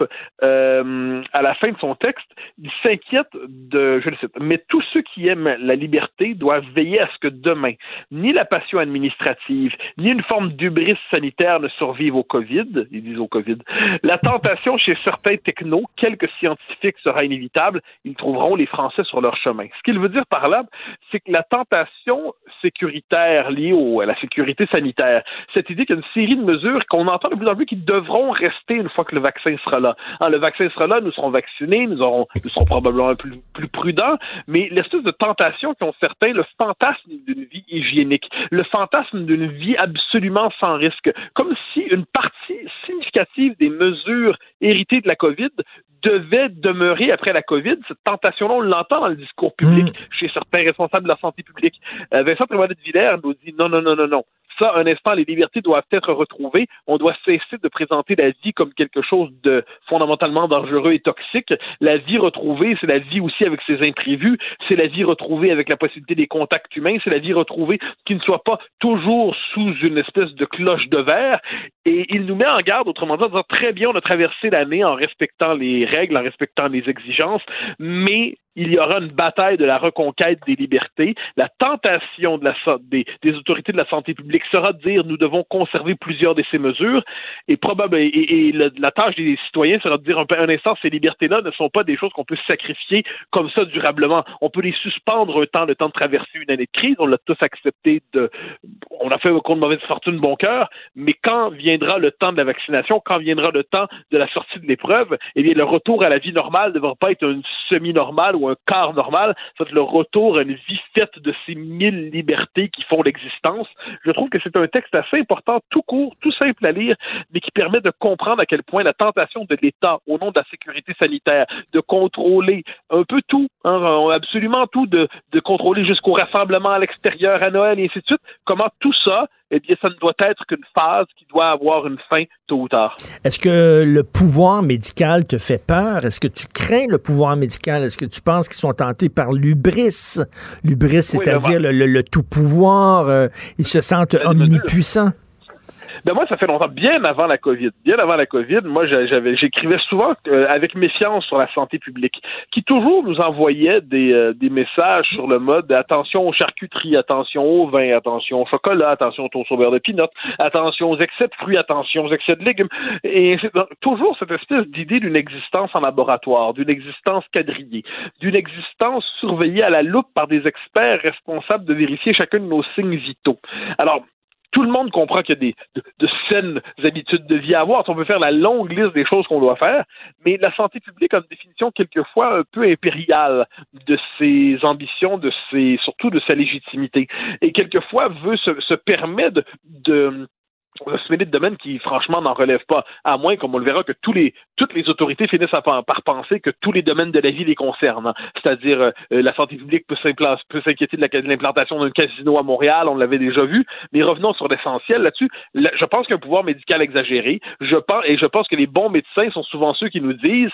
euh, à la fin de son texte, il s'inquiète de, je le cite, mais tous ceux qui aiment la liberté doivent veiller à ce que demain, ni la passion administrative, ni une forme d'hubris sanitaire ne survivent au COVID, ils disent au COVID. La tentation chez certains technos, quelques scientifiques sera inévitable, ils trouveront les Français sur leur chemin. Ce qu'il veut dire par là, c'est que la tentation sécuritaire liée au, à la sécurité sanitaire, cette idée qu'il y a une série de mesures qu'on entend de plus en plus qui devront rester une fois que le vaccin sera là. Hein, le vaccin sera là, nous serons vaccinés, nous, aurons, nous serons probablement plus, plus prudents, mais l'espèce de tentation qu'ont certains, le fantasme d'une vie hygiénique, le fantasme d'une vie absolument sans risque, comme si une partie significative des mesures héritées de la COVID devait demeurer après la COVID. Cette tentation-là, on l'entend dans le discours public mmh. chez certains responsables de la santé publique. Euh, Vincent Tremblay-de-Villers nous dit non, non, non, non, non. Ça, un instant, les libertés doivent être retrouvées. On doit cesser de présenter la vie comme quelque chose de fondamentalement dangereux et toxique. La vie retrouvée, c'est la vie aussi avec ses imprévus. C'est la vie retrouvée avec la possibilité des contacts humains. C'est la vie retrouvée qui ne soit pas toujours sous une espèce de cloche de verre. Et il nous met en garde, autrement dit, en disant très bien, on a traversé l'année en respectant les règles, en respectant les exigences, mais il y aura une bataille de la reconquête des libertés. La tentation de la, des, des autorités de la santé publique sera de dire nous devons conserver plusieurs de ces mesures et, probable, et, et, et le, la tâche des citoyens sera de dire un, un instant, ces libertés-là ne sont pas des choses qu'on peut sacrifier comme ça durablement. On peut les suspendre un temps, le temps de traverser une année de crise. On l'a tous accepté. De, on a fait un compte de mauvaise fortune bon cœur, mais quand viendra le temps de la vaccination, quand viendra le temps de la sortie de l'épreuve, eh bien, le retour à la vie normale ne devra pas être une semi-normale ou un quart normal, c'est le retour à une vie faite de ces mille libertés qui font l'existence. Je trouve que c'est un texte assez important, tout court, tout simple à lire, mais qui permet de comprendre à quel point la tentation de l'État, au nom de la sécurité sanitaire, de contrôler un peu tout, hein, absolument tout, de, de contrôler jusqu'au rassemblement à l'extérieur, à Noël, et ainsi de suite, comment tout ça, eh bien, ça ne doit être qu'une phase qui doit avoir une fin tôt ou tard. Est-ce que le pouvoir médical te fait peur? Est-ce que tu crains le pouvoir médical? Est-ce que tu penses qu'ils sont tentés par l'hubris? L'hubris, c'est-à-dire oui, le, le, le tout-pouvoir. Euh, ils se sentent omnipuissants. Ben moi, ça fait longtemps, bien avant la COVID. Bien avant la COVID, moi, j'avais, j'écrivais souvent euh, avec méfiance sur la santé publique, qui toujours nous envoyait des, euh, des messages sur le mode attention aux charcuteries, attention au vin, attention au chocolat, attention au toast au beurre de pinot, attention aux excès de fruits, attention aux excès de légumes. Et c'est toujours cette espèce d'idée d'une existence en laboratoire, d'une existence quadrillée, d'une existence surveillée à la loupe par des experts responsables de vérifier chacun de nos signes vitaux. Alors, tout le monde comprend qu'il y a des, de, de saines habitudes de vie à avoir. On peut faire la longue liste des choses qu'on doit faire, mais la santé publique a une définition quelquefois un peu impériale de ses ambitions, de ses, surtout de sa légitimité. Et quelquefois veut se, se permet de, de de se mêler de domaines qui, franchement, n'en relèvent pas, à moins, comme on le verra, que tous les, toutes les autorités finissent à, par penser que tous les domaines de la vie les concernent. Hein. C'est-à-dire, euh, la santé publique peut, peut s'inquiéter de, la, de l'implantation d'un casino à Montréal, on l'avait déjà vu, mais revenons sur l'essentiel là-dessus. Là, je pense qu'un pouvoir médical exagéré, je pense, et je pense que les bons médecins sont souvent ceux qui nous disent,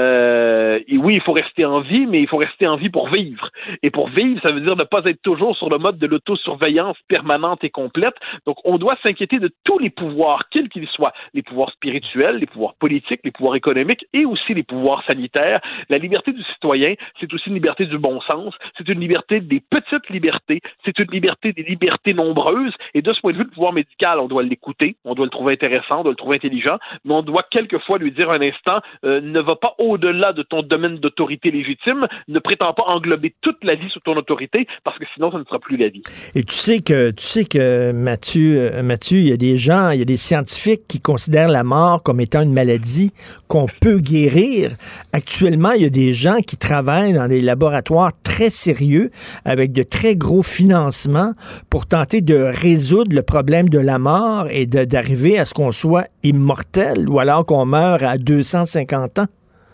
euh, et oui, il faut rester en vie, mais il faut rester en vie pour vivre. Et pour vivre, ça veut dire ne pas être toujours sur le mode de l'autosurveillance permanente et complète. Donc, on doit s'inquiéter de tous les pouvoirs, quels qu'ils soient, les pouvoirs spirituels, les pouvoirs politiques, les pouvoirs économiques et aussi les pouvoirs sanitaires. La liberté du citoyen, c'est aussi une liberté du bon sens, c'est une liberté des petites libertés, c'est une liberté des libertés nombreuses, et de ce point de vue, le pouvoir médical, on doit l'écouter, on doit le trouver intéressant, on doit le trouver intelligent, mais on doit quelquefois lui dire un instant, euh, ne va pas au-delà de ton domaine d'autorité légitime, ne prétends pas englober toute la vie sous ton autorité, parce que sinon, ça ne sera plus la vie. Et tu sais que, tu sais que Mathieu, Mathieu, il y a des gens, il y a des scientifiques qui considèrent la mort comme étant une maladie qu'on peut guérir. Actuellement, il y a des gens qui travaillent dans des laboratoires très sérieux avec de très gros financements pour tenter de résoudre le problème de la mort et de, d'arriver à ce qu'on soit immortel ou alors qu'on meurt à deux cent cinquante ans.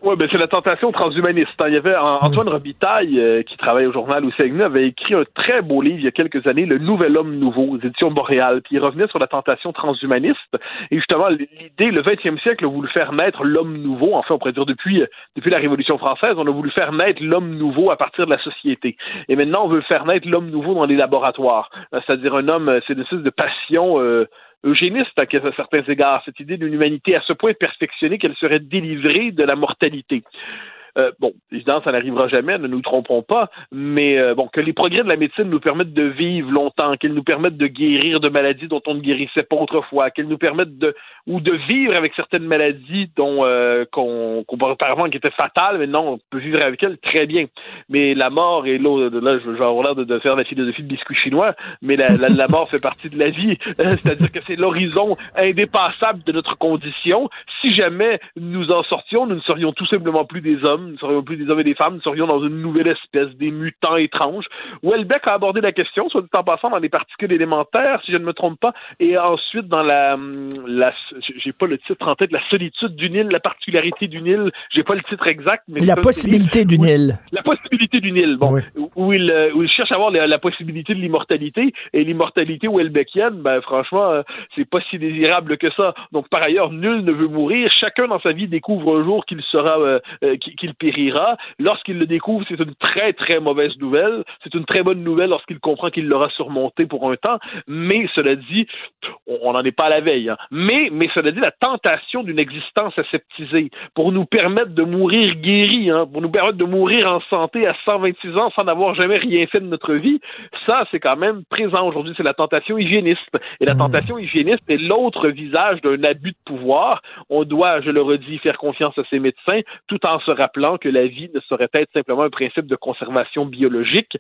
Oui, ben c'est la tentation transhumaniste. Il y avait Antoine Robitaille, euh, qui travaille au journal aussi avec nous, avait écrit un très beau livre il y a quelques années, Le Nouvel Homme Nouveau, aux éditions Boréal. Puis il revenait sur la tentation transhumaniste. Et justement, l'idée, le vingtième siècle a voulu faire naître l'homme nouveau. Enfin, on pourrait dire depuis, depuis la Révolution française, on a voulu faire naître l'homme nouveau à partir de la société. Et maintenant, on veut faire naître l'homme nouveau dans les laboratoires. C'est-à-dire un homme, c'est une espèce de passion euh, eugéniste à certains égards, cette idée d'une humanité à ce point perfectionnée qu'elle serait délivrée de la mortalité. Euh, bon, évidemment, ça n'arrivera jamais, ne nous trompons pas, mais euh, bon, que les progrès de la médecine nous permettent de vivre longtemps, qu'ils nous permettent de guérir de maladies dont on ne guérissait pas autrefois, qu'ils nous permettent de ou de vivre avec certaines maladies dont euh, qu'on, qu'on auparavant qui étaient fatales, mais non, on peut vivre avec elles très bien. Mais la mort est là, là je vais avoir l'air de, de faire la philosophie de biscuit chinois, mais la, la, la mort fait partie de la vie, c'est-à-dire que c'est l'horizon indépassable de notre condition. Si jamais nous en sortions, nous ne serions tout simplement plus des hommes. Nous ne serions plus des hommes et des femmes, nous serions dans une nouvelle espèce, des mutants étranges. Houellebecq a abordé la question, soit dit en passant, dans les particules élémentaires, si je ne me trompe pas, et ensuite dans la, la j'ai pas le titre en tête, la solitude d'une île, la particularité d'une île, j'ai pas le titre exact. Mais la possibilité d'une île. La possibilité d'une île, bon, oui. où, il, où il cherche à avoir la, la possibilité de l'immortalité, et l'immortalité houellebeckienne, ben franchement, c'est pas si désirable que ça. Donc par ailleurs, nul ne veut mourir, chacun dans sa vie découvre un jour qu'il sera, euh, qu'il périra. Lorsqu'il le découvre, c'est une très, très mauvaise nouvelle. C'est une très bonne nouvelle lorsqu'il comprend qu'il l'aura surmonté pour un temps. Mais, cela dit, on n'en est pas à la veille. Hein. Mais, mais, cela dit, la tentation d'une existence aseptisée pour nous permettre de mourir guéris, hein, pour nous permettre de mourir en santé à cent vingt-six ans sans n'avoir jamais rien fait de notre vie, ça, c'est quand même présent aujourd'hui. C'est la tentation hygiéniste. Et la mmh. tentation hygiéniste est l'autre visage d'un abus de pouvoir. On doit, je le redis, faire confiance à ces médecins tout en se rappelant que la vie ne saurait être simplement un principe de conservation biologique.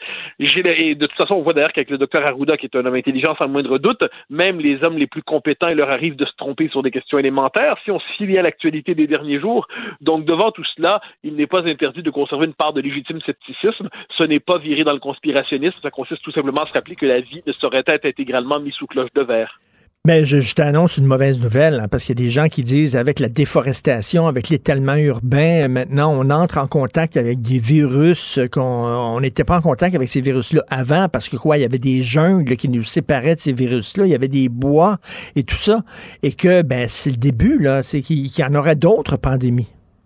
Et de toute façon, on voit d'ailleurs qu'avec le docteur Arruda, qui est un homme intelligent sans le moindre doute, même les hommes les plus compétents, il leur arrive de se tromper sur des questions élémentaires, si on se filie à l'actualité des derniers jours. Donc, devant tout cela, il n'est pas interdit de conserver une part de légitime scepticisme. Ce n'est pas virer dans le conspirationnisme, ça consiste tout simplement à se rappeler que la vie ne saurait être intégralement mise sous cloche de verre. Mais je, je t'annonce une mauvaise nouvelle, hein, parce qu'il y a des gens qui disent, avec la déforestation, avec l'étalement urbain, maintenant, on entre en contact avec des virus qu'on n'était pas en contact avec ces virus-là avant, parce que quoi, il y avait des jungles qui nous séparaient de ces virus-là, il y avait des bois et tout ça, et que, ben, c'est le début, là, c'est qu'il, qu'il y en aurait d'autres pandémies.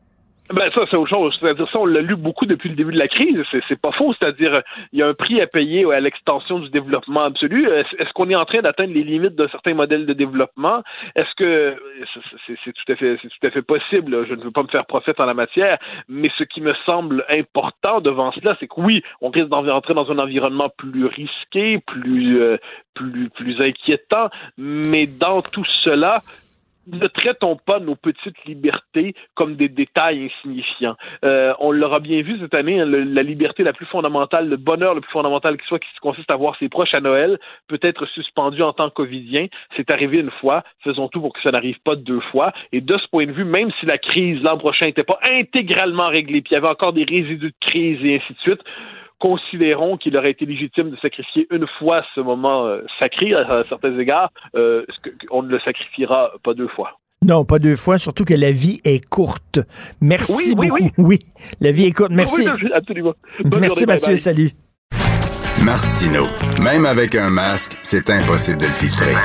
Ben ça, c'est autre chose. C'est-à-dire ça, on l'a lu beaucoup depuis le début de la crise. C'est, c'est pas faux. C'est-à-dire, il y a un prix à payer à l'extension du développement absolu. Est-ce, est-ce qu'on est en train d'atteindre les limites d'un certain modèle de développement? Est-ce que c'est, c'est, c'est tout à fait, c'est tout à fait possible. Je ne veux pas me faire prophète en la matière, mais ce qui me semble important devant cela, c'est que oui, on risque d'entrer dans un environnement plus risqué, plus, euh, plus, plus inquiétant, mais dans tout cela, ne traitons pas nos petites libertés comme des détails insignifiants. Euh, on l'aura bien vu cette année, hein, le, la liberté la plus fondamentale, le bonheur le plus fondamental qui soit, qui consiste à voir ses proches à Noël, peut être suspendu en tant que covidien. C'est arrivé une fois, faisons tout pour que ça n'arrive pas deux fois. Et de ce point de vue, même si la crise l'an prochain n'était pas intégralement réglée, puis il y avait encore des résidus de crise et ainsi de suite, considérons qu'il aurait été légitime de sacrifier une fois ce moment euh, sacré à, à certains égards, euh, on ne le sacrifiera pas deux fois. Non, pas deux fois, surtout que la vie est courte. Merci oui, beaucoup. Oui, oui. oui, la vie est courte. Merci. Oui, absolument. Bonne Merci journée, Mathieu, bye bye. salut. Martineau, même avec un masque, c'est impossible de le filtrer.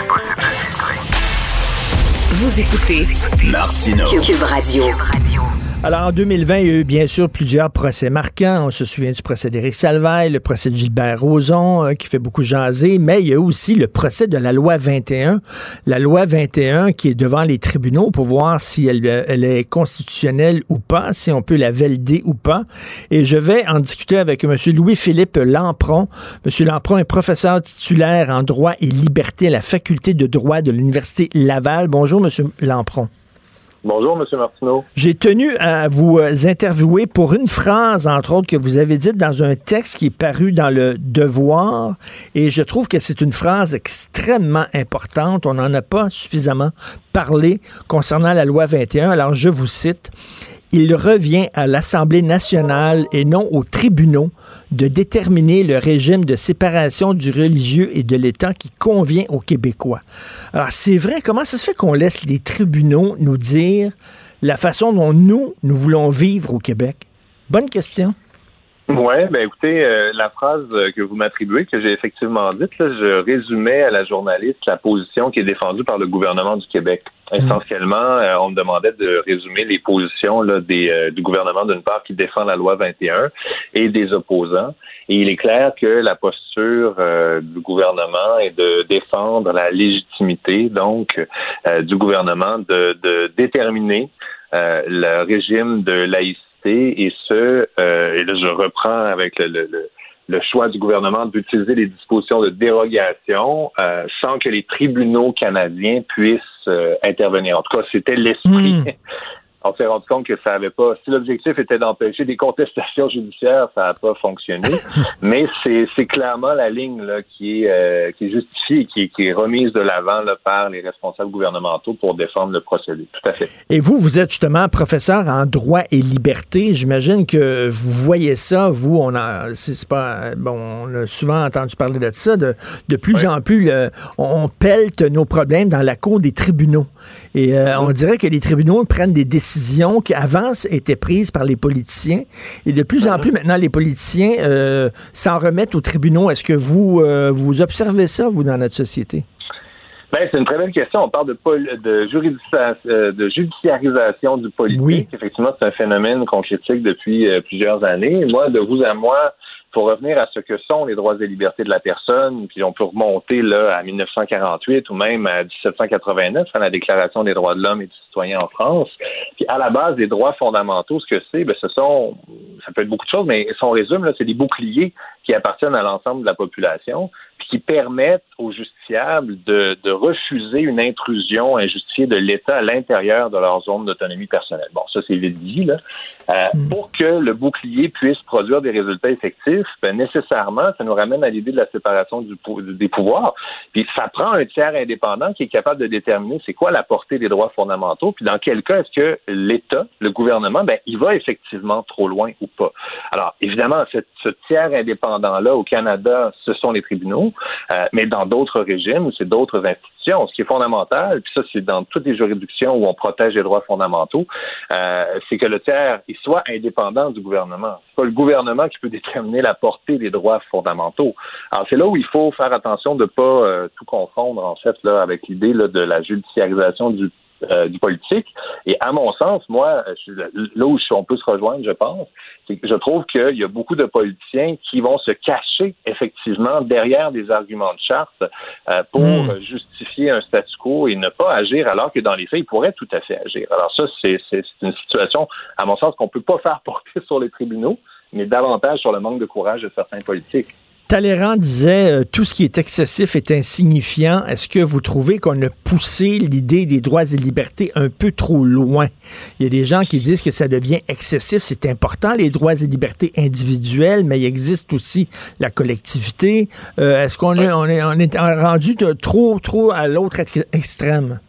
Vous écoutez Martineau. Cube Radio. Alors, en deux mille vingt, il y a eu bien sûr plusieurs procès marquants. On se souvient du procès d'Éric Salvaille, le procès de Gilbert Rozon, euh, qui fait beaucoup jaser, mais il y a aussi le procès de la loi vingt et un. La loi vingt et un qui est devant les tribunaux pour voir si elle, elle est constitutionnelle ou pas, si on peut la valider ou pas. Et je vais en discuter avec M. Louis-Philippe Lampron. M. Lampron est professeur titulaire en droit et liberté à la faculté de droit de l'Université Laval. Bonjour, M. Lampron. Bonjour, M. Martineau. J'ai tenu à vous interviewer pour une phrase, entre autres, que vous avez dite dans un texte qui est paru dans le Devoir, et je trouve que c'est une phrase extrêmement importante. On n'en a pas suffisamment parlé concernant la loi vingt et un. Alors, je vous cite. « il revient à l'Assemblée nationale et non aux tribunaux de déterminer le régime de séparation du religieux et de l'État qui convient aux Québécois. Alors, c'est vrai, comment ça se fait qu'on laisse les tribunaux nous dire la façon dont nous, nous voulons vivre au Québec? Bonne question. Oui, ben écoutez, euh, la phrase que vous m'attribuez, que j'ai effectivement dite, là, je résumais à la journaliste la position qui est défendue par le gouvernement du Québec. Essentiellement, euh, on me demandait de résumer les positions là, des, euh, du gouvernement, d'une part, qui défend la loi vingt et un, et des opposants. Et il est clair que la posture euh, du gouvernement est de défendre la légitimité, donc, euh, du gouvernement de, de déterminer euh, le régime de laïcité. Et ce, euh, et là je reprends avec le, le, le choix du gouvernement d'utiliser les dispositions de dérogation euh, sans que les tribunaux canadiens puissent euh, intervenir. En tout cas, c'était l'esprit. Mmh. On s'est rendu compte que ça n'avait pas... Si l'objectif était d'empêcher des contestations judiciaires, ça n'a pas fonctionné. Mais c'est, c'est clairement la ligne là, qui, est, euh, qui est justifiée et qui, qui est remise de l'avant là, par les responsables gouvernementaux pour défendre le procédé. Tout à fait. Et vous, vous êtes justement professeur en droit et liberté. J'imagine que vous voyez ça, vous, on a, c'est, c'est pas... Bon, on a souvent entendu parler de ça. De, de plus ouais. en plus, le, on pelte nos problèmes dans la cour des tribunaux. Et euh, mmh. on dirait que les tribunaux prennent des décisions qui avant étaient prises par les politiciens et de plus en plus maintenant les politiciens euh, s'en remettent aux tribunaux. Est-ce que vous euh, vous observez ça, vous, dans notre société? Ben, c'est une très belle question. On parle de, pol- de, juridici- de judiciarisation du politique. Oui. Effectivement, c'est un phénomène qu'on critique depuis euh, plusieurs années. Moi, de vous à moi, pour revenir à ce que sont les droits et libertés de la personne, puis on peut remonter là à dix-neuf cent quarante-huit ou même à dix-sept cent quatre-vingt-neuf, à la Déclaration des droits de l'homme et du citoyen en France. Puis à la base des droits fondamentaux, ce que c'est, ben ce sont, ça peut être beaucoup de choses, mais si on résume, là, c'est des boucliers qui appartiennent à l'ensemble de la population, puis qui permettent aux justiciables de, de refuser une intrusion injustifiée de l'État à l'intérieur de leur zone d'autonomie personnelle. Bon, ça, c'est vite dit, là. Euh, mmh. Pour que le bouclier puisse produire des résultats effectifs, ben, nécessairement, ça nous ramène à l'idée de la séparation du, des pouvoirs. Puis ça prend un tiers indépendant qui est capable de déterminer c'est quoi la portée des droits fondamentaux, puis dans quel cas est-ce que l'État, le gouvernement, ben, il va effectivement trop loin ou pas. Alors, évidemment, ce, ce tiers indépendant-là, au Canada, ce sont les tribunaux, euh, mais dans d'autres régimes, c'est d'autres institutions. Ce qui est fondamental, puis ça, c'est dans toutes les juridictions où on protège les droits fondamentaux, euh, c'est que le tiers, il soit indépendant du gouvernement. C'est pas le gouvernement qui peut déterminer la portée des droits fondamentaux. Alors, c'est là où il faut faire attention de ne pas euh, tout confondre, en fait, là, avec l'idée là, de la judiciarisation du Euh, du politique. Et à mon sens, moi, je, là où on peut se rejoindre, je pense, c'est que je trouve qu'il y a beaucoup de politiciens qui vont se cacher effectivement derrière des arguments de charte euh, pour mmh. justifier un statu quo et ne pas agir alors que dans les faits, ils pourraient tout à fait agir. Alors ça, c'est, c'est, c'est une situation, à mon sens, qu'on ne peut pas faire porter sur les tribunaux, mais davantage sur le manque de courage de certains politiques. Talleyrand disait euh, tout ce qui est excessif est insignifiant. Est-ce que vous trouvez qu'on a poussé l'idée des droits et libertés un peu trop loin? Il y a des gens qui disent que ça devient excessif. C'est important, les droits et libertés individuelles, mais il existe aussi la collectivité. Euh, est-ce qu'on est, on est, on est rendu de trop, trop à l'autre ex- extrême?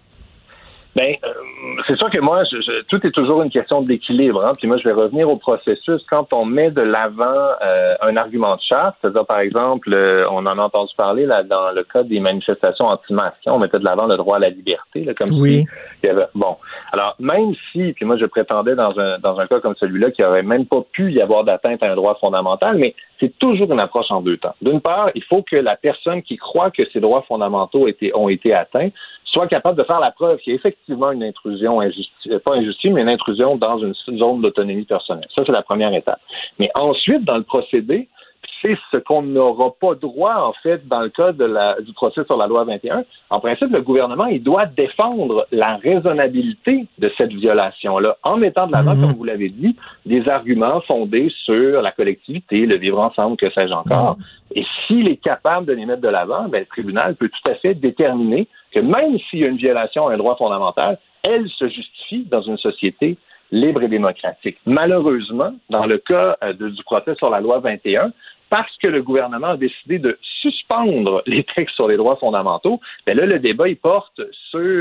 Ben, euh, c'est sûr que moi, je, je, tout est toujours une question d'équilibre. Hein? Puis moi, je vais revenir au processus. Quand on met de l'avant euh, un argument de charte, c'est-à-dire, par exemple, euh, on en a entendu parler là dans le cas des manifestations anti-masques. On mettait de l'avant le droit à la liberté, là, comme oui. si il y avait. Bon, alors même si, puis moi, je prétendais dans un dans un cas comme celui-là qu'il n'y aurait même pas pu y avoir d'atteinte à un droit fondamental, mais c'est toujours une approche en deux temps. D'une part, il faut que la personne qui croit que ses droits fondamentaux étaient, ont été atteints soit capable de faire la preuve qu'il y a effectivement une intrusion injustifiée, pas injustifiée, mais une intrusion dans une zone d'autonomie personnelle. Ça, c'est la première étape. Mais ensuite, dans le procédé, c'est ce qu'on n'aura pas droit, en fait, dans le cas de la, du procès sur la loi vingt et un. En principe, le gouvernement, il doit défendre la raisonnabilité de cette violation-là, en mettant de l'avant, mmh. comme vous l'avez dit, des arguments fondés sur la collectivité, le vivre ensemble, que sais-je encore. Mmh. Et s'il est capable de les mettre de l'avant, ben, le tribunal peut tout à fait déterminer que même s'il y a une violation à un droit fondamental, elle se justifie dans une société libre et démocratique. Malheureusement, dans le cas euh, de, du procès sur la loi vingt et un, parce que le gouvernement a décidé de suspendre les textes sur les droits fondamentaux, bien là, le débat, il porte sur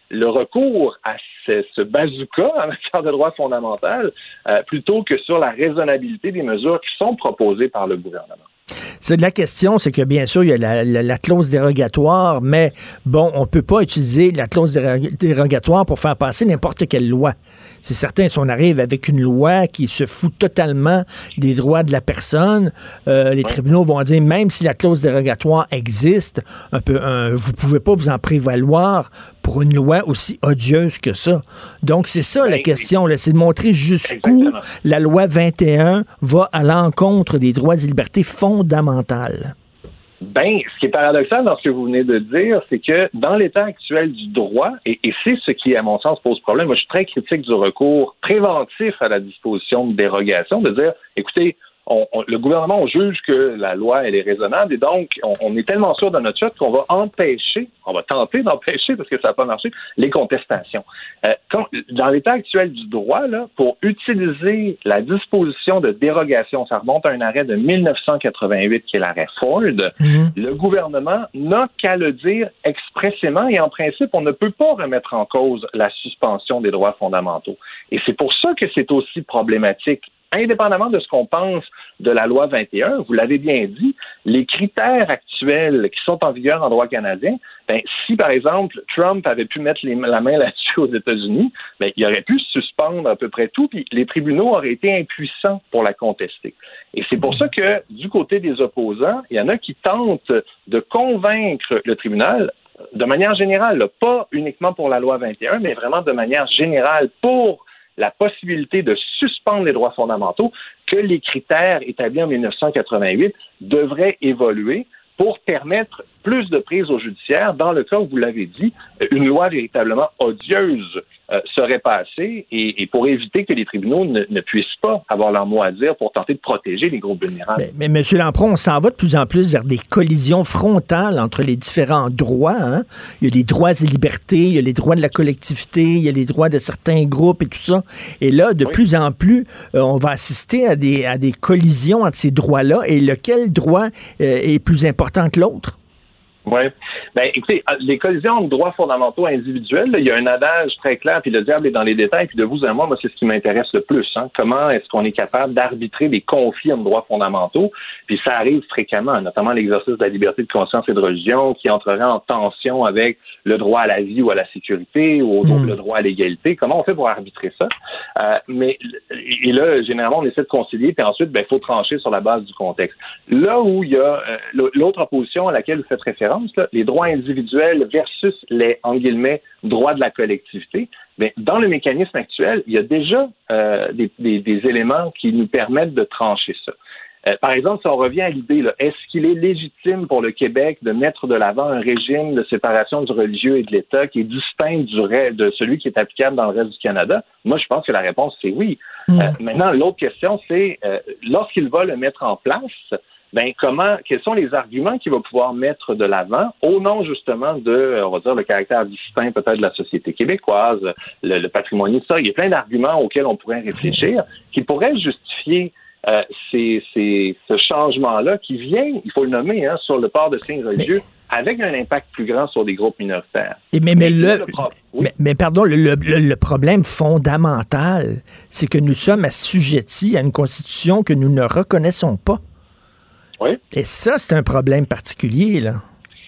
le recours à ce, ce bazooka en matière de droit fondamental euh, plutôt que sur la raisonnabilité des mesures qui sont proposées par le gouvernement. C'est de la question, c'est que bien sûr, il y a la, la, la clause dérogatoire, mais bon, on peut pas utiliser la clause dérogatoire pour faire passer n'importe quelle loi. C'est certain, si on arrive avec une loi qui se fout totalement des droits de la personne, euh, les ouais. tribunaux vont dire, même si la clause dérogatoire existe, un peu, un, vous pouvez pas vous en prévaloir pour une loi aussi odieuse que ça. Donc, c'est ça ben, la question, là, c'est de montrer jusqu'où exactement. La loi vingt et un va à l'encontre des droits et libertés fondamentales. Ben, ce qui est paradoxal dans ce que vous venez de dire, c'est que dans l'état actuel du droit, et, et c'est ce qui, à mon sens, pose problème, moi je suis très critique du recours préventif à la disposition de dérogation, de dire, écoutez, On, on, le gouvernement, on juge que la loi, elle est raisonnable et donc, on, on est tellement sûr de notre chute qu'on va empêcher, on va tenter d'empêcher, parce que ça n'a pas marché, les contestations. Euh, quand, dans l'état actuel du droit, là, pour utiliser la disposition de dérogation, ça remonte à un arrêt de dix-neuf cent quatre-vingt-huit, qui est l'arrêt Ford, mm-hmm. le gouvernement n'a qu'à le dire expressément et en principe, on ne peut pas remettre en cause la suspension des droits fondamentaux. Et c'est pour ça que c'est aussi problématique. Indépendamment de ce qu'on pense de la loi vingt et un, vous l'avez bien dit, les critères actuels qui sont en vigueur en droit canadien, ben, si par exemple Trump avait pu mettre les, la main là-dessus aux États-Unis, ben, il aurait pu suspendre à peu près tout, puis les tribunaux auraient été impuissants pour la contester. Et c'est pour ça que du côté des opposants, il y en a qui tentent de convaincre le tribunal de manière générale, là, pas uniquement pour la loi vingt et un, mais vraiment de manière générale pour la possibilité de suspendre les droits fondamentaux, que les critères établis en dix-neuf cent quatre-vingt-huit devraient évoluer pour permettre plus de prise au judiciaire dans le cas où, vous l'avez dit, une loi véritablement odieuse euh, serait passée et, et pour éviter que les tribunaux ne, ne puissent pas avoir leur mot à dire pour tenter de protéger les groupes vulnérables. Mais, mais M. Lampron, on s'en va de plus en plus vers des collisions frontales entre les différents droits. Hein? Il y a les droits et libertés, il y a les droits de la collectivité, il y a les droits de certains groupes et tout ça. Et là, de oui. plus en plus, euh, on va assister à des, à des collisions entre ces droits-là et lequel droit euh, est plus important que l'autre? Oui. Ben, écoutez, les collisions de droits fondamentaux individuels, là, il y a un adage très clair, puis le diable est dans les détails, puis de vous à moi, moi, c'est ce qui m'intéresse le plus. Hein. Comment est-ce qu'on est capable d'arbitrer des conflits en droits fondamentaux? Puis ça arrive fréquemment, notamment l'exercice de la liberté de conscience et de religion, qui entrerait en tension avec le droit à la vie ou à la sécurité, ou mmh. le droit à l'égalité. Comment on fait pour arbitrer ça? Euh, mais et là, généralement, on essaie de concilier, puis ensuite, ben, il faut trancher sur la base du contexte. Là où il y a euh, l'autre opposition à laquelle vous faites référence, là, les droits individuels versus les, en guillemets, droits de la collectivité, bien, dans le mécanisme actuel, il y a déjà euh, des, des, des éléments qui nous permettent de trancher ça. Euh, par exemple, si on revient à l'idée, là, est-ce qu'il est légitime pour le Québec de mettre de l'avant un régime de séparation du religieux et de l'État qui est distinct du reste, de celui qui est applicable dans le reste du Canada? Moi, je pense que la réponse, c'est oui. Mmh. Euh, maintenant, l'autre question, c'est, euh, lorsqu'il va le mettre en place, ben comment, quels sont les arguments qu'il va pouvoir mettre de l'avant au nom justement de, on va dire, le caractère distinct peut-être de la société québécoise, le, le patrimoine historique. Il y a plein d'arguments auxquels on pourrait réfléchir qui pourraient justifier euh, ces, ces, ce changement-là qui vient, il faut le nommer, hein, sur le port de signes religieux. Mais... avec un impact plus grand sur des groupes minoritaires. Et mais, mais, mais, le, le pro- oui. mais, mais pardon, le, le, le problème fondamental, c'est que nous sommes assujettis à une constitution que nous ne reconnaissons pas. Oui. Et ça, c'est un problème particulier, là.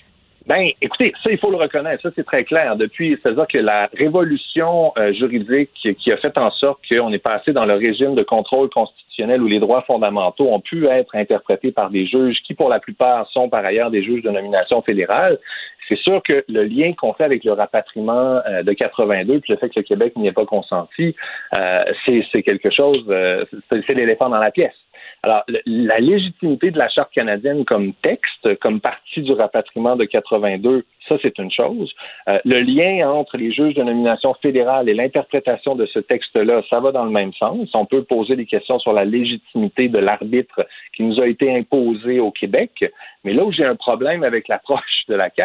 Ben, écoutez, ça, il faut le reconnaître. Ça, c'est très clair. Depuis, c'est-à-dire que la révolution euh, juridique qui, qui a fait en sorte qu'on est passé dans le régime de contrôle constitutionnel où les droits fondamentaux ont pu être interprétés par des juges qui, pour la plupart, sont par ailleurs des juges de nomination fédérale. C'est sûr que le lien qu'on fait avec le rapatriement euh, de quatre-vingt-deux, puis le fait que le Québec n'y ait pas consenti, euh, c'est, c'est quelque chose, euh, c'est, c'est l'éléphant dans la pièce. Alors, la légitimité de la Charte canadienne comme texte, comme partie du rapatriement de quatre-vingt-deux, ça, c'est une chose. Euh, le lien entre les juges de nomination fédérale et l'interprétation de ce texte-là, ça va dans le même sens. On peut poser des questions sur la légitimité de l'arbitre qui nous a été imposé au Québec. Mais là où j'ai un problème avec l'approche de la C A Q,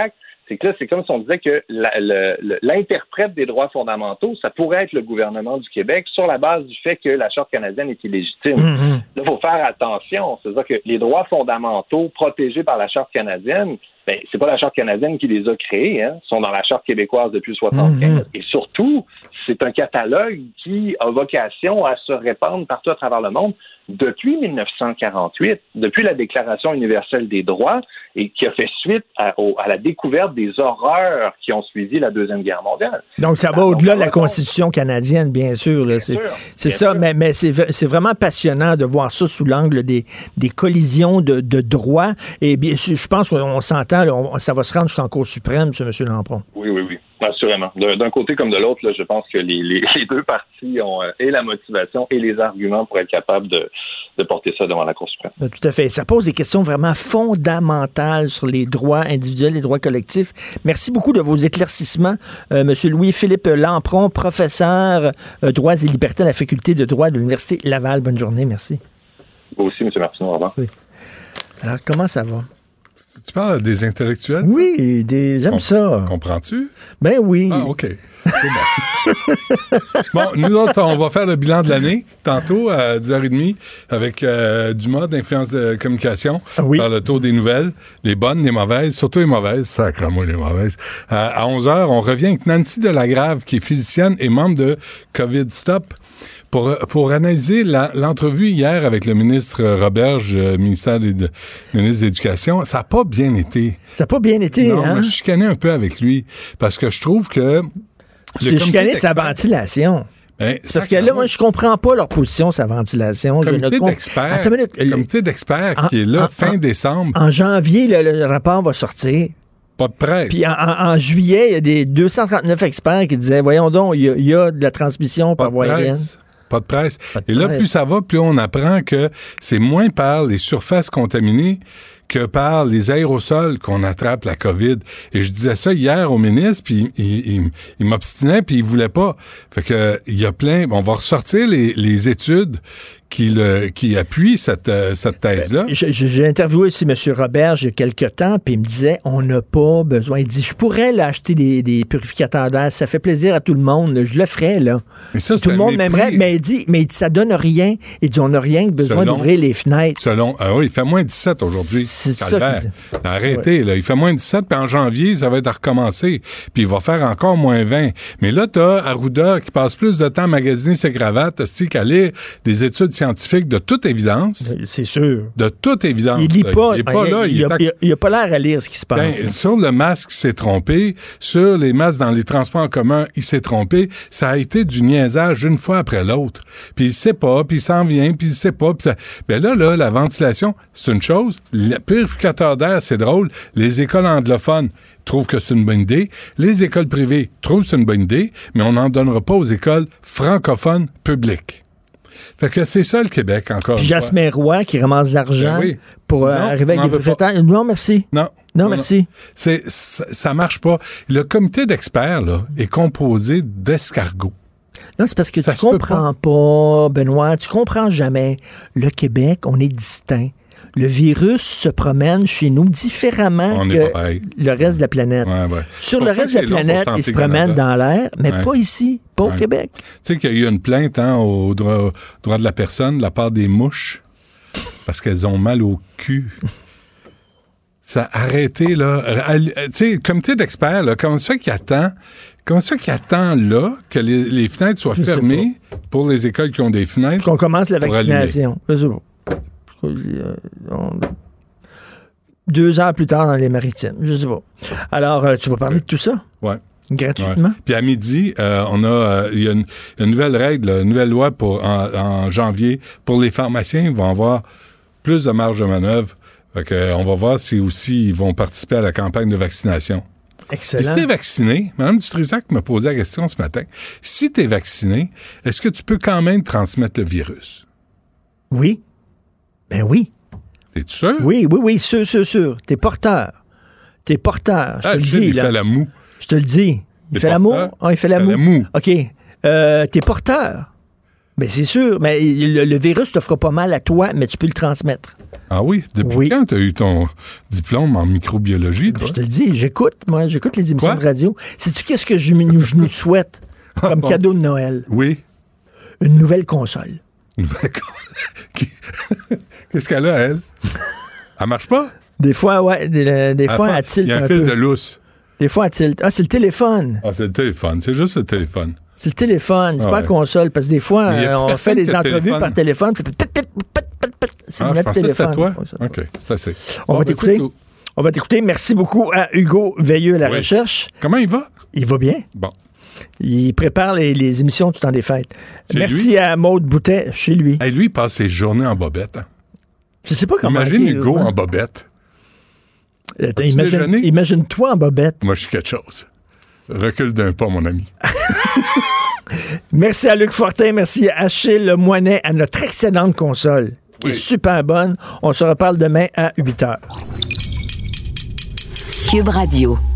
c'est que là, c'est comme si on disait que la, le, le, l'interprète des droits fondamentaux, ça pourrait être le gouvernement du Québec sur la base du fait que la Charte canadienne est illégitime. Mm-hmm. Là, il faut faire attention. C'est-à-dire que les droits fondamentaux protégés par la Charte canadienne, ben, c'est pas la Charte canadienne qui les a créés, hein. Ils sont dans la Charte québécoise depuis soixante-quinze. Mm-hmm. Et surtout, c'est un catalogue qui a vocation à se répandre partout à travers le monde depuis dix-neuf cent quarante-huit, depuis la Déclaration universelle des droits, et qui a fait suite à, au, à la découverte des horreurs qui ont suivi la Deuxième Guerre mondiale. Donc, ça va Alors, au-delà de la Constitution canadienne, bien sûr. Là. Bien c'est sûr, c'est ça, sûr. mais, mais c'est, c'est vraiment passionnant de voir ça sous l'angle des, des collisions de, de droits. Et bien, je pense qu'on s'entend, là, on, ça va se rendre jusqu'en Cour suprême, ça, M. Lampron. Oui, oui, oui. Assurément. D'un côté comme de l'autre, là, je pense que les, les, les deux parties ont euh, et la motivation et les arguments pour être capables de, de porter ça devant la Cour suprême. Ben, tout à fait. Ça pose des questions vraiment fondamentales sur les droits individuels, les droits collectifs. Merci beaucoup de vos éclaircissements. Euh, Monsieur Louis-Philippe Lampron, professeur euh, droits et libertés à la Faculté de droit de l'Université Laval. Bonne journée. Merci. Vous aussi, M. Martineau. Au revoir. Oui. Alors, comment ça va? Tu parles des intellectuels? Oui, des... j'aime Com- ça. Comprends-tu? Ben oui. Ah, OK. C'est bon. Bon, nous autres, on va faire le bilan de l'année tantôt à dix heures trente avec euh, Dumas d'influence de communication. Ah oui. Par le tour des nouvelles, les bonnes, les mauvaises, surtout les mauvaises. Sacrement, les mauvaises. Euh, à onze heures, on revient avec Nancy Delagrave, qui est physicienne et membre de COVID Stop. Pour, pour analyser la, l'entrevue hier avec le ministre Roberge, euh, ministère de, de, ministre de l'Éducation, ça n'a pas bien été. Ça n'a pas bien été, non, hein? Non, je chicanais un peu avec lui, parce que je trouve que... Je chicanais sa ventilation. Ben, parce que là, moi, je comprends pas leur position, sa ventilation. Comité comp... d'experts, Attends, le comité d'experts en, qui est là en, fin en, décembre. En janvier, le, le rapport va sortir. Pas de presse. Puis en, en, en juillet, il y a des deux cent trente-neuf experts qui disaient, voyons donc, il y, y a de la transmission par voie aérienne. Pas de presse. Pas de Et là, presse. plus ça va, plus on apprend que c'est moins par les surfaces contaminées que par les aérosols qu'on attrape la COVID. Et je disais ça hier au ministre, puis il, il, il m'obstinait, puis il voulait pas. Fait que il y a plein... On va ressortir les, les études qui, le, qui appuie cette, euh, cette thèse-là. J'ai, j'ai interviewé aussi M. Robert il y a quelques temps, puis il me disait, on n'a pas besoin. Il dit, je pourrais là, acheter des, des purificateurs d'air, ça fait plaisir à tout le monde, là. Je le ferais, là. Mais ça, tout le monde m'aimerait, mais il dit, mais il dit, ça donne rien. Il dit, on n'a rien que besoin selon, d'ouvrir les fenêtres. Selon, ah oui, il fait moins dix-sept aujourd'hui. C'est ça qu'il dit. Arrêtez, ouais. Là. Il fait moins dix-sept, puis en janvier, ça va être à recommencer. Puis il va faire encore moins vingt. Mais là, t'as Arruda qui passe plus de temps à magasiner ses cravates, qu'à lire des études scientifique de toute évidence. C'est sûr. De toute évidence. Il lit pas. Il est pas il, là. Il, il, il, a, est à... il a pas l'air à lire ce qui se passe. Ben, sur le masque, il s'est trompé. Sur les masques dans les transports en commun, il s'est trompé. Ça a été du niaisage une fois après l'autre. Puis il sait pas, puis il s'en vient, puis il sait pas. Puis ça... Ben là, là, la ventilation, c'est une chose. Le purificateur d'air, c'est drôle. Les écoles anglophones trouvent que c'est une bonne idée. Les écoles privées trouvent que c'est une bonne idée, mais on n'en donnera pas aux écoles francophones publiques. Fait que c'est ça le Québec, encore Puis une Jasmin fois. Roy qui ramasse de l'argent ben oui. pour euh, non, arriver avec des purificateurs. Non, merci. Non. Non, non merci. Non. C'est, ça, ça marche pas. Le comité d'experts là, est composé d'escargots. Non, c'est parce que ça tu comprends pas. pas, Benoît. Tu comprends jamais. Le Québec, on est distinct. Le virus se promène chez nous différemment on que le reste de la planète. Ouais, ouais. Sur le reste de la planète, il se promène dans l'air, mais ouais. pas ici, pas ouais. au Québec. Tu sais qu'il y a eu une plainte hein, au droit, droit de la personne de la part des mouches parce qu'elles ont mal au cul. Ça a arrêté, là. Tu sais, le comité d'experts, là, comment ça fait qu'il attend... Comment ça qu'il attend, là, que les, les fenêtres soient Je fermées pour les écoles qui ont des fenêtres? Qu'on commence la vaccination. Deux heures plus tard dans les Maritimes, je sais pas. Alors, euh, tu vas parler de tout ça? Oui. Gratuitement? Ouais. Puis à midi, euh, on a, euh, il y a une, une nouvelle règle, une nouvelle loi pour en, en janvier pour les pharmaciens. Ils vont avoir plus de marge de manœuvre. Fait que, euh, on va voir si aussi ils vont participer à la campagne de vaccination. Excellent. Puis si t'es vacciné, Mme Dutrisac me posait la question ce matin, si t'es vacciné, est-ce que tu peux quand même transmettre le virus? Oui. Ben oui. T'es-tu sûr? Oui, oui, oui, sûr, sûr, sûr. T'es porteur. T'es porteur. Je ah, te je le sais, dis, il là. fait la moue. Je te le dis. Il t'es fait porteur? l'amour? Ah, il fait la moue. La moue. OK. Euh, t'es porteur. Ben c'est sûr, mais le, le virus te fera pas mal à toi, mais tu peux le transmettre. Ah oui? Depuis oui. quand tu as eu ton diplôme en microbiologie, toi? Je te le dis, j'écoute, moi, j'écoute les émissions Quoi? de radio. Sais-tu qu'est-ce que je, je nous souhaite comme bon. cadeau de Noël? Oui. Une nouvelle console. Une nouvelle console? Qu'est-ce qu'elle a, elle? Elle marche pas? Des fois, ouais. Des, des fois, elle tilt. Il y a un, un fil peu. de lousse. Des fois, elle tilt. Ah, c'est le téléphone. Ah, c'est le téléphone. C'est juste le téléphone. C'est le téléphone, c'est ah, pas ouais. la console. Parce que des fois, euh, on fait des entrevues téléphone. par téléphone. C'est, pit, pit, pit, pit, pit. c'est ah, notre téléphone. C'était toi? OK, c'est assez. On bon, va t'écouter. On va t'écouter. Merci beaucoup à Hugo Veilleux à la oui. recherche. Comment il va? Il va bien. Bon. Il prépare les, les émissions du temps des fêtes. Chez Merci lui? à Maude Boutet, chez lui. Hey, lui, il passe ses journées en bobette. Hein. Je sais pas comment. Imagine Hugo en bobette. Attends, imagine, imagine-toi en bobette. Moi, je suis quelque chose. Recule d'un pas, mon ami. Merci à Luc Fortin, merci à Achille Moinet, à notre excellente console, qui oui. est super bonne. On se reparle demain à huit heures. Cube Radio.